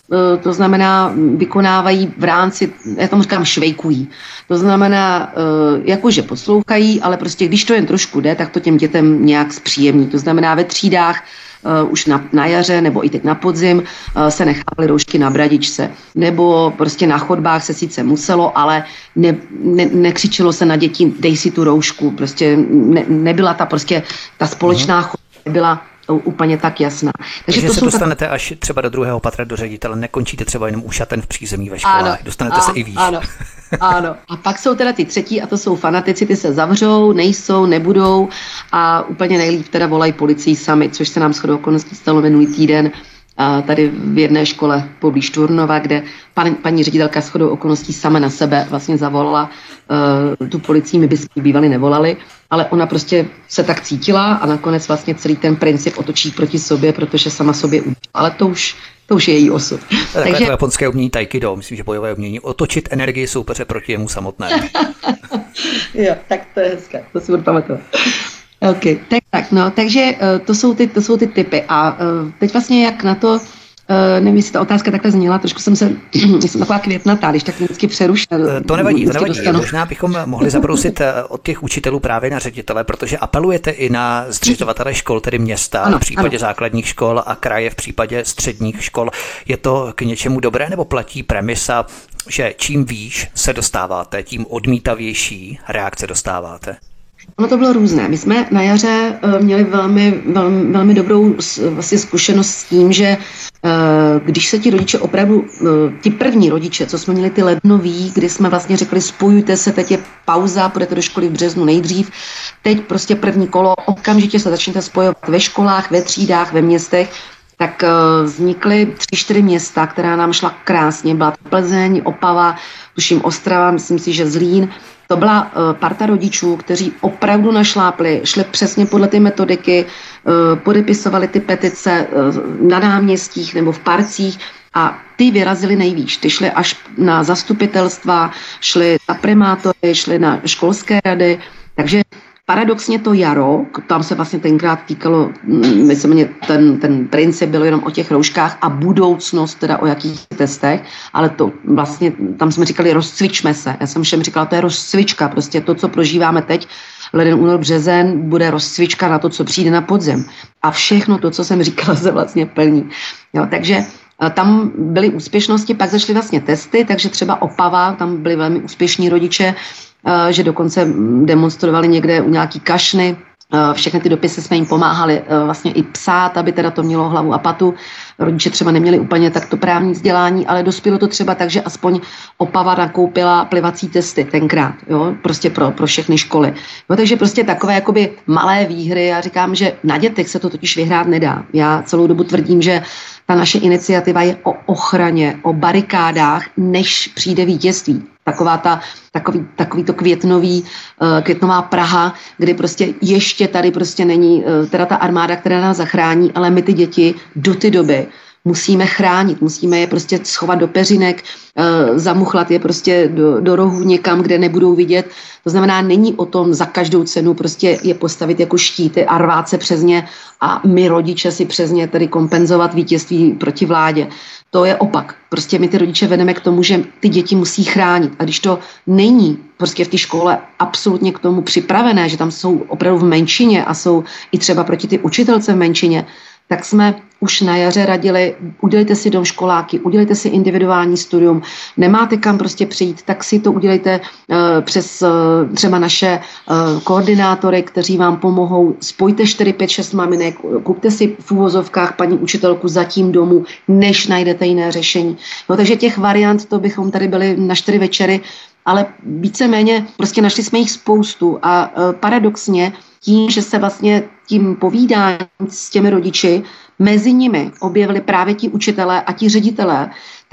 to znamená vykonávají v rámci, já tomu říkám švejkují, to znamená jakože poslouchají, ale prostě když to jen trošku jde, tak to těm dětem nějak zpříjemní, to znamená ve třídách Uh, už na, na jaře nebo i teď na podzim uh, se nechávaly roušky na bradičce. Nebo prostě na chodbách se sice muselo, ale ne, ne, nekřičelo se na děti, dej si tu roušku. Prostě ne, nebyla ta prostě ta společná chodba, byla úplně tak jasná. Takže, Takže to se dostanete tak... až třeba do druhého patra do ředitele, nekončíte třeba jenom u šaten v přízemí ve školách, ano, dostanete a, se i výš. Ano, ano. A pak jsou teda ty třetí a to jsou fanatici, ty se zavřou, nejsou, nebudou a úplně nejlíp teda volají policii sami, což se nám shodou okolností stalo minulý týden a tady v jedné škole poblíž Turnova, kde pan, paní ředitelka shodou okolností sama na sebe vlastně zavolala uh, tu policii, my by si bývali nevolali, ale ona prostě se tak cítila a nakonec vlastně celý ten princip otočí proti sobě, protože sama sobě udělala. Ale to už, to už je její osud. To je Takže... to japonské umění Taikido, myslím, že bojové umění, otočit energii soupeře proti jemu samotnému. Jo, tak to je hezké, to si budu pamatovat. Ok, tak, tak no, takže uh, to jsou ty, to jsou ty typy a uh, teď vlastně jak na to, uh, nevím, jestli ta otázka takhle zněla, trošku jsem se, jsem taková květnatá, když tak vždycky přerušila. To nevadí, to nevadí, možná bychom mohli zabrousit od těch učitelů právě na ředitele, protože apelujete i na zřizovatele škol, tedy města, ano, v případě ano. základních škol a kraje v případě středních škol. Je to k něčemu dobré, nebo platí premisa, že čím výš se dostáváte, tím odmítavější reakce dostáváte? Ono to bylo různé. My jsme na jaře měli velmi, velmi, velmi dobrou vlastně zkušenost s tím, že když se ti rodiče opravdu, ti první rodiče, co jsme měli ty lednoví, kdy jsme vlastně řekli spojujte se, teď je pauza, půjdete do školy v březnu nejdřív, teď prostě první kolo, okamžitě se začnete spojovat ve školách, ve třídách, ve městech, tak vznikly tři, čtyři města, která nám šla krásně. Byla Plzeň, Opava, tuším Ostrava, myslím si, že Zlín. To byla uh, parta rodičů, kteří opravdu našlápli, šli přesně podle ty metodiky, uh, podepisovali ty petice uh, na náměstích nebo v parcích a ty vyrazili nejvíc. Ty šli až na zastupitelstva, šli na primátory, šli na školské rady, takže paradoxně to jaro, tam se vlastně tenkrát týkalo, myslím, ten, ten princip byl jenom o těch rouškách a budoucnost teda o jakých testech, ale to vlastně, tam jsme říkali rozcvičme se. Já jsem všem říkala, to je rozcvička, prostě to, co prožíváme teď, leden, únor, březen, bude rozcvička na to, co přijde na podzim. A všechno to, co jsem říkala, se vlastně plní. Jo, takže tam byly úspěšnosti, pak začaly vlastně testy, takže třeba Opava, tam byli velmi úspěšní rodiče, že dokonce demonstrovali někde u nějaký kašny. Všechny ty dopisy jsme jim pomáhali vlastně i psát, aby teda to mělo hlavu a patu. Rodiče třeba neměli úplně takto právní vzdělání, ale dospělo to třeba tak, že aspoň Opava nakoupila plivací testy tenkrát, jo, prostě pro, pro všechny školy. No, takže prostě takové jakoby malé výhry. Já říkám, že na dětech se to totiž vyhrát nedá. Já celou dobu tvrdím, že ta naše iniciativa je o ochraně, o barikádách, než přijde vítězství. Taková ta, takový, takový to květnový, květnová Praha, kdy prostě ještě tady prostě není teda ta armáda, která nás zachrání, ale my ty děti do ty doby musíme chránit, musíme je prostě schovat do peřinek, zamuchlat je prostě do, do rohu někam, kde nebudou vidět. To znamená, není o tom za každou cenu prostě je postavit jako štíty a rvát se přes ně a my rodiče si přes ně tedy kompenzovat vítězství proti vládě. To je opak. Prostě my ty rodiče vedeme k tomu, že ty děti musí chránit. A když to není prostě v té škole absolutně k tomu připravené, že tam jsou opravdu v menšině a jsou i třeba proti ty učitelce v menšině, tak jsme už na jaře radili, udělejte si dom školáky, udělejte si individuální studium, nemáte kam prostě přijít, tak si to udělejte uh, přes uh, třeba naše uh, koordinátory, kteří vám pomohou, spojte čtyři, pět, šest maminek, kupte si v úvozovkách paní učitelku zatím domů, než najdete jiné řešení. No takže těch variant, to bychom tady byli na čtyři večery, ale víceméně prostě našli jsme jich spoustu a uh, paradoxně tím, že se vlastně tím povídáním s těmi rodiči, mezi nimi objevili právě ti učitelé a ti ředitelé,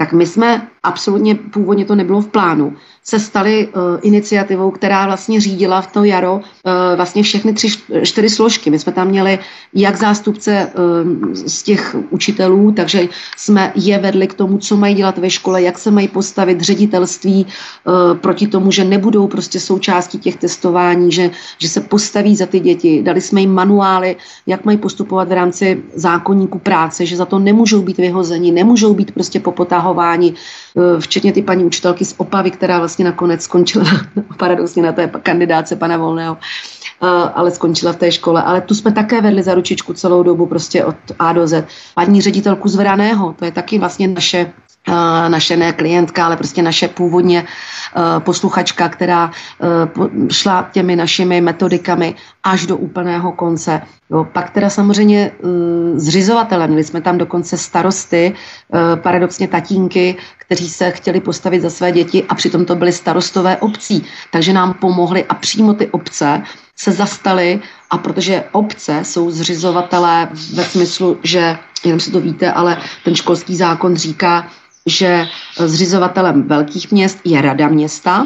tak my jsme absolutně, původně to nebylo v plánu, se stali uh, iniciativou, která vlastně řídila v to jaro uh, vlastně všechny tři, čtyři složky. My jsme tam měli jak zástupce uh, z těch učitelů, takže jsme je vedli k tomu, co mají dělat ve škole, jak se mají postavit ředitelství uh, proti tomu, že nebudou prostě součástí těch testování, že, že se postaví za ty děti. Dali jsme jim manuály, jak mají postupovat v rámci zákoníku práce, že za to nemůžou být vyhozeni, nemůžou být prostě popotahováni, uh, včetně ty paní učitelky z Opavy, která vlastně nakonec skončila paradoxně na té kandidáce pana Volného, ale skončila v té škole. Ale tu jsme také vedli za ručičku celou dobu prostě od A do Z. Paní ředitelku z Vraného, to je taky vlastně naše Uh, naše ne klientka, ale prostě naše původně uh, posluchačka, která uh, šla těmi našimi metodikami až do úplného konce. Jo, pak teda samozřejmě uh, zřizovatelé, měli jsme tam dokonce starosty, uh, paradoxně tatínky, kteří se chtěli postavit za své děti a přitom to byly starostové obcí, takže nám pomohli a přímo ty obce se zastaly, a protože obce jsou zřizovatelé ve smyslu, že, jenom si to víte, ale ten školský zákon říká, že zřizovatelem velkých měst je rada města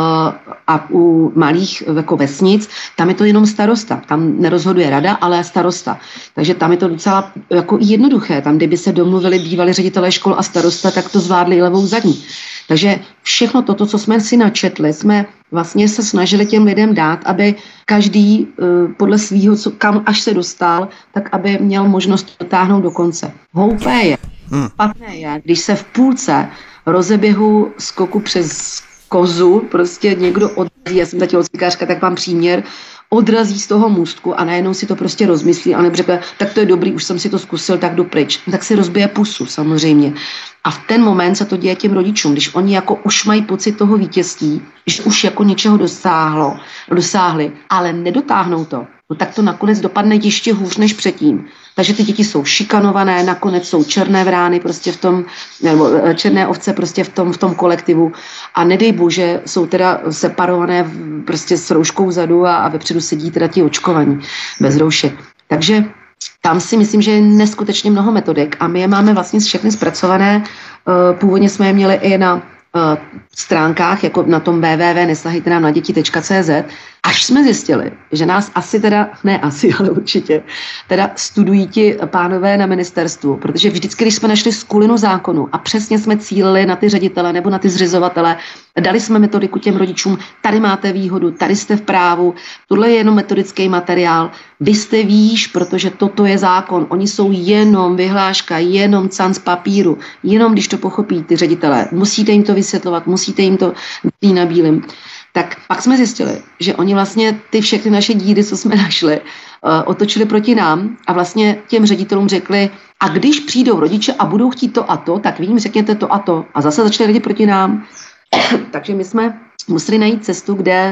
a u malých jako vesnic, tam je to jenom starosta. Tam nerozhoduje rada, ale starosta. Takže tam je to docela jako jednoduché. Tam, kdyby se domluvili bývalí ředitelé škol a starosta, tak to zvládli levou zadní. Takže všechno toto, co jsme si načetli, jsme vlastně se snažili těm lidem dát, aby každý podle svýho, co, kam až se dostal, tak aby měl možnost dotáhnout do konce. Hloupé je, špatné je, když se v půlce rozeběhu skoku přes kozu prostě někdo odrazí, já jsem ta tělocvikářka, tak mám příměr, odrazí z toho můstku a najednou si to prostě rozmyslí a neřekne, tak to je dobrý, už jsem si to zkusil, tak jdu pryč. Tak si rozbije pusu samozřejmě. A v ten moment se to děje těm rodičům, když oni jako už mají pocit toho vítězství, že už jako něčeho dosáhlo, dosáhli, ale nedotáhnou to, no tak to nakonec dopadne ještě hůř než předtím. Takže ty děti jsou šikanované, nakonec jsou černé vrány prostě v tom, nebo černé ovce prostě v tom, v tom kolektivu a nedej bože, jsou teda separované prostě s rouškou vzadu a, a vepředu sedí teda ti očkovaní bez roušek. Takže tam si myslím, že je neskutečně mnoho metodik a my je máme vlastně všechny zpracované. Původně jsme je měli i na stránkách, jako na tom w w w tečka nesahejte nám na děti tečka c z, až jsme zjistili, že nás asi teda, ne asi, ale určitě, teda studují ti pánové na ministerstvu, protože vždycky, když jsme našli skulinu zákonu a přesně jsme cílili na ty ředitele nebo na ty zřizovatele, dali jsme metodiku těm rodičům, tady máte výhodu, tady jste v právu, tohle je jenom metodický materiál, vy jste výš, protože toto je zákon, oni jsou jenom vyhláška, jenom canc papíru, jenom když to pochopí ty ředitelé, musíte jim to vysvětlovat, musíte jim to dít na bílém. Tak pak jsme zjistili, že oni vlastně ty všechny naše díry, co jsme našli, otočili proti nám a vlastně těm ředitelům řekli, a když přijdou rodiče a budou chtít to a to, tak vy jim řekněte to a to. A zase začali lidi proti nám. Takže my jsme museli najít cestu, kde,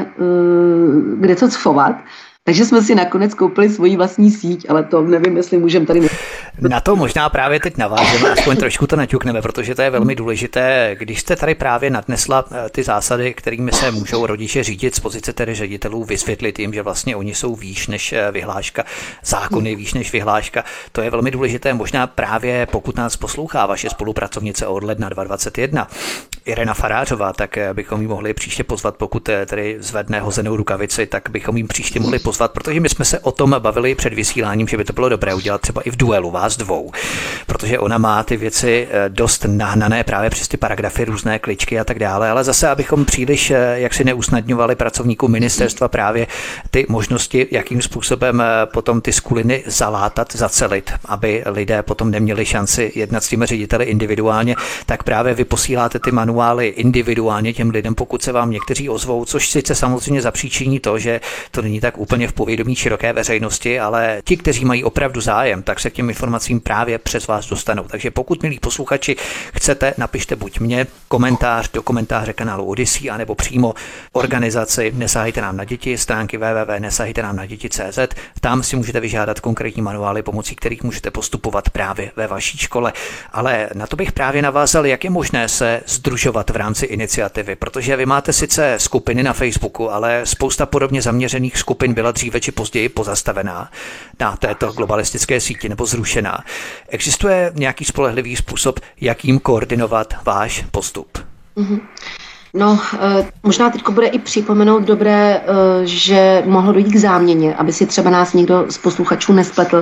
kde to schovat. Takže jsme si nakonec koupili svoji vlastní síť, ale to nevím, jestli můžeme tady... Na to možná právě teď navážeme, aspoň trošku to naťukneme, protože to je velmi důležité. Když jste tady právě nadnesla ty zásady, kterými se můžou rodiče řídit z pozice tedy ředitelů, vysvětlit jim, že vlastně oni jsou výš než vyhláška, zákon je výš než vyhláška, to je velmi důležité. Možná právě pokud nás poslouchá vaše spolupracovnice od ledna dva tisíce dvacet jedna, Irena Farářová, tak bychom ji mohli příště pozvat, pokud tedy zvedne hozenou rukavici, tak bychom jim příště mohli pozvat, protože my jsme se o tom bavili před vysíláním, že by to bylo dobré udělat třeba i v duelu vás dvou, protože ona má ty věci dost nahnané právě přes ty paragrafy, různé kličky a tak dále, ale zase, abychom příliš jaksi neusnadňovali pracovníků ministerstva právě ty možnosti, jakým způsobem potom ty skuliny zalátat, zacelit, aby lidé potom neměli šanci jednat s těmi řediteli individuálně, tak právě vy posíláte ty manuály individuálně těm lidem, pokud se vám někteří ozvou, což sice samozřejmě zapříčiní to, že to není tak úplně v povědomí široké veřejnosti, ale ti, kteří mají opravdu zájem, tak se k těm informacím právě přes vás dostanou. Takže pokud, milí posluchači, chcete, napište buď mě komentář do komentáře kanálu Odyssey, anebo přímo organizaci Nesahejte nám na děti, stránky w w w tečka nesahejte nám na děti tečka c z. Tam si můžete vyžádat konkrétní manuály, pomocí kterých můžete postupovat právě ve vaší škole. Ale na to bych právě navázal, jak je možné se sdružovat v rámci iniciativy, protože vy máte sice skupiny na Facebooku, ale spousta podobně zaměřených skupin byla dříve či později pozastavená na této globalistické síti nebo zrušená. propojená. Existuje nějaký spolehlivý způsob, jakým koordinovat váš postup? Mm-hmm. No, možná teď bude i připomenout dobré, že mohlo dojít k záměně, aby si třeba nás někdo z posluchačů nespletl.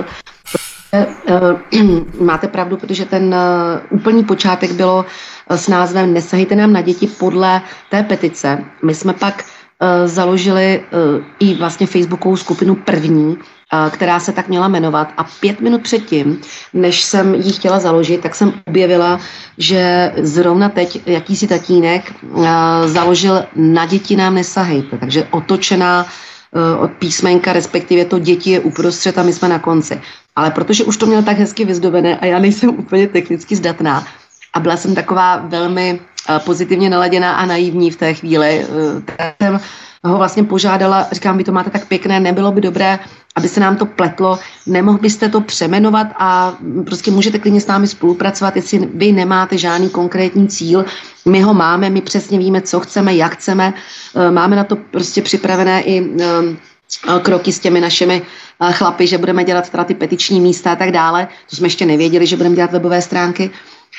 Máte pravdu, protože ten úplný počátek bylo s názvem Nesahejte nám na děti podle té petice. My jsme pak založili i vlastně facebookovou skupinu první, která se tak měla jmenovat. A pět minut předtím, než jsem ji chtěla založit, tak jsem objevila, že zrovna teď jakýsi tatínek založil Na děti nám nesahejte. Takže otočená od písmenka, respektive to děti je uprostřed a my jsme na konci. Ale protože už to mělo tak hezky vyzdobené a já nejsem úplně technicky zdatná a byla jsem taková velmi pozitivně naladěná a naivní v té chvíli, tak jsem ho vlastně požádala, říkám, vy to máte tak pěkné, nebylo by dobré, aby se nám to pletlo, nemohl byste to přeměnovat a prostě můžete klidně s námi spolupracovat, jestli vy nemáte žádný konkrétní cíl, my ho máme, my přesně víme, co chceme, jak chceme, máme na to prostě připravené i kroky s těmi našimi chlapy, že budeme dělat teda ty petiční místa a tak dále, to jsme ještě nevěděli, že budeme dělat webové stránky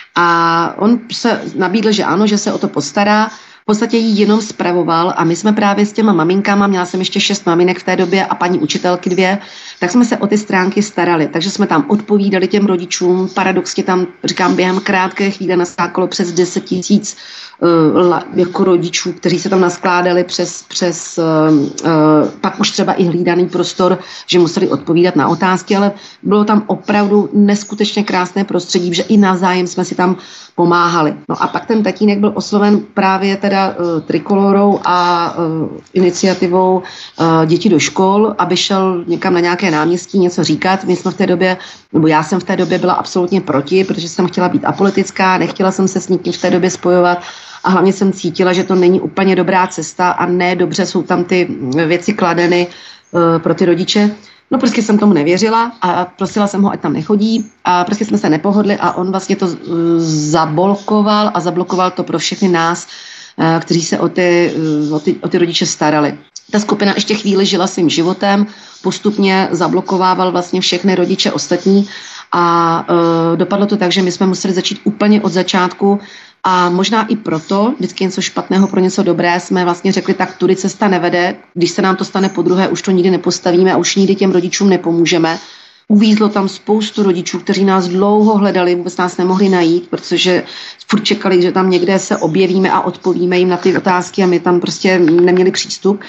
a on se nabídl, že ano, že se o to postará. V podstatě ji jenom spravoval a my jsme právě s těma maminkama, měla jsem ještě šest maminek v té době a paní učitelky dvě, tak jsme se o ty stránky starali. Takže jsme tam odpovídali těm rodičům, paradoxně tam, říkám, během krátké chvíle naskákalo přes deset tisíc uh, jako rodičů, kteří se tam naskládali přes, přes uh, uh, pak už třeba i hlídaný prostor, že museli odpovídat na otázky, ale bylo tam opravdu neskutečně krásné prostředí, že i navzájem jsme si tam pomáhali. No a pak ten tatínek byl osloven právě teda uh, Trikolorou a uh, iniciativou uh, Děti do škol, aby šel někam na nějaké náměstí něco říkat. My jsme v té době, nebo já jsem v té době byla absolutně proti, protože jsem chtěla být apolitická, nechtěla jsem se s nikým v té době spojovat a hlavně jsem cítila, že to není úplně dobrá cesta a ne dobře jsou tam ty věci kladeny uh, pro ty rodiče. No prostě jsem tomu nevěřila a prosila jsem ho, ať tam nechodí a prostě jsme se nepohodli a on vlastně to zablokoval a zablokoval to pro všechny nás, kteří se o ty, o ty, o ty rodiče starali. Ta skupina ještě chvíli žila svým životem, postupně zablokovával vlastně všechny rodiče ostatní a e, dopadlo to tak, že my jsme museli začít úplně od začátku a možná i proto, vždycky něco špatného pro něco dobré, jsme vlastně řekli, tak tudy cesta nevede, když se nám to stane podruhé, už to nikdy nepostavíme a už nikdy těm rodičům nepomůžeme. Uvízlo tam spoustu rodičů, kteří nás dlouho hledali, vůbec nás nemohli najít, protože furt čekali, že tam někde se objevíme a odpovíme jim na ty otázky a my tam prostě neměli přístup.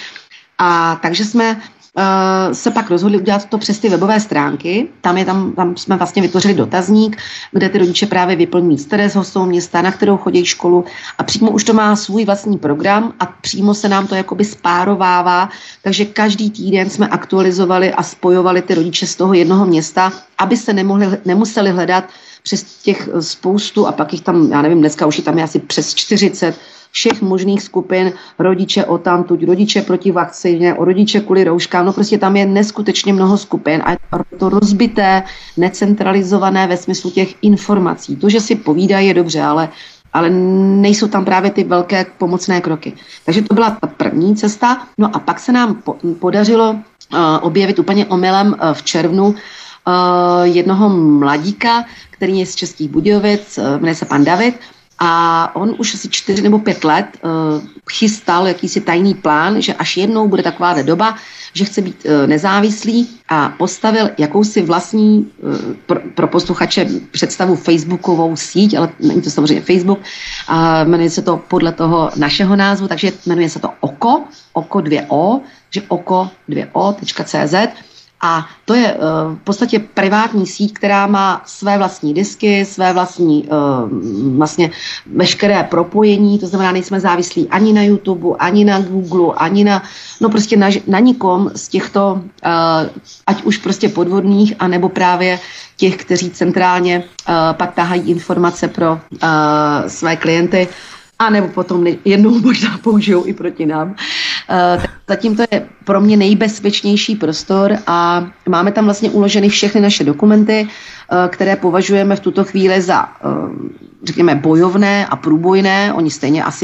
A takže jsme uh, se pak rozhodli udělat to přes ty webové stránky. Tam, je, tam, tam jsme vlastně vytvořili dotazník, kde ty rodiče právě vyplňují stres hostou města, na kterou chodí školu a přímo už to má svůj vlastní program a přímo se nám to jakoby spárovává, takže každý týden jsme aktualizovali a spojovali ty rodiče z toho jednoho města, aby se nemohli, nemuseli hledat přes těch spoustu a pak jich tam, já nevím, dneska už je tam je asi přes čtyřicet všech možných skupin, rodiče odtamtud, rodiče proti vakcíně, rodiče kvůli rouškám, no prostě tam je neskutečně mnoho skupin a je to rozbité, necentralizované ve smyslu těch informací. To, že si povídají, je dobře, ale, ale nejsou tam právě ty velké pomocné kroky. Takže to byla ta první cesta. No a pak se nám po, podařilo uh, objevit úplně omylem uh, v červnu uh, jednoho mladíka, který je z Českých Budějovic, uh, jmenuje se pan David, a on už asi čtyři nebo pět let uh, chystal jakýsi tajný plán, že až jednou bude taková doba, že chce být uh, nezávislý a postavil jakousi vlastní uh, pro, pro posluchače představu facebookovou síť, ale není to samozřejmě Facebook, a jmenuje se to podle toho našeho názvu, takže jmenuje se to Oko, Oko dvě O, že oko dvě o tečka cé zet. A to je uh, v podstatě privátní síť, která má své vlastní disky, své vlastní uh, vlastně veškeré propojení, to znamená, nejsme závislí ani na YouTube, ani na Google, ani na, no prostě na, na nikom z těchto, uh, ať už prostě podvodných, anebo právě těch, kteří centrálně uh, pak tahají informace pro uh, své klienty, a nebo potom jednou možná použijou i proti nám. Uh, zatím to je pro mě nejbezpečnější prostor a máme tam vlastně uloženy všechny naše dokumenty, uh, které považujeme v tuto chvíli za, uh, řekněme, bojovné a průbojné. Oni stejně asi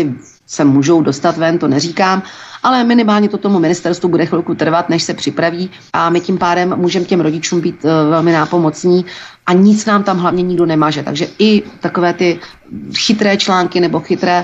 se můžou dostat ven, to neříkám, ale minimálně to tomu ministerstvu bude chvilku trvat, než se připraví a my tím pádem můžeme těm rodičům být velmi nápomocní a nic nám tam hlavně nikdo nemaže. Takže i takové ty chytré články nebo chytré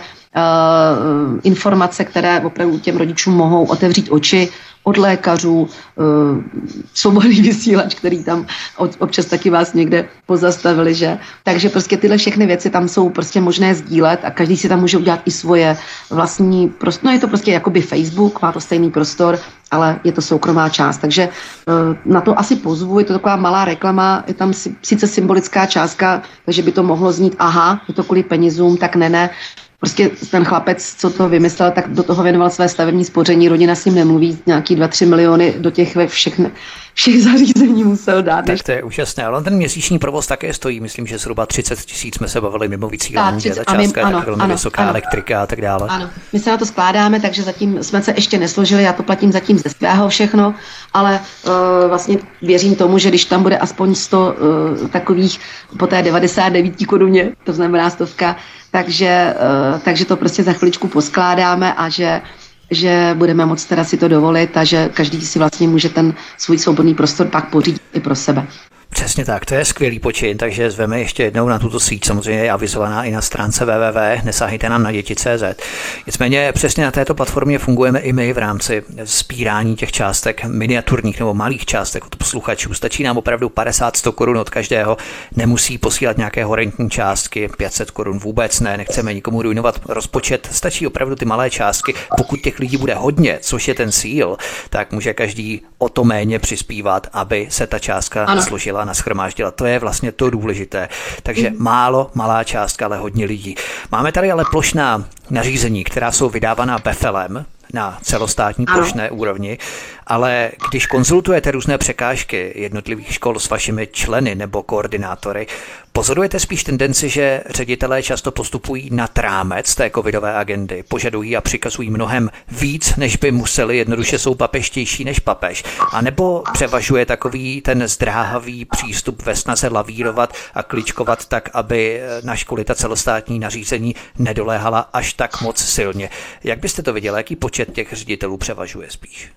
uh, informace, které opravdu těm rodičům mohou otevřít oči, od lékařů, uh, svobodný vysílač, který tam od, občas taky vás někde pozastavili, že? Takže prostě tyhle všechny věci tam jsou prostě možné sdílet a každý si tam může udělat i svoje vlastní prostor. No je to prostě jakoby Facebook, má to stejný prostor, ale je to soukromá část. Takže uh, na to asi pozvu, je to taková malá reklama, je tam si, sice symbolická částka, takže by to mohlo znít, aha, je to kvůli penězům, tak ne, ne. Prostě ten chlapec, co to vymyslel, tak do toho věnoval své stavební spoření, rodina s ním nemluví, nějaký dva, tři miliony do těch ve všech, všech zařízení musel dát. Tak to je úžasné, ale ten měsíční provoz také stojí, myslím, že zhruba třicet tisíc jsme se bavili mimo vysílání, že ta částka je taky velmi vysoká, ano, elektrika a tak dále. Ano, my se na to skládáme, takže zatím jsme se ještě nesložili, já to platím zatím ze svého všechno, ale uh, vlastně věřím tomu, že když tam bude aspoň sto uh, takových po té devadesát devět koruně, to znamená stovka, takže, uh, takže to prostě za chviličku poskládáme a že že budeme moct teda si to dovolit a že každý si vlastně může ten svůj svobodný prostor pak pořídit i pro sebe. Přesně tak, to je skvělý počin, takže zveme ještě jednou na tuto síť, samozřejmě je avizovaná i na stránce w w w tečka nesahejte nám na děti tečka cé zet. Nicméně přesně na této platformě fungujeme i my v rámci sbírání těch částek, miniaturních nebo malých částek od posluchačů. Stačí nám opravdu padesát sto korun od každého, nemusí posílat nějaké horentní částky, pět set korun vůbec ne, nechceme nikomu ruinovat rozpočet, stačí opravdu ty malé částky. Pokud těch lidí bude hodně, což je ten cíl, tak může každý o to méně přispívat, aby se ta částka ano. složila, nashromáždila. To je vlastně to důležité. Takže mm. málo, malá částka, ale hodně lidí. Máme tady ale plošná nařízení, která jsou vydávaná befelem na celostátní plošné ano. úrovni, ale když konzultujete různé překážky jednotlivých škol s vašimi členy nebo koordinátory, pozorujete spíš tendenci, že ředitelé často postupují nad rámec té covidové agendy, požadují a přikazují mnohem víc, než by museli, jednoduše jsou papeštější než papež, anebo převažuje takový ten zdráhavý přístup ve snaze lavírovat a kličkovat tak, aby na školy ta celostátní nařízení nedoléhala až tak moc silně. Jak byste to viděli, jaký počet těch ředitelů převažuje spíš?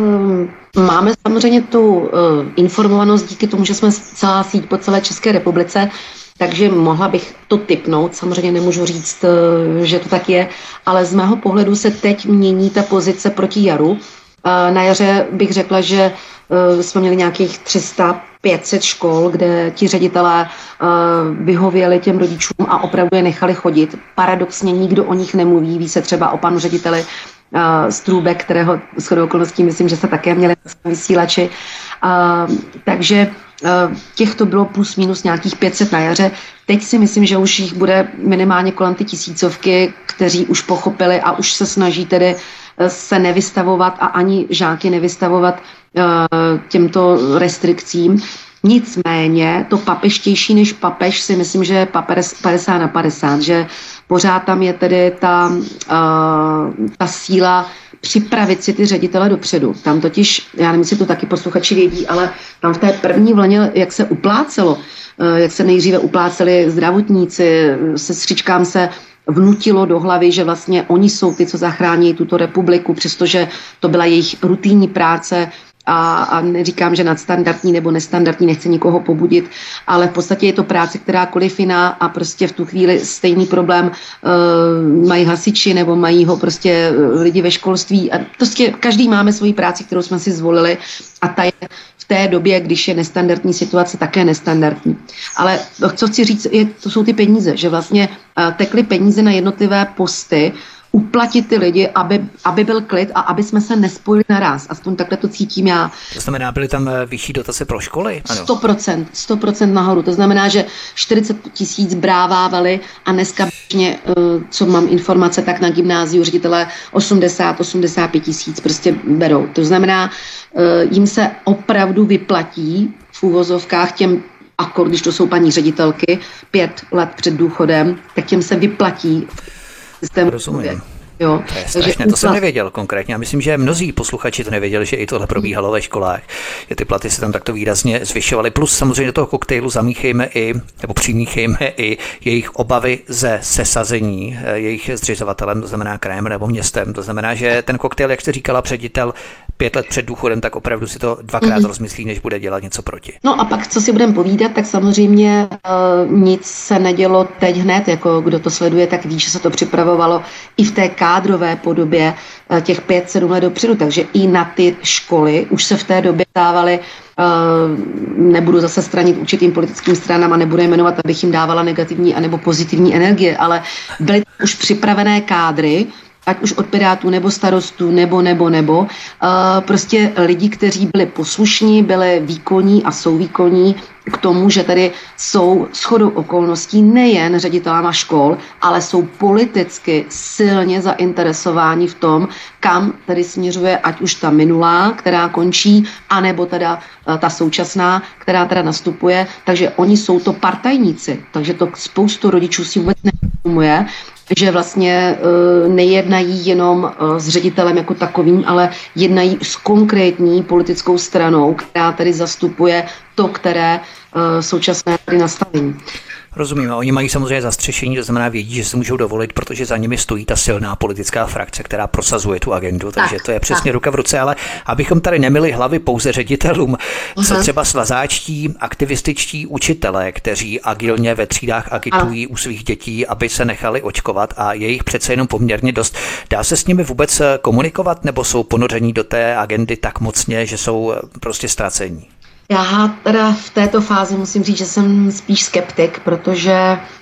Máme samozřejmě tu uh, informovanost díky tomu, že jsme celá síť po celé České republice, takže mohla bych to tipnout, samozřejmě nemůžu říct, uh, že to tak je, ale z mého pohledu se teď mění ta pozice proti jaru. Uh, na jaře bych řekla, že uh, jsme měli nějakých tři sta pět set škol, kde ti ředitelé uh, vyhověli těm rodičům a opravdu je nechali chodit. Paradoxně nikdo o nich nemluví, ví se třeba o panu řediteli Uh, Strůbek, kterého shodou okolností myslím, že se také měli vysílači. Uh, takže uh, těch to bylo plus minus nějakých pět set na jaře. Teď si myslím, že už jich bude minimálně kolem ty tisícovky, kteří už pochopili a už se snaží tedy uh, se nevystavovat a ani žáky nevystavovat uh, těmto restrikcím. Nicméně to papeštější než papež si myslím, že je padesát na padesát, že pořád tam je tedy ta, uh, ta síla připravit si ty ředitele dopředu. Tam totiž, já nevím, jestli to taky posluchači vědí, ale tam v té první vlně, jak se uplácelo, uh, jak se nejdříve upláceli zdravotníci, sestřičkám se vnutilo do hlavy, že vlastně oni jsou ty, co zachrání tuto republiku, přestože to byla jejich rutinní práce, A, a neříkám, že nadstandardní nebo nestandardní, nechci nikoho pobudit, ale v podstatě je to práce, kterákoliv jiná a prostě v tu chvíli stejný problém uh, mají hasiči nebo mají ho prostě lidi ve školství. A prostě každý máme svoji práci, kterou jsme si zvolili a ta je v té době, když je nestandardní situace, také nestandardní. Ale co chci říct, je, to jsou ty peníze, že vlastně uh, tekly peníze na jednotlivé posty, uplatit ty lidi, aby, aby byl klid a aby jsme se nespojili naraz. Aspoň takhle to cítím já. To znamená, byly tam vyšší dotace pro školy? Ano. sto procent, sto procent nahoru. To znamená, že čtyřicet tisíc brávávali a dneska běžně, co mám informace, tak na gymnáziu ředitelé osmdesát, osmdesát pět tisíc prostě berou. To znamená, jim se opravdu vyplatí v úvozovkách těm, akor, když to jsou paní ředitelky, pět let před důchodem, tak těm se vyplatí. Rozumím. Jo. To je strašné, to jsem nevěděl konkrétně. A myslím, že mnozí posluchači to nevěděli, že i tohle probíhalo ve školách, že ty platy se tam takto výrazně zvyšovaly. Plus samozřejmě do toho koktejlu zamíchejme i, nebo přimíchejme i jejich obavy ze sesazení jejich zřizovatelem, to znamená krajem nebo městem. To znamená, že ten koktejl, jak jste říkala, ředitel pět let před důchodem, tak opravdu si to dvakrát mm-hmm. rozmyslí, než bude dělat něco proti. No a pak, co si budeme povídat, tak samozřejmě uh, nic se nedělo teď hned, jako kdo to sleduje, tak ví, že se to připravovalo i v té kádrové podobě uh, těch pět, sedm let dopředu, takže i na ty školy už se v té době dávaly, uh, nebudu zase stranit určitým politickým stranám a nebudu jmenovat, abych jim dávala negativní anebo pozitivní energie, ale byly už připravené kádry, ať už od Pirátů, nebo starostů, nebo, nebo, nebo. Uh, prostě lidi, kteří byli poslušní, byli výkonní a jsou výkonní k tomu, že tady jsou shodou okolností nejen ředitelama škol, ale jsou politicky silně zainteresováni v tom, kam tady směřuje ať už ta minulá, která končí, anebo teda uh, ta současná, která teda nastupuje. Takže oni jsou to partajníci, takže to spoustu rodičů si vůbec neuvědomuje, že vlastně uh, nejednají jenom uh, s ředitelem jako takovým, ale jednají s konkrétní politickou stranou, která tady zastupuje to, které uh, současné tady nastavení. Rozumím, a oni mají samozřejmě zastřešení, to znamená vědí, že se můžou dovolit, protože za nimi stojí ta silná politická frakce, která prosazuje tu agendu, takže tak, to je přesně tak. Ruka v ruce, ale abychom tady nemili hlavy pouze ředitelům, uh-huh. co třeba svazáčtí, aktivističtí učitelé, kteří agilně ve třídách agitují uh-huh. u svých dětí, aby se nechali očkovat a je jich přece jenom poměrně dost. Dá se s nimi vůbec komunikovat, nebo jsou ponoření do té agendy tak mocně, že jsou prostě ztracení? Já teda v této fázi musím říct, že jsem spíš skeptik, protože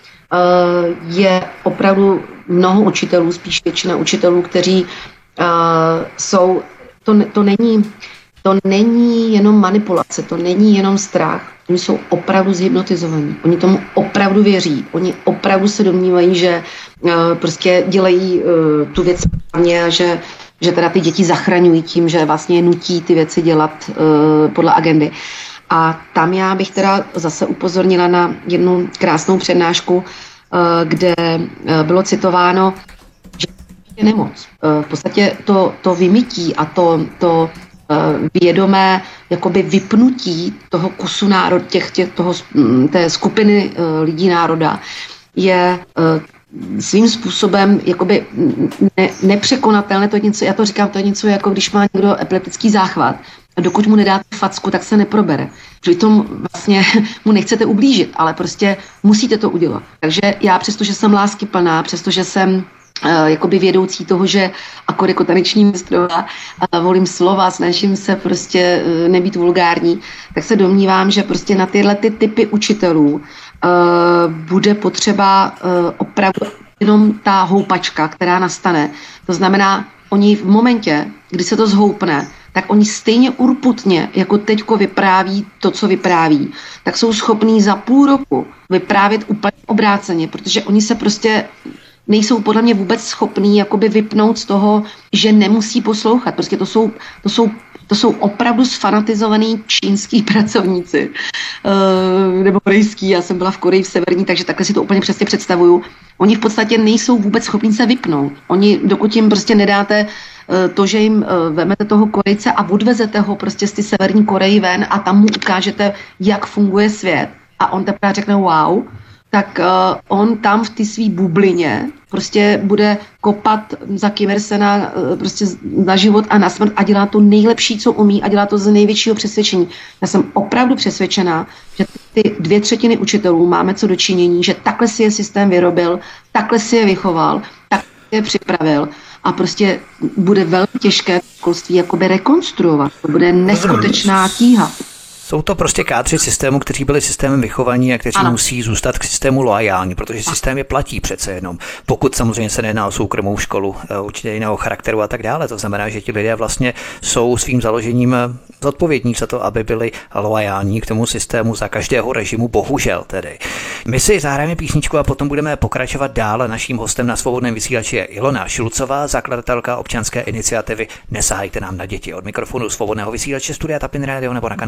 uh, je opravdu mnoho učitelů, spíš většina učitelů, kteří uh, jsou, to, to, není, to není jenom manipulace, to není jenom strach, oni jsou opravdu zhypnotizovaní, oni tomu opravdu věří, oni opravdu se domnívají, že uh, prostě dělají uh, tu věc správně a že že teda ty děti zachraňují tím, že vlastně je nutí ty věci dělat uh, podle agendy. A tam já bych teda zase upozornila na jednu krásnou přednášku, uh, kde uh, bylo citováno, že je nemoc. Uh, v podstatě to, to vymytí a to, to uh, vědomé jakoby vypnutí toho kusu národ, těch, těch, toho, té skupiny uh, lidí národa je uh, svým způsobem jakoby ne, nepřekonatelné, to je něco, já to říkám, to je něco jako když má někdo epileptický záchvat a dokud mu nedáte facku, tak se neprobere. Přitom vlastně mu nechcete ublížit, ale prostě musíte to udělat. Takže já přestože jsem láskyplná, přestože jsem uh, jakoby vědoucí toho, že akor jako taneční mistrová uh, volím slova, snažím se prostě uh, nebýt vulgární, tak se domnívám, že prostě na tyhle ty typy učitelů Uh, bude potřeba uh, opravdu jenom ta houpačka, která nastane. To znamená, oni v momentě, kdy se to zhoupne, tak oni stejně urputně, jako teďko vypráví to, co vypráví, tak jsou schopní za půl roku vyprávět úplně obráceně, protože oni se prostě nejsou podle mě vůbec schopní jakoby vypnout z toho, že nemusí poslouchat. Prostě to jsou, to jsou To jsou opravdu sfanatizovaní čínský pracovníci, uh, nebo korejský, já jsem byla v Koreji v severní, takže takhle si to úplně přesně představuju. Oni v podstatě nejsou vůbec schopní se vypnout. Oni, dokud jim prostě nedáte uh, to, že jim uh, vemete toho Korejce a odvezete ho prostě z ty severní Koreji ven a tam mu ukážete, jak funguje svět. A on teprve řekne wow, tak uh, on tam v té svý bublině prostě bude kopat za Kim Il-sena uh, prostě na život a na smrt a dělá to nejlepší, co umí a dělá to z největšího přesvědčení. Já jsem opravdu přesvědčená, že ty dvě třetiny učitelů máme co dočinění, že takhle si je systém vyrobil, takhle si je vychoval, takhle si je připravil a prostě bude velmi těžké školství jakoby rekonstruovat. To bude neskutečná tíha. Jsou to prostě kádři systému, kteří byli systémem vychovaní a kteří ano. musí zůstat k systému loajální, protože systém je platí přece jenom. Pokud samozřejmě se nejedná o soukromou školu, určitě jiného charakteru a tak dále. To znamená, že ti lidé vlastně jsou svým založením zodpovědní za to, aby byli loajální k tomu systému za každého režimu, bohužel tedy. My si zahrajeme písničku a potom budeme pokračovat dál. Naším hostem na Svobodném vysílači je Ilona Šulcová, zakladatelka občanské iniciativy Nesahejte nám na děti. Od mikrofonu Svobodného vysílače Studia Tapin Radio nebo na kanále Odyssey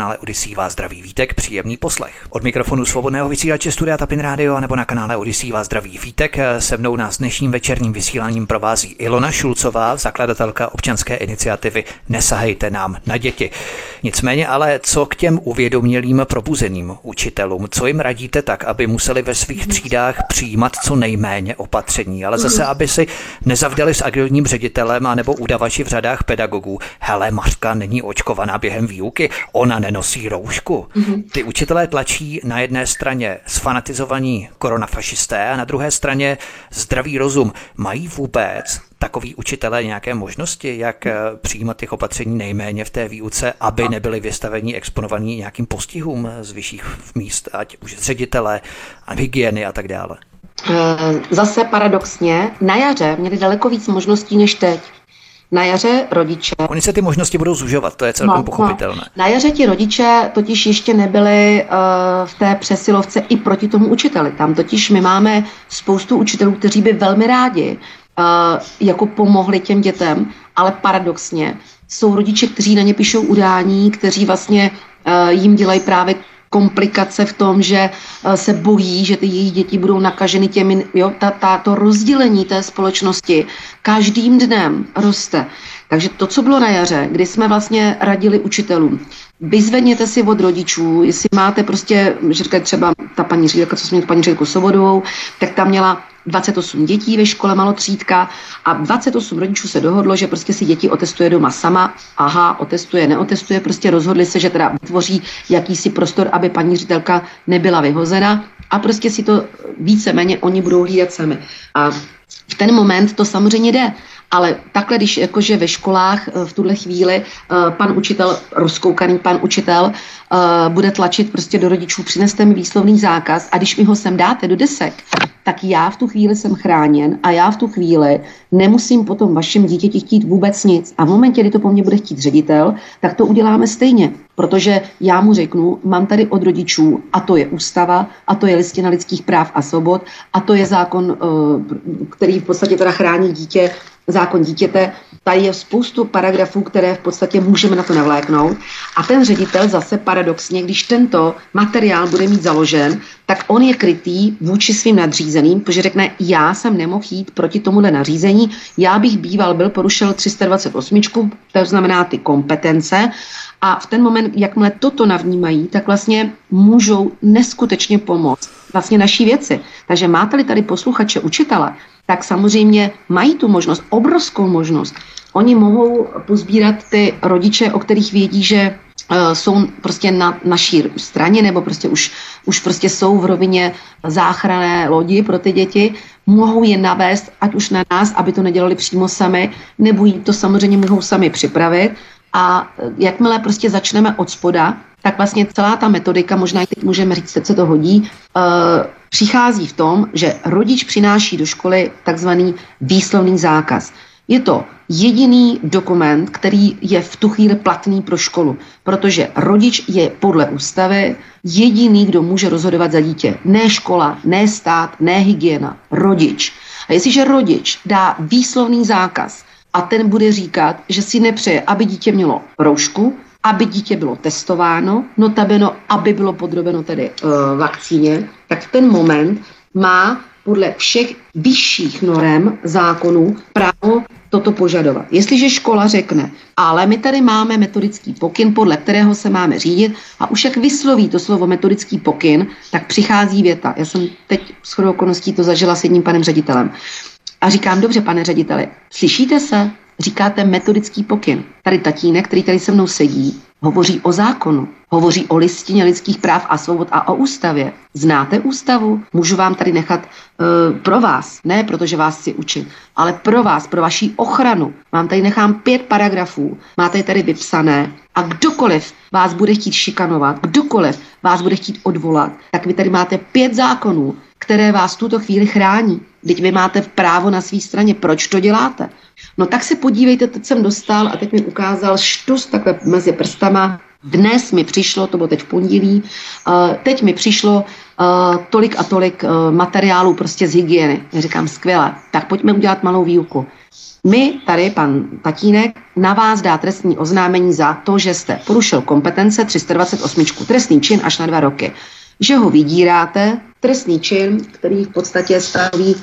Odyssey vás zdraví Vítek, příjemný poslech. Od mikrofonu svobodného vysílače Studia Tapin Radio a nebo na kanále Odyssey vás zdraví Vítek. Se mnou nás dnešním večerním vysíláním provází Ilona Šulcová, zakladatelka občanské iniciativy Nesahejte nám na děti. Nicméně ale co k těm uvědomělým probuzeným učitelům? Co jim radíte tak, aby museli ve svých třídách přijímat co nejméně opatření, ale zase, aby si nezavdali s agilním ředitelem a nebo udavači v řadách pedagogů. Hele, Mařka není očkovaná během výuky, ona nenosí roušku. Ty učitelé tlačí na jedné straně sfanatizovaní koronafašisté a na druhé straně zdravý rozum. Mají vůbec takový učitelé nějaké možnosti, jak přijímat těch opatření nejméně v té výuce, aby nebyli vystaveni, exponovaní nějakým postihům z vyšších míst, ať už z ředitele, hygieny a tak dále? Zase paradoxně, na jaře měli daleko víc možností než teď. Na jaře rodiče... Oni se ty možnosti budou zužovat, to je celkem no, pochopitelné. No. Na jaře ti rodiče totiž ještě nebyli uh, v té přesilovce i proti tomu učiteli. Tam totiž my máme spoustu učitelů, kteří by velmi rádi uh, jako pomohli těm dětem, ale paradoxně jsou rodiče, kteří na ně píšou udání, kteří vlastně uh, jim dělají právě komplikace v tom, že se bojí, že ty jejich děti budou nakaženy těmi, jo, ta, ta, to rozdělení té společnosti každým dnem roste. Takže to, co bylo na jaře, kdy jsme vlastně radili učitelům, vyzvedněte si od rodičů, jestli máte prostě, že třeba ta paní ředitelka, co jsme měli paní ředitelku Sobodovou, tak tam měla dvacet osm dětí ve škole, malotřídka a dvacet osm rodičů se dohodlo, že prostě si děti otestuje doma sama. Aha, otestuje, neotestuje, prostě rozhodli se, že teda vytvoří jakýsi prostor, aby paní ředitelka nebyla vyhozena a prostě si to víceméně oni budou hlídat sami. A v ten moment to samozřejmě jde. Ale takhle, když jakože ve školách v tuhle chvíli pan učitel, rozkoukaný pan učitel, bude tlačit prostě do rodičů, přineste mi výslovný zákaz a když mi ho sem dáte do desek, tak já v tu chvíli jsem chráněn a já v tu chvíli nemusím potom vašem dítěti chtít vůbec nic. A v momentě, kdy to po mně bude chtít ředitel, tak to uděláme stejně. Protože já mu řeknu, mám tady od rodičů, a to je ústava, a to je listina lidských práv a svobod, a to je zákon, který v podstatě teda chrání dítě, zákon dítěte. Tady je spoustu paragrafů, které v podstatě můžeme na to navléknout. A ten ředitel zase paradoxně, když tento materiál bude mít založen, tak on je krytý vůči svým nadřízeným, protože řekne, já jsem nemohl jít proti tomuhle nařízení, já bych býval byl, porušil tři sta dvacet osm, to znamená ty kompetence. A v ten moment, jakmile toto navnímají, tak vlastně můžou neskutečně pomoct vlastně naší věci. Takže máte-li tady posluchače učitele, tak samozřejmě mají tu možnost, obrovskou možnost. Oni mohou pozbírat ty rodiče, o kterých vědí, že uh, jsou prostě na naší straně, nebo prostě už, už prostě jsou v rovině záchranné lodi pro ty děti, mohou je navést, ať už na nás, aby to nedělali přímo sami, nebo jim to samozřejmě mohou sami připravit. A jakmile prostě začneme od spoda, tak vlastně celá ta metodika, možná i teď můžeme říct, teď se to hodí, uh, přichází v tom, že rodič přináší do školy takzvaný výslovný zákaz. Je to jediný dokument, který je v tu chvíli platný pro školu, protože rodič je podle ústavy jediný, kdo může rozhodovat za dítě. Ne škola, ne stát, ne hygiena, rodič. A jestliže rodič dá výslovný zákaz, a ten bude říkat, že si nepřeje, aby dítě mělo roušku, aby dítě bylo testováno, notabene, aby bylo podrobeno tedy uh, vakcíně, tak v ten moment má podle všech vyšších norem zákonů právo toto požadovat. Jestliže škola řekne, ale my tady máme metodický pokyn, podle kterého se máme řídit a už jak vysloví to slovo metodický pokyn, tak přichází věta. Já jsem teď shodou okolností to zažila s jedním panem ředitelem. A říkám, dobře, pane řediteli, slyšíte se? Říkáte metodický pokyn. Tady tatínek, který tady se mnou sedí, hovoří o zákonu, hovoří o listině lidských práv a svobod a o ústavě. Znáte ústavu? Můžu vám tady nechat uh, pro vás, ne protože vás chci učit, ale pro vás, pro vaši ochranu. Vám tady nechám pět paragrafů, máte je tady vypsané a kdokoliv vás bude chtít šikanovat, kdokoliv vás bude chtít odvolat, tak vy tady máte pět zákonů, které vás v tuto chvíli chrání. Teď vy máte právo na své straně. Proč to děláte? No tak se podívejte, teď jsem dostal a teď mi ukázal štus takhle mezi prstama Dnes mi přišlo, to bylo teď v pondělí, teď mi přišlo tolik a tolik materiálů prostě z hygieny. Já říkám, skvěle, tak pojďme udělat malou výuku. My, tady pan tatínek, na vás dá trestní oznámení za to, že jste porušil kompetence tři sta dvacet osm, trestný čin až na dva roky. Že ho vydíráte, trestný čin, který v podstatě stanoví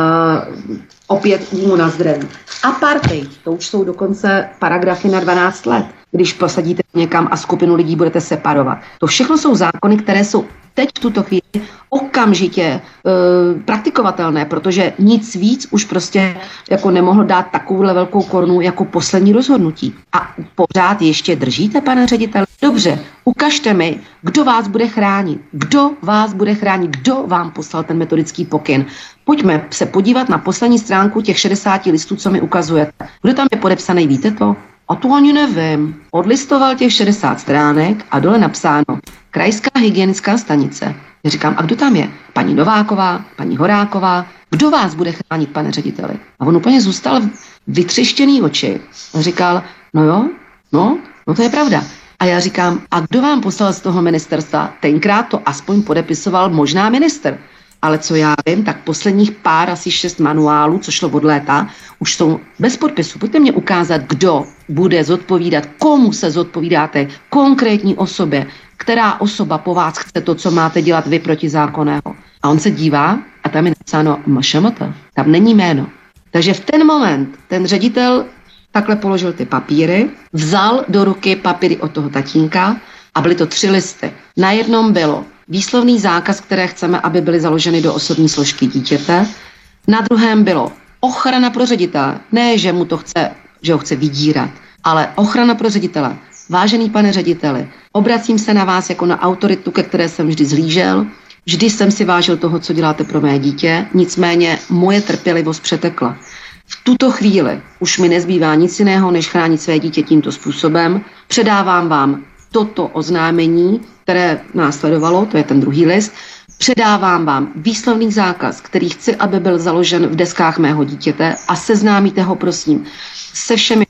uh, opět újmu na zdraví. Apartheid, to už jsou dokonce paragrafy na dvanáct let, když posadíte někam a skupinu lidí budete separovat. To všechno jsou zákony, které jsou teď v tuto chvíli okamžitě e, praktikovatelné, protože nic víc už prostě jako nemohlo dát takovouhle velkou korunu jako poslední rozhodnutí. A pořád ještě držíte, pane řediteli? Dobře, ukažte mi, kdo vás bude chránit. Kdo vás bude chránit? Kdo vám poslal ten metodický pokyn? Pojďme se podívat na poslední stránku těch šedesáti listů, co mi ukazujete. Kdo tam je podepsaný, víte to? A to ani nevím. Odlistoval těch šedesát stránek a dole napsáno Krajská hygienická stanice. Já říkám, a kdo tam je? Paní Nováková, paní Horáková. Kdo vás bude chránit, pane řediteli? A on úplně zůstal vytřeštěný oči. A říkal, no jo, no, no to je pravda. A já říkám, a kdo vám poslal z toho ministerstva? Tenkrát to aspoň podepisoval možná ministr. Ale co já vím, tak posledních pár, asi šest manuálů, co šlo od léta, už jsou bez podpisu. Pojďte mě ukázat, kdo bude zodpovídat, komu se zodpovídáte, konkrétní osobě, která osoba po vás chce to, co máte dělat vy protizákonného. A on se dívá a tam je napsáno M Š M T. Tam není jméno. Takže v ten moment ten ředitel takhle položil ty papíry, vzal do ruky papíry od toho tatínka a byly to tři listy. Na jednom bylo výslovný zákaz, které chceme, aby byly založeny do osobní složky dítěte. Na druhém bylo ochrana pro ředitele. Ne, že mu to chce, že ho chce vydírat, ale ochrana pro ředitele. Vážený pane řediteli, obracím se na vás jako na autoritu, ke které jsem vždy zhlížel. Vždy jsem si vážil toho, co děláte pro mé dítě, nicméně moje trpělivost přetekla. V tuto chvíli už mi nezbývá nic jiného, než chránit své dítě tímto způsobem. Předávám vám toto oznámení, které následovalo, to je ten druhý list. Předávám vám výslovný zákaz, který chci, aby byl založen v deskách mého dítěte a seznámíte ho, prosím, se všemi,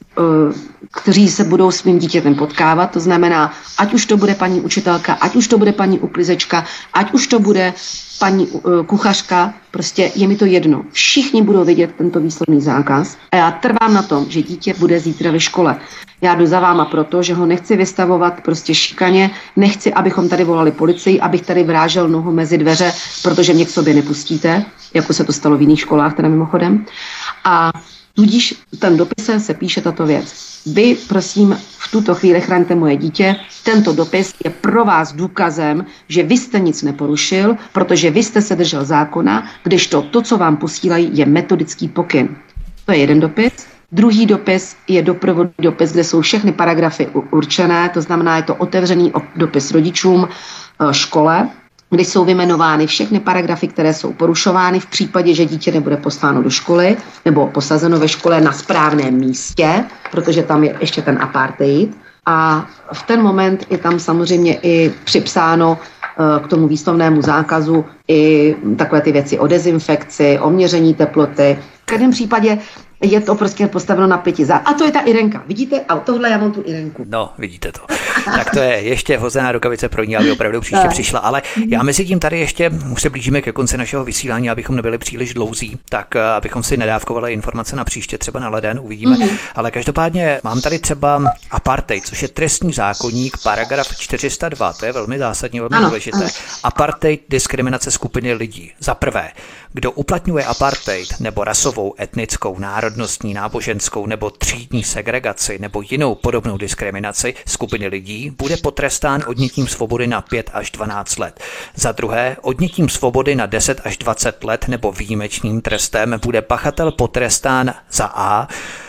kteří se budou s mým dítětem potkávat. To znamená, ať už to bude paní učitelka, ať už to bude paní uklizečka, ať už to bude paní kuchařka, prostě je mi to jedno. Všichni budou vidět tento výslovný zákaz a já trvám na tom, že dítě bude zítra ve škole. Já jdu za váma proto, že ho nechci vystavovat prostě šikaně, nechci, abychom tady volali policii, abych tady vrážel nohu mezi dveře, protože mě k sobě nepustíte, jako se to stalo v jiných školách, teda mimochodem. A tudíž v tom dopise se píše tato věc. Vy, prosím, v tuto chvíli chraňte moje dítě. Tento dopis je pro vás důkazem, že vy jste nic neporušil, protože vy jste se držel zákona, kdežto to, co vám posílají, je metodický pokyn. To je jeden dopis. Druhý dopis je doprovodný dopis, kde jsou všechny paragrafy určené, to znamená, je to otevřený dopis rodičům, škole, kde jsou vyjmenovány všechny paragrafy, které jsou porušovány v případě, že dítě nebude posláno do školy nebo posazeno ve škole na správném místě, protože tam je ještě ten apartheid. A v ten moment je tam samozřejmě i připsáno k tomu výslovnému zákazu i takové ty věci o dezinfekci, o měření teploty. V každém případě je to prostě postaveno na pěti zá. A to je ta Irenka. Vidíte? A tohle já mám tu Irenku. No, vidíte to. Tak to je ještě hozená rukavice pro ní, aby opravdu příště přišla. Ale já mezi tím tady ještě, už se blížíme ke konci našeho vysílání, abychom nebyli příliš dlouzí, tak abychom si nedávkovali informace na příště, třeba na leden, uvidíme. Mm-hmm. Ale každopádně mám tady třeba apartheid, což je trestní zákoník, paragraf čtyři sta dva, to je velmi zásadní, velmi ano, důležité. Ano. Apartheid, diskriminace skupiny lidí. Za prvé, kdo uplatňuje apartheid nebo rasovou, etnickou, národnostní, náboženskou nebo třídní segregaci nebo jinou podobnou diskriminaci skupiny lidí, bude potrestán odnětím svobody na pět až dvanáct let. Za druhé, odnětím svobody na deset až dvacet let nebo výjimečným trestem bude pachatel potrestán za A,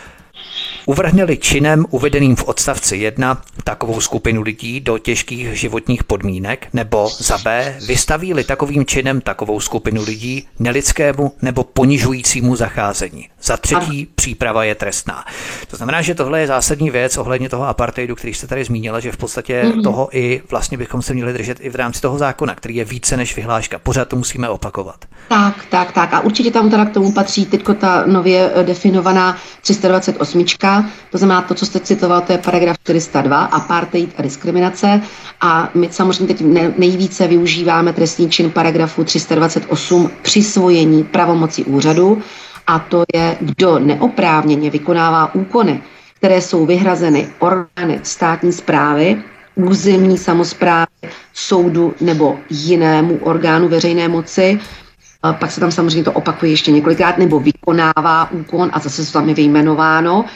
uvrhne-li činem uvedeným v odstavci jedna takovou skupinu lidí do těžkých životních podmínek, nebo za B, vystaví-li takovým činem takovou skupinu lidí nelidskému nebo ponižujícímu zacházení. Za třetí, příprava je trestná. To znamená, že tohle je zásadní věc ohledně toho apartheidu, který jste tady zmínila, že v podstatě mm-hmm. toho i vlastně bychom se měli držet i v rámci toho zákona, který je více než vyhláška. Pořád to musíme opakovat. Tak, tak, tak. A určitě tam teda k tomu patří teďko ta nově definovaná tři sta dvacet osm, trestá, to znamená to, co jste citoval, to je paragraf čtyři sta dva, apartheid a diskriminace a my samozřejmě teď nejvíce využíváme trestný čin paragrafu tři sta dvacet osm přisvojení pravomoci úřadu a to je, kdo neoprávněně vykonává úkony, které jsou vyhrazeny orgány státní správy, územní samosprávy, soudu nebo jinému orgánu veřejné moci. Pak se tam samozřejmě to opakuje ještě několikrát, nebo vykonává úkon a zase to tam je vyjmenováno,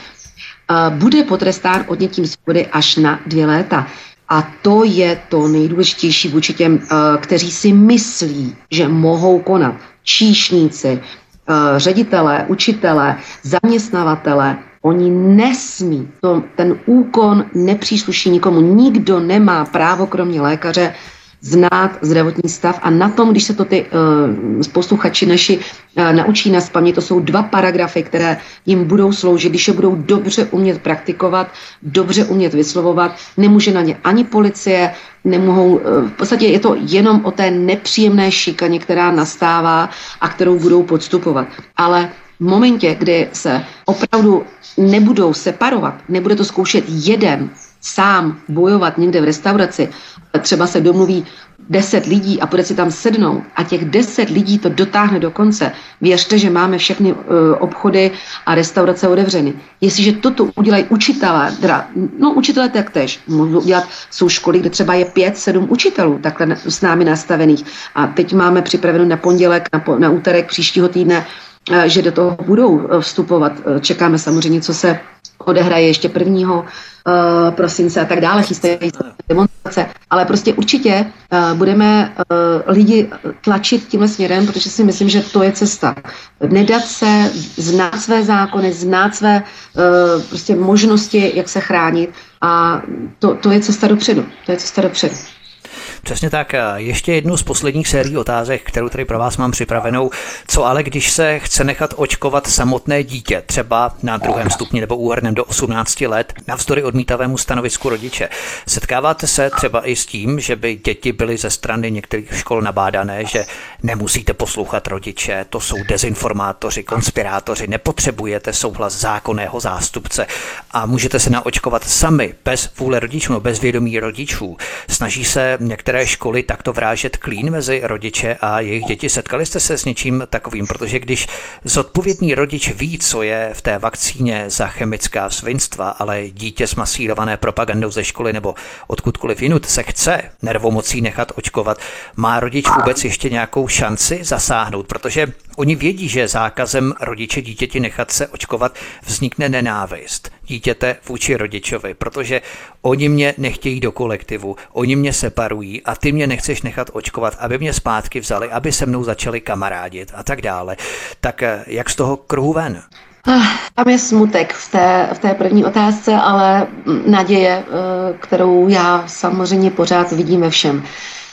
bude potrestán odnětím svobody až na dvě léta. A to je to nejdůležitější vůči těm, kteří si myslí, že mohou konat. Číšníci, ředitelé, učitelé, zaměstnavatele, oni nesmí, to, ten úkon nepřísluší nikomu, nikdo nemá právo, kromě lékaře, znát zdravotní stav a na tom, když se to ty uh, posluchači naši uh, naučí nazpaměť, to jsou dva paragrafy, které jim budou sloužit, když je budou dobře umět praktikovat, dobře umět vyslovovat, nemůže na ně ani policie, nemohou, uh, v podstatě je to jenom o té nepříjemné šikaně, která nastává a kterou budou podstupovat. Ale v momentě, kdy se opravdu nebudou separovat, nebude to zkoušet jeden sám bojovat někde v restauraci, třeba se domluví deset lidí a bude si tam sednout a těch deset lidí to dotáhne do konce. Věřte, že máme všechny uh, obchody a restaurace otevřeny. Jestliže toto udělají učitelé, teda, no učitelé taktéž, můžou udělat, jsou školy, kde třeba je pět, sedm učitelů takhle s námi nastavených a teď máme připraveno na pondělek, na, po, na úterek příštího týdne, uh, že do toho budou vstupovat. Uh, čekáme samozřejmě, co se odehraje ještě prvního uh, prosince a tak dále, chystají demonstrace, ale prostě určitě uh, budeme uh, lidi tlačit tímhle směrem, protože si myslím, že to je cesta. Nedat se, znát své zákony, znát své uh, prostě možnosti, jak se chránit a to, to je cesta dopředu. To je cesta dopředu. Přesně tak. Ještě jednu z posledních sérií otázek, kterou tady pro vás mám připravenou. Co ale, když se chce nechat očkovat samotné dítě, třeba na druhém stupni nebo úhrnem do osmnácti let, navzdory odmítavému stanovisku rodiče? Setkáváte se třeba i s tím, že by děti byly ze strany některých škol nabádané, že nemusíte poslouchat rodiče, to jsou dezinformátoři, konspirátoři, nepotřebujete souhlas zákonného zástupce a můžete se naočkovat sami, bez vůle rodičů, no bez vědomí rodičů. Snaží se některé školy takto vrážet klín mezi rodiče a jejich děti. Setkali jste se s něčím takovým? Protože když zodpovědný rodič ví, co je v té vakcíně za chemická svinstva, ale dítě smasírované propagandou ze školy nebo odkudkoliv jinut se chce nervomocí nechat očkovat, má rodič vůbec ještě nějakou šanci zasáhnout? Protože oni vědí, že zákazem rodiče dítěti nechat se očkovat vznikne nenávist dítěte vůči rodičovi, protože oni mě nechtějí do kolektivu, oni mě separují a ty mě nechceš nechat očkovat, aby mě zpátky vzali, aby se mnou začali kamarádit a tak dále. Tak jak z toho kruhu ven? Tam je smutek v té, v té první otázce, ale naděje, kterou já samozřejmě pořád vidím ve všem.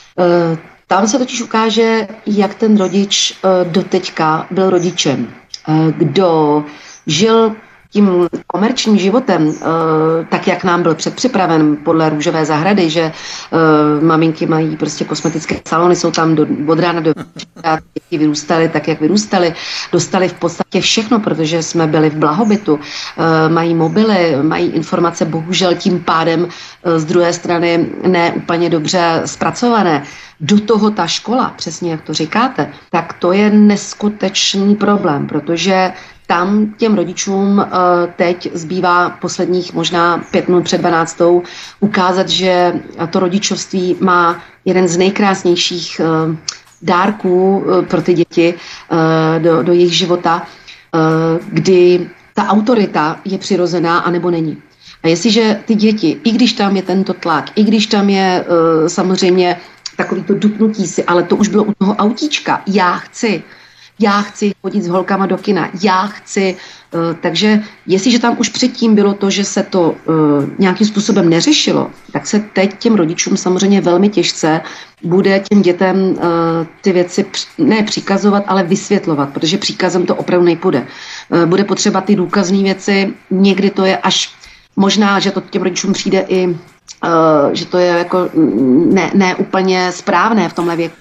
Tam se totiž ukáže, jak ten rodič doteďka byl rodičem. Kdo žil tím komerčním životem, tak jak nám byl předpřipraven podle Růžové zahrady, že maminky mají prostě kosmetické salony, jsou tam do, od rána do večera, děti vyrůstaly tak, jak vyrůstaly, dostali v podstatě všechno, protože jsme byli v blahobytu, mají mobily, mají informace, bohužel tím pádem z druhé strany ne úplně dobře zpracované. Do toho ta škola, přesně jak to říkáte, tak to je neskutečný problém, protože tam těm rodičům uh, teď zbývá posledních možná pět minut před dvanáctou ukázat, že to rodičovství má jeden z nejkrásnějších uh, dárků uh, pro ty děti uh, do, do jejich života, uh, kdy ta autorita je přirozená anebo není. A jestliže ty děti, i když tam je tento tlak, i když tam je uh, samozřejmě takový to dupnutí si, ale to už bylo u toho autíčka, já chci, já chci chodit s holkama do kina, já chci, uh, takže jestliže tam už předtím bylo to, že se to uh, nějakým způsobem neřešilo, tak se teď těm rodičům samozřejmě velmi těžce bude těm dětem uh, ty věci ne přikazovat, ale vysvětlovat, protože příkazem to opravdu nejpůjde. Uh, bude potřeba ty důkazné věci, někdy to je až možná, že to těm rodičům přijde i, uh, že to je jako ne, ne úplně správné v tomhle věku.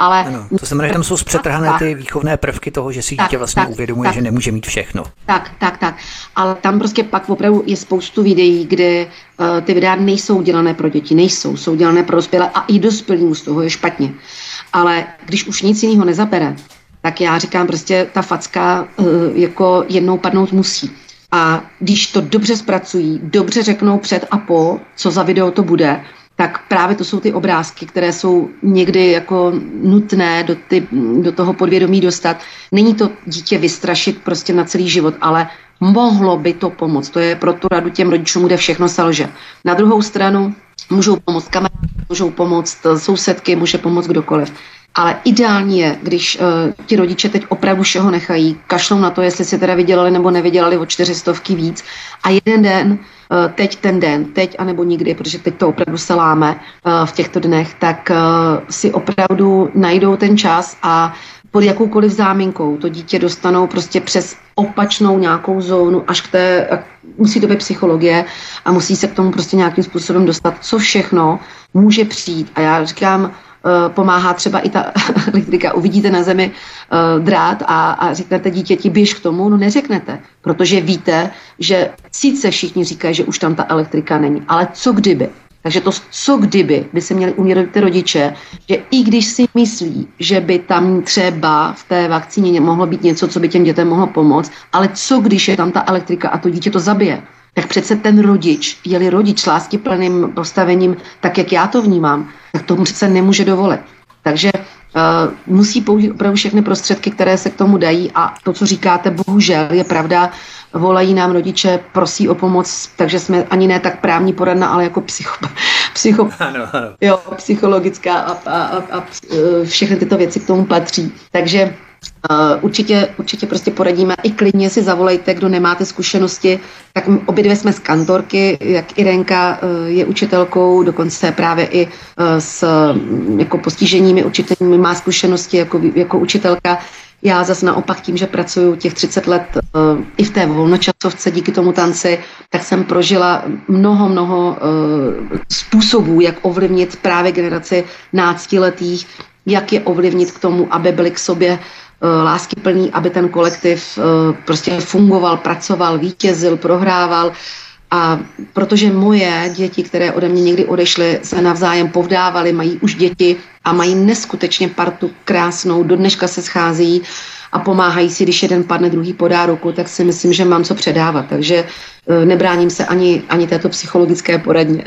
Ale ano, to znamená, že tam jsou zpřetrhané ty výchovné prvky toho, že si dítě vlastně tak, uvědomuje, tak, že nemůže mít všechno. Tak, tak, tak. Ale tam prostě pak opravdu je spoustu videí, kde uh, ty videa nejsou dělané pro děti, nejsou, jsou dělané pro dospělé a i dospělým z toho je špatně. Ale když už nic jiného nezabere, tak já říkám prostě, ta facka uh, jako jednou padnout musí. A když to dobře zpracují, dobře řeknou před a po, co za video to bude, tak právě to jsou ty obrázky, které jsou někdy jako nutné do, ty, do toho podvědomí dostat. Není to dítě vystrašit prostě na celý život, ale mohlo by to pomoct. To je pro tu radu těm rodičům, kde všechno selže. Na druhou stranu můžou pomoct kamarádi, můžou pomoct sousedky, může pomoct kdokoliv. Ale ideální je, když uh, ti rodiče teď opravdu všeho nechají, kašlou na to, jestli si teda vydělali nebo nevydělali o čtyřistovky víc a jeden den, uh, teď ten den, teď anebo nikdy, protože teď to opravdu se láme uh, v těchto dnech, tak uh, si opravdu najdou ten čas a pod jakoukoliv záminkou to dítě dostanou prostě přes opačnou nějakou zónu až k té, musí to být psychologie a musí se k tomu prostě nějakým způsobem dostat, co všechno může přijít. A já říkám, pomáhá třeba i ta elektrika. Uvidíte na zemi uh, drát a, a řeknete dítěti, běž k tomu, no neřeknete, protože víte, že sice všichni říkají, že už tam ta elektrika není, ale co kdyby? Takže to co kdyby by se měli uvědomit ty rodiče, že i když si myslí, že by tam třeba v té vakcíně mohlo být něco, co by těm dětem mohlo pomoct, ale co když je tam ta elektrika a to dítě to zabije? Tak přece ten rodič, je-li rodič s láskyplným postavením, tak jak já to vnímám, tak tomu přece nemůže dovolit. Takže uh, musí použít opravdu všechny prostředky, které se k tomu dají a to, co říkáte, bohužel je pravda, volají nám rodiče, prosí o pomoc, takže jsme ani ne tak právní poradna, ale jako psycho, psycho, ano, ano. Jo, psychologická a, a, a, a všechny tyto věci k tomu patří. Takže Uh, určitě, určitě prostě poradíme, i klidně si zavolejte, kdo nemáte zkušenosti, tak obě dvě jsme z kantorky, jak Irenka uh, je učitelkou, dokonce právě i uh, s jako postiženími učitelními má zkušenosti jako, jako učitelka. Já zase naopak tím, že pracuju těch třicet let uh, i v té volnočasovce díky tomu tanci, tak jsem prožila mnoho, mnoho uh, způsobů, jak ovlivnit právě generaci náctiletých, jak je ovlivnit k tomu, aby byli k sobě láskyplný, aby ten kolektiv prostě fungoval, pracoval, vítězil, prohrával. A protože moje děti, které ode mě někdy odešly, se navzájem povdávaly, mají už děti a mají neskutečně partu krásnou, do dneška se schází a pomáhají si, když jeden padne, druhý podá ruku, tak si myslím, že mám co předávat. Takže nebráním se ani, ani této psychologické poradně.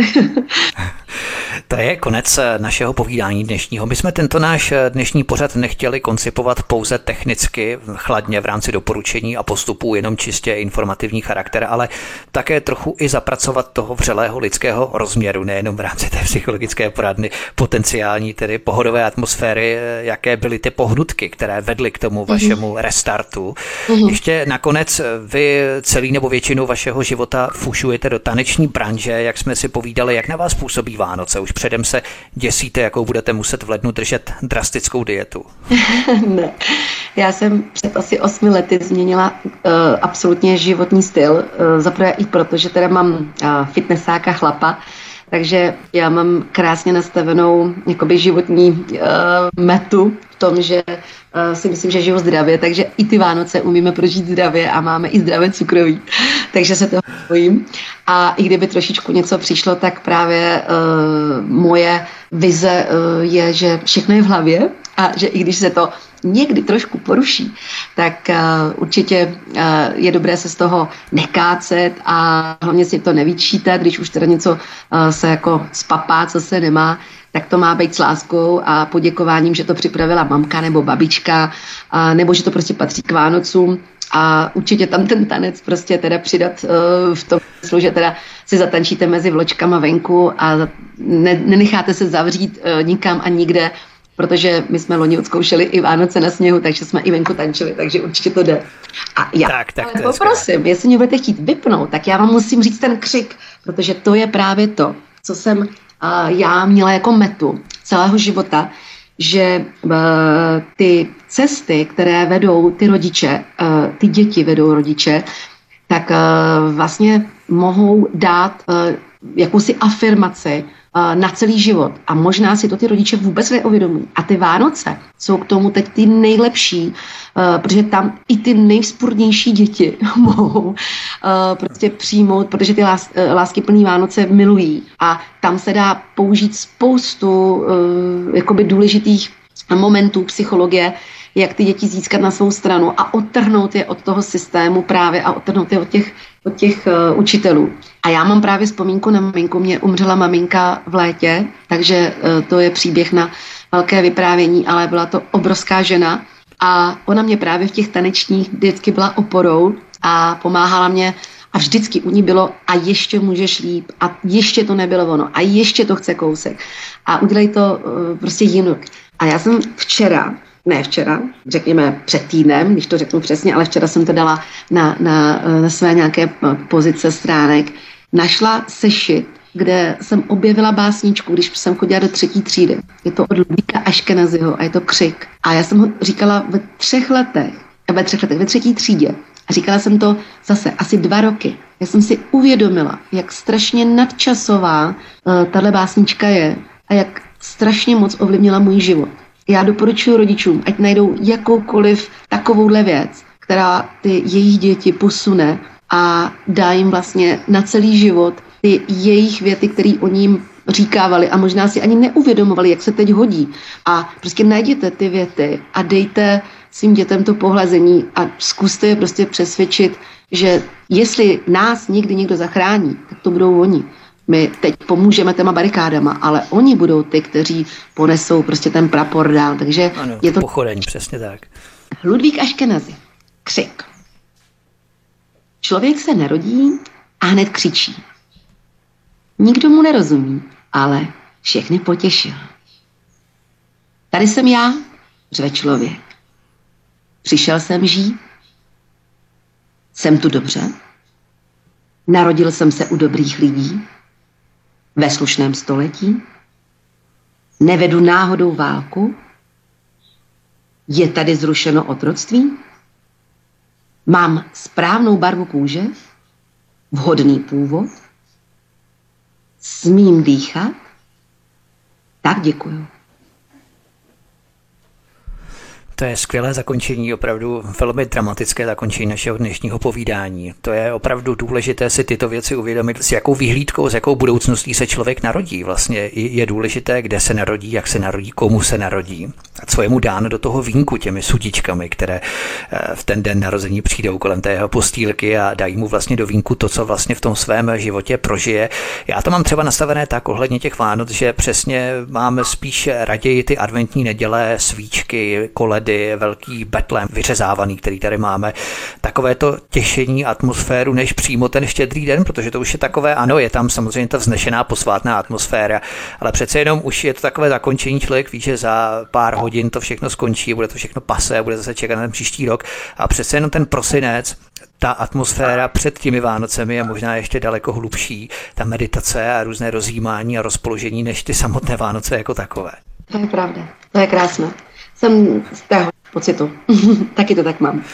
To je konec našeho povídání dnešního. My jsme tento náš dnešní pořad nechtěli koncipovat pouze technicky, chladně v rámci doporučení a postupů, jenom čistě informativní charakter, ale také trochu i zapracovat toho vřelého lidského rozměru, nejenom v rámci té psychologické poradny, potenciální tedy pohodové atmosféry, jaké byly ty pohnutky, které vedly k tomu vašemu restartu. Uhum. Ještě nakonec vy celý nebo většinu vašeho života fušujete do taneční branže, jak jsme si povídali, jak na vás působí Vánoce. Už předem se děsíte, jakou budete muset v lednu držet drastickou dietu. Ne. Já jsem před asi osmi lety změnila uh, absolutně životní styl. Uh, zaprvé i proto, že teda mám uh, fitnessáka chlapa, takže já mám krásně nastavenou jakoby životní uh, metu v tom, že uh, si myslím, že žiju zdravě, takže i ty Vánoce umíme prožít zdravě a máme i zdravé cukroví, takže se toho bojím. A i kdyby trošičku něco přišlo, tak právě uh, moje vize uh, je, že všechno je v hlavě a že i když se to někdy trošku poruší, tak uh, určitě uh, je dobré se z toho nekácet a hlavně si to nevyčítat, když už teda něco uh, se jako spapá, co se nemá, tak to má být s láskou a poděkováním, že to připravila mamka nebo babička, uh, nebo že to prostě patří k Vánocům. A určitě tam ten tanec prostě teda přidat uh, v tom smyslu, že teda si zatančíte mezi vločkama venku a ne, nenecháte se zavřít uh, nikam a nikde, protože my jsme loni odzkoušeli i Vánoce na sněhu, takže jsme i venku tančili, takže určitě to jde. A já tak, tak, ale poprosím, jestli mě budete chtít vypnout, tak já vám musím říct ten křik, protože to je právě to, co jsem uh, já měla jako metu celého života, že uh, ty cesty, které vedou ty rodiče, uh, ty děti vedou rodiče, tak uh, vlastně mohou dát uh, jakousi afirmaci na celý život. A možná si to ty rodiče vůbec neuvědomují. A ty Vánoce jsou k tomu teď ty nejlepší, protože tam i ty nejvzpurnější děti mohou prostě přijmout, protože ty lás, láskyplný Vánoce milují. A tam se dá použít spoustu jakoby důležitých momentů psychologie, jak ty děti získat na svou stranu a odtrhnout je od toho systému právě a odtrhnout je od těch, od těch uh, učitelů. A já mám právě vzpomínku na maminku, mě umřela maminka v létě, takže uh, to je příběh na velké vyprávění, ale byla to obrovská žena a ona mě právě v těch tanečních vždycky byla oporou a pomáhala mě a vždycky u ní bylo a ještě můžeš líp a ještě to nebylo ono a ještě to chce kousek a udělej to uh, prostě jinak. A já jsem včera Ne včera, řekněme před týdnem, když to řeknu přesně, ale včera jsem to dala na, na, na své nějaké pozice stránek. Našla sešit, kde jsem objevila básničku, když jsem chodila do třetí třídy. Je to od Ludvíka Aškenazyho a je to Křik. A já jsem ho říkala ve třech letech, ve třech letech, ve třetí třídě. A říkala jsem to zase asi dva roky. Já jsem si uvědomila, jak strašně nadčasová uh, tahle básnička je a jak strašně moc ovlivnila můj život. Já doporučuji rodičům, ať najdou jakoukoliv takovouhle věc, která ty jejich děti posune a dá jim vlastně na celý život ty jejich věty, které oni jim říkávali a možná si ani neuvědomovali, jak se teď hodí. A prostě najděte ty věty a dejte svým dětem to pohlazení a zkuste je prostě přesvědčit, že jestli nás někdy někdo zachrání, tak to budou oni. My teď pomůžeme těma barikádama, ale oni budou ty, kteří ponesou prostě ten prapor dál. Takže ano, je to pochodení, přesně tak. Ludvík Aškenazy. Křik. Člověk se narodí a hned křičí. Nikdo mu nerozumí, ale všechny potěšil. Tady jsem já, řve člověk. Přišel jsem žít. Jsem tu dobře. Narodil jsem se u dobrých lidí. Ve slušném století. Nevedu náhodou válku. Je tady zrušeno otroctví. Mám správnou barvu kůže. Vhodný původ. Smím dýchat. Tak děkuju. To je skvělé zakončení, opravdu velmi dramatické zakončení našeho dnešního povídání. To je opravdu důležité si tyto věci uvědomit, s jakou vyhlídkou, s jakou budoucností se člověk narodí. Vlastně je důležité, kde se narodí, jak se narodí, komu se narodí a co je mu dáno do toho vínku těmi sudičkami, které v ten den narození přijdou kolem té jeho postýlky a dají mu vlastně do vínku to, co vlastně v tom svém životě prožije. Já to mám třeba nastavené tak ohledně těch Vánoc, že přesně máme spíš raději ty adventní neděle, svíčky, koledy, velký betlém vyřezávaný, který tady máme, takové to těšení, atmosféru, než přímo ten štědrý den, protože to už je takové, ano, je tam samozřejmě ta vznešená posvátná atmosféra, ale přece jenom už je to takové zakončení, člověk ví, že za pár hodin to všechno skončí, bude to všechno pasé, bude zase čekat na ten příští rok a přece jenom ten prosinec, ta atmosféra před těmi Vánocemi je možná ještě daleko hlubší, ta meditace a různé rozjímání a rozpoložení, než ty samotné Vánoce jako takové. To je pravda, to je krásné. Jsem z tého pocitu. Taky to tak mám.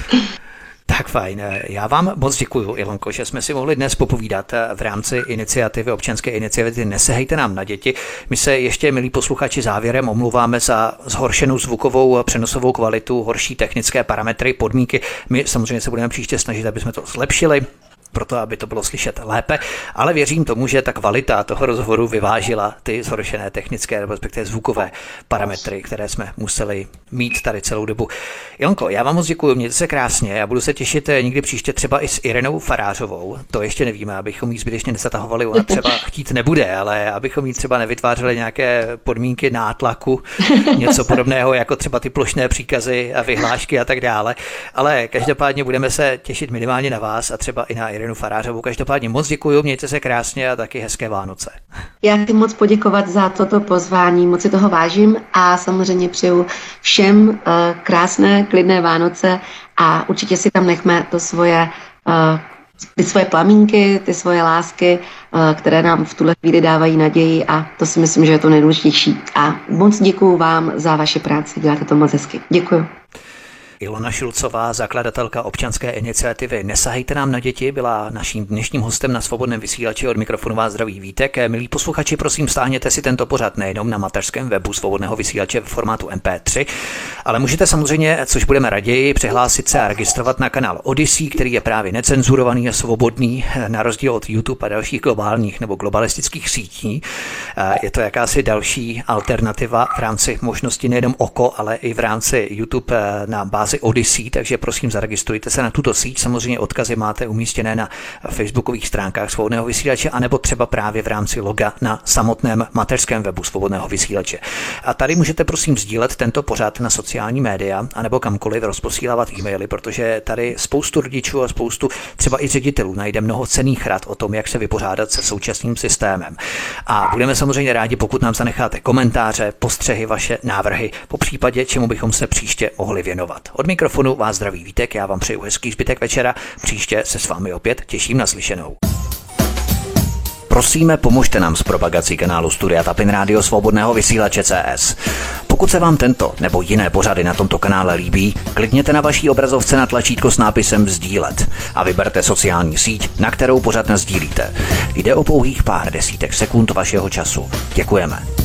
Tak fajn. Já vám moc děkuju, Ilonko, že jsme si mohli dnes popovídat v rámci iniciativy, občanské iniciativy Nesehejte nám na děti. My se ještě, milí posluchači, závěrem omluváme za zhoršenou zvukovou přenosovou kvalitu, horší technické parametry, podmínky. My samozřejmě se budeme příště snažit, aby jsme to zlepšili, proto aby to bylo slyšet lépe, ale věřím tomu, že ta kvalita toho rozhovoru vyvážila ty zhoršené technické nebo respektive zvukové parametry, které jsme museli mít tady celou dobu. Ilonko, já vám moc děkuji, mějte se krásně, já budu se těšit někdy příště třeba i s Irenou Farářovou, to ještě nevíme, abychom jí zbytečně nezatahovali, ona třeba chtít nebude, ale abychom jí třeba nevytvářeli nějaké podmínky nátlaku, něco podobného jako třeba ty plošné příkazy a vyhlášky a tak dále, ale každopádně budeme se těšit minimálně na vás a třeba i na Irenu Farářovou. Každopádně moc děkuju, mějte se krásně a taky hezké Vánoce. Já chci moc poděkovat za toto pozvání, moc si toho vážím a samozřejmě přeju všem uh, krásné, klidné Vánoce a určitě si tam nechme to svoje, uh, ty svoje plamínky, ty svoje lásky, uh, které nám v tuhle chvíli dávají naději a to si myslím, že je to nejdůležitější. A moc děkuju vám za vaši práci, děláte to moc hezky. Děkuju. Ilona Šulcová, zakladatelka občanské iniciativy Nesahejte nám na děti, byla naším dnešním hostem na Svobodném vysílači. Od mikrofonu vás zdraví Vítek. Milí posluchači, prosím, stáhněte si tento pořad nejenom na mateřském webu Svobodného vysílače v formátu em pé tři, ale můžete samozřejmě, což budeme raději, přihlásit se a registrovat na kanál Odyssey, který je právě necenzurovaný a svobodný, na rozdíl od YouTube a dalších globálních nebo globalistických sítí. Je to jakási další alternativa v rámci možnosti nejenom oko, ale i v rámci YouTube na bázi Odyssey, takže prosím zaregistrujte se na tuto síť. Samozřejmě odkazy máte umístěné na facebookových stránkách Svobodného vysílače, anebo třeba právě v rámci loga na samotném mateřském webu Svobodného vysílače. A tady můžete prosím sdílet tento pořad na sociální média, anebo kamkoliv rozposílávat e-maily, protože tady spoustu rodičů a spoustu třeba i ředitelů najde mnoho cenných rad o tom, jak se vypořádat se současným systémem. A budeme samozřejmě rádi, pokud nám zanecháte komentáře, postřehy, vaše návrhy, po případě, čemu bychom se příště mohli věnovat. Od mikrofonu vás zdraví Vítek, já vám přeju hezký zbytek večera, příště se s vámi opět těším na slyšenou. Prosíme, pomožte nám s propagací kanálu Studia Tapin Rádio Svobodného vysílače C S. Pokud se vám tento nebo jiné pořady na tomto kanále líbí, klikněte na vaší obrazovce na tlačítko s nápisem sdílet a vyberte sociální síť, na kterou pořad nasdílíte. Jde o pouhých pár desítek sekund vašeho času. Děkujeme.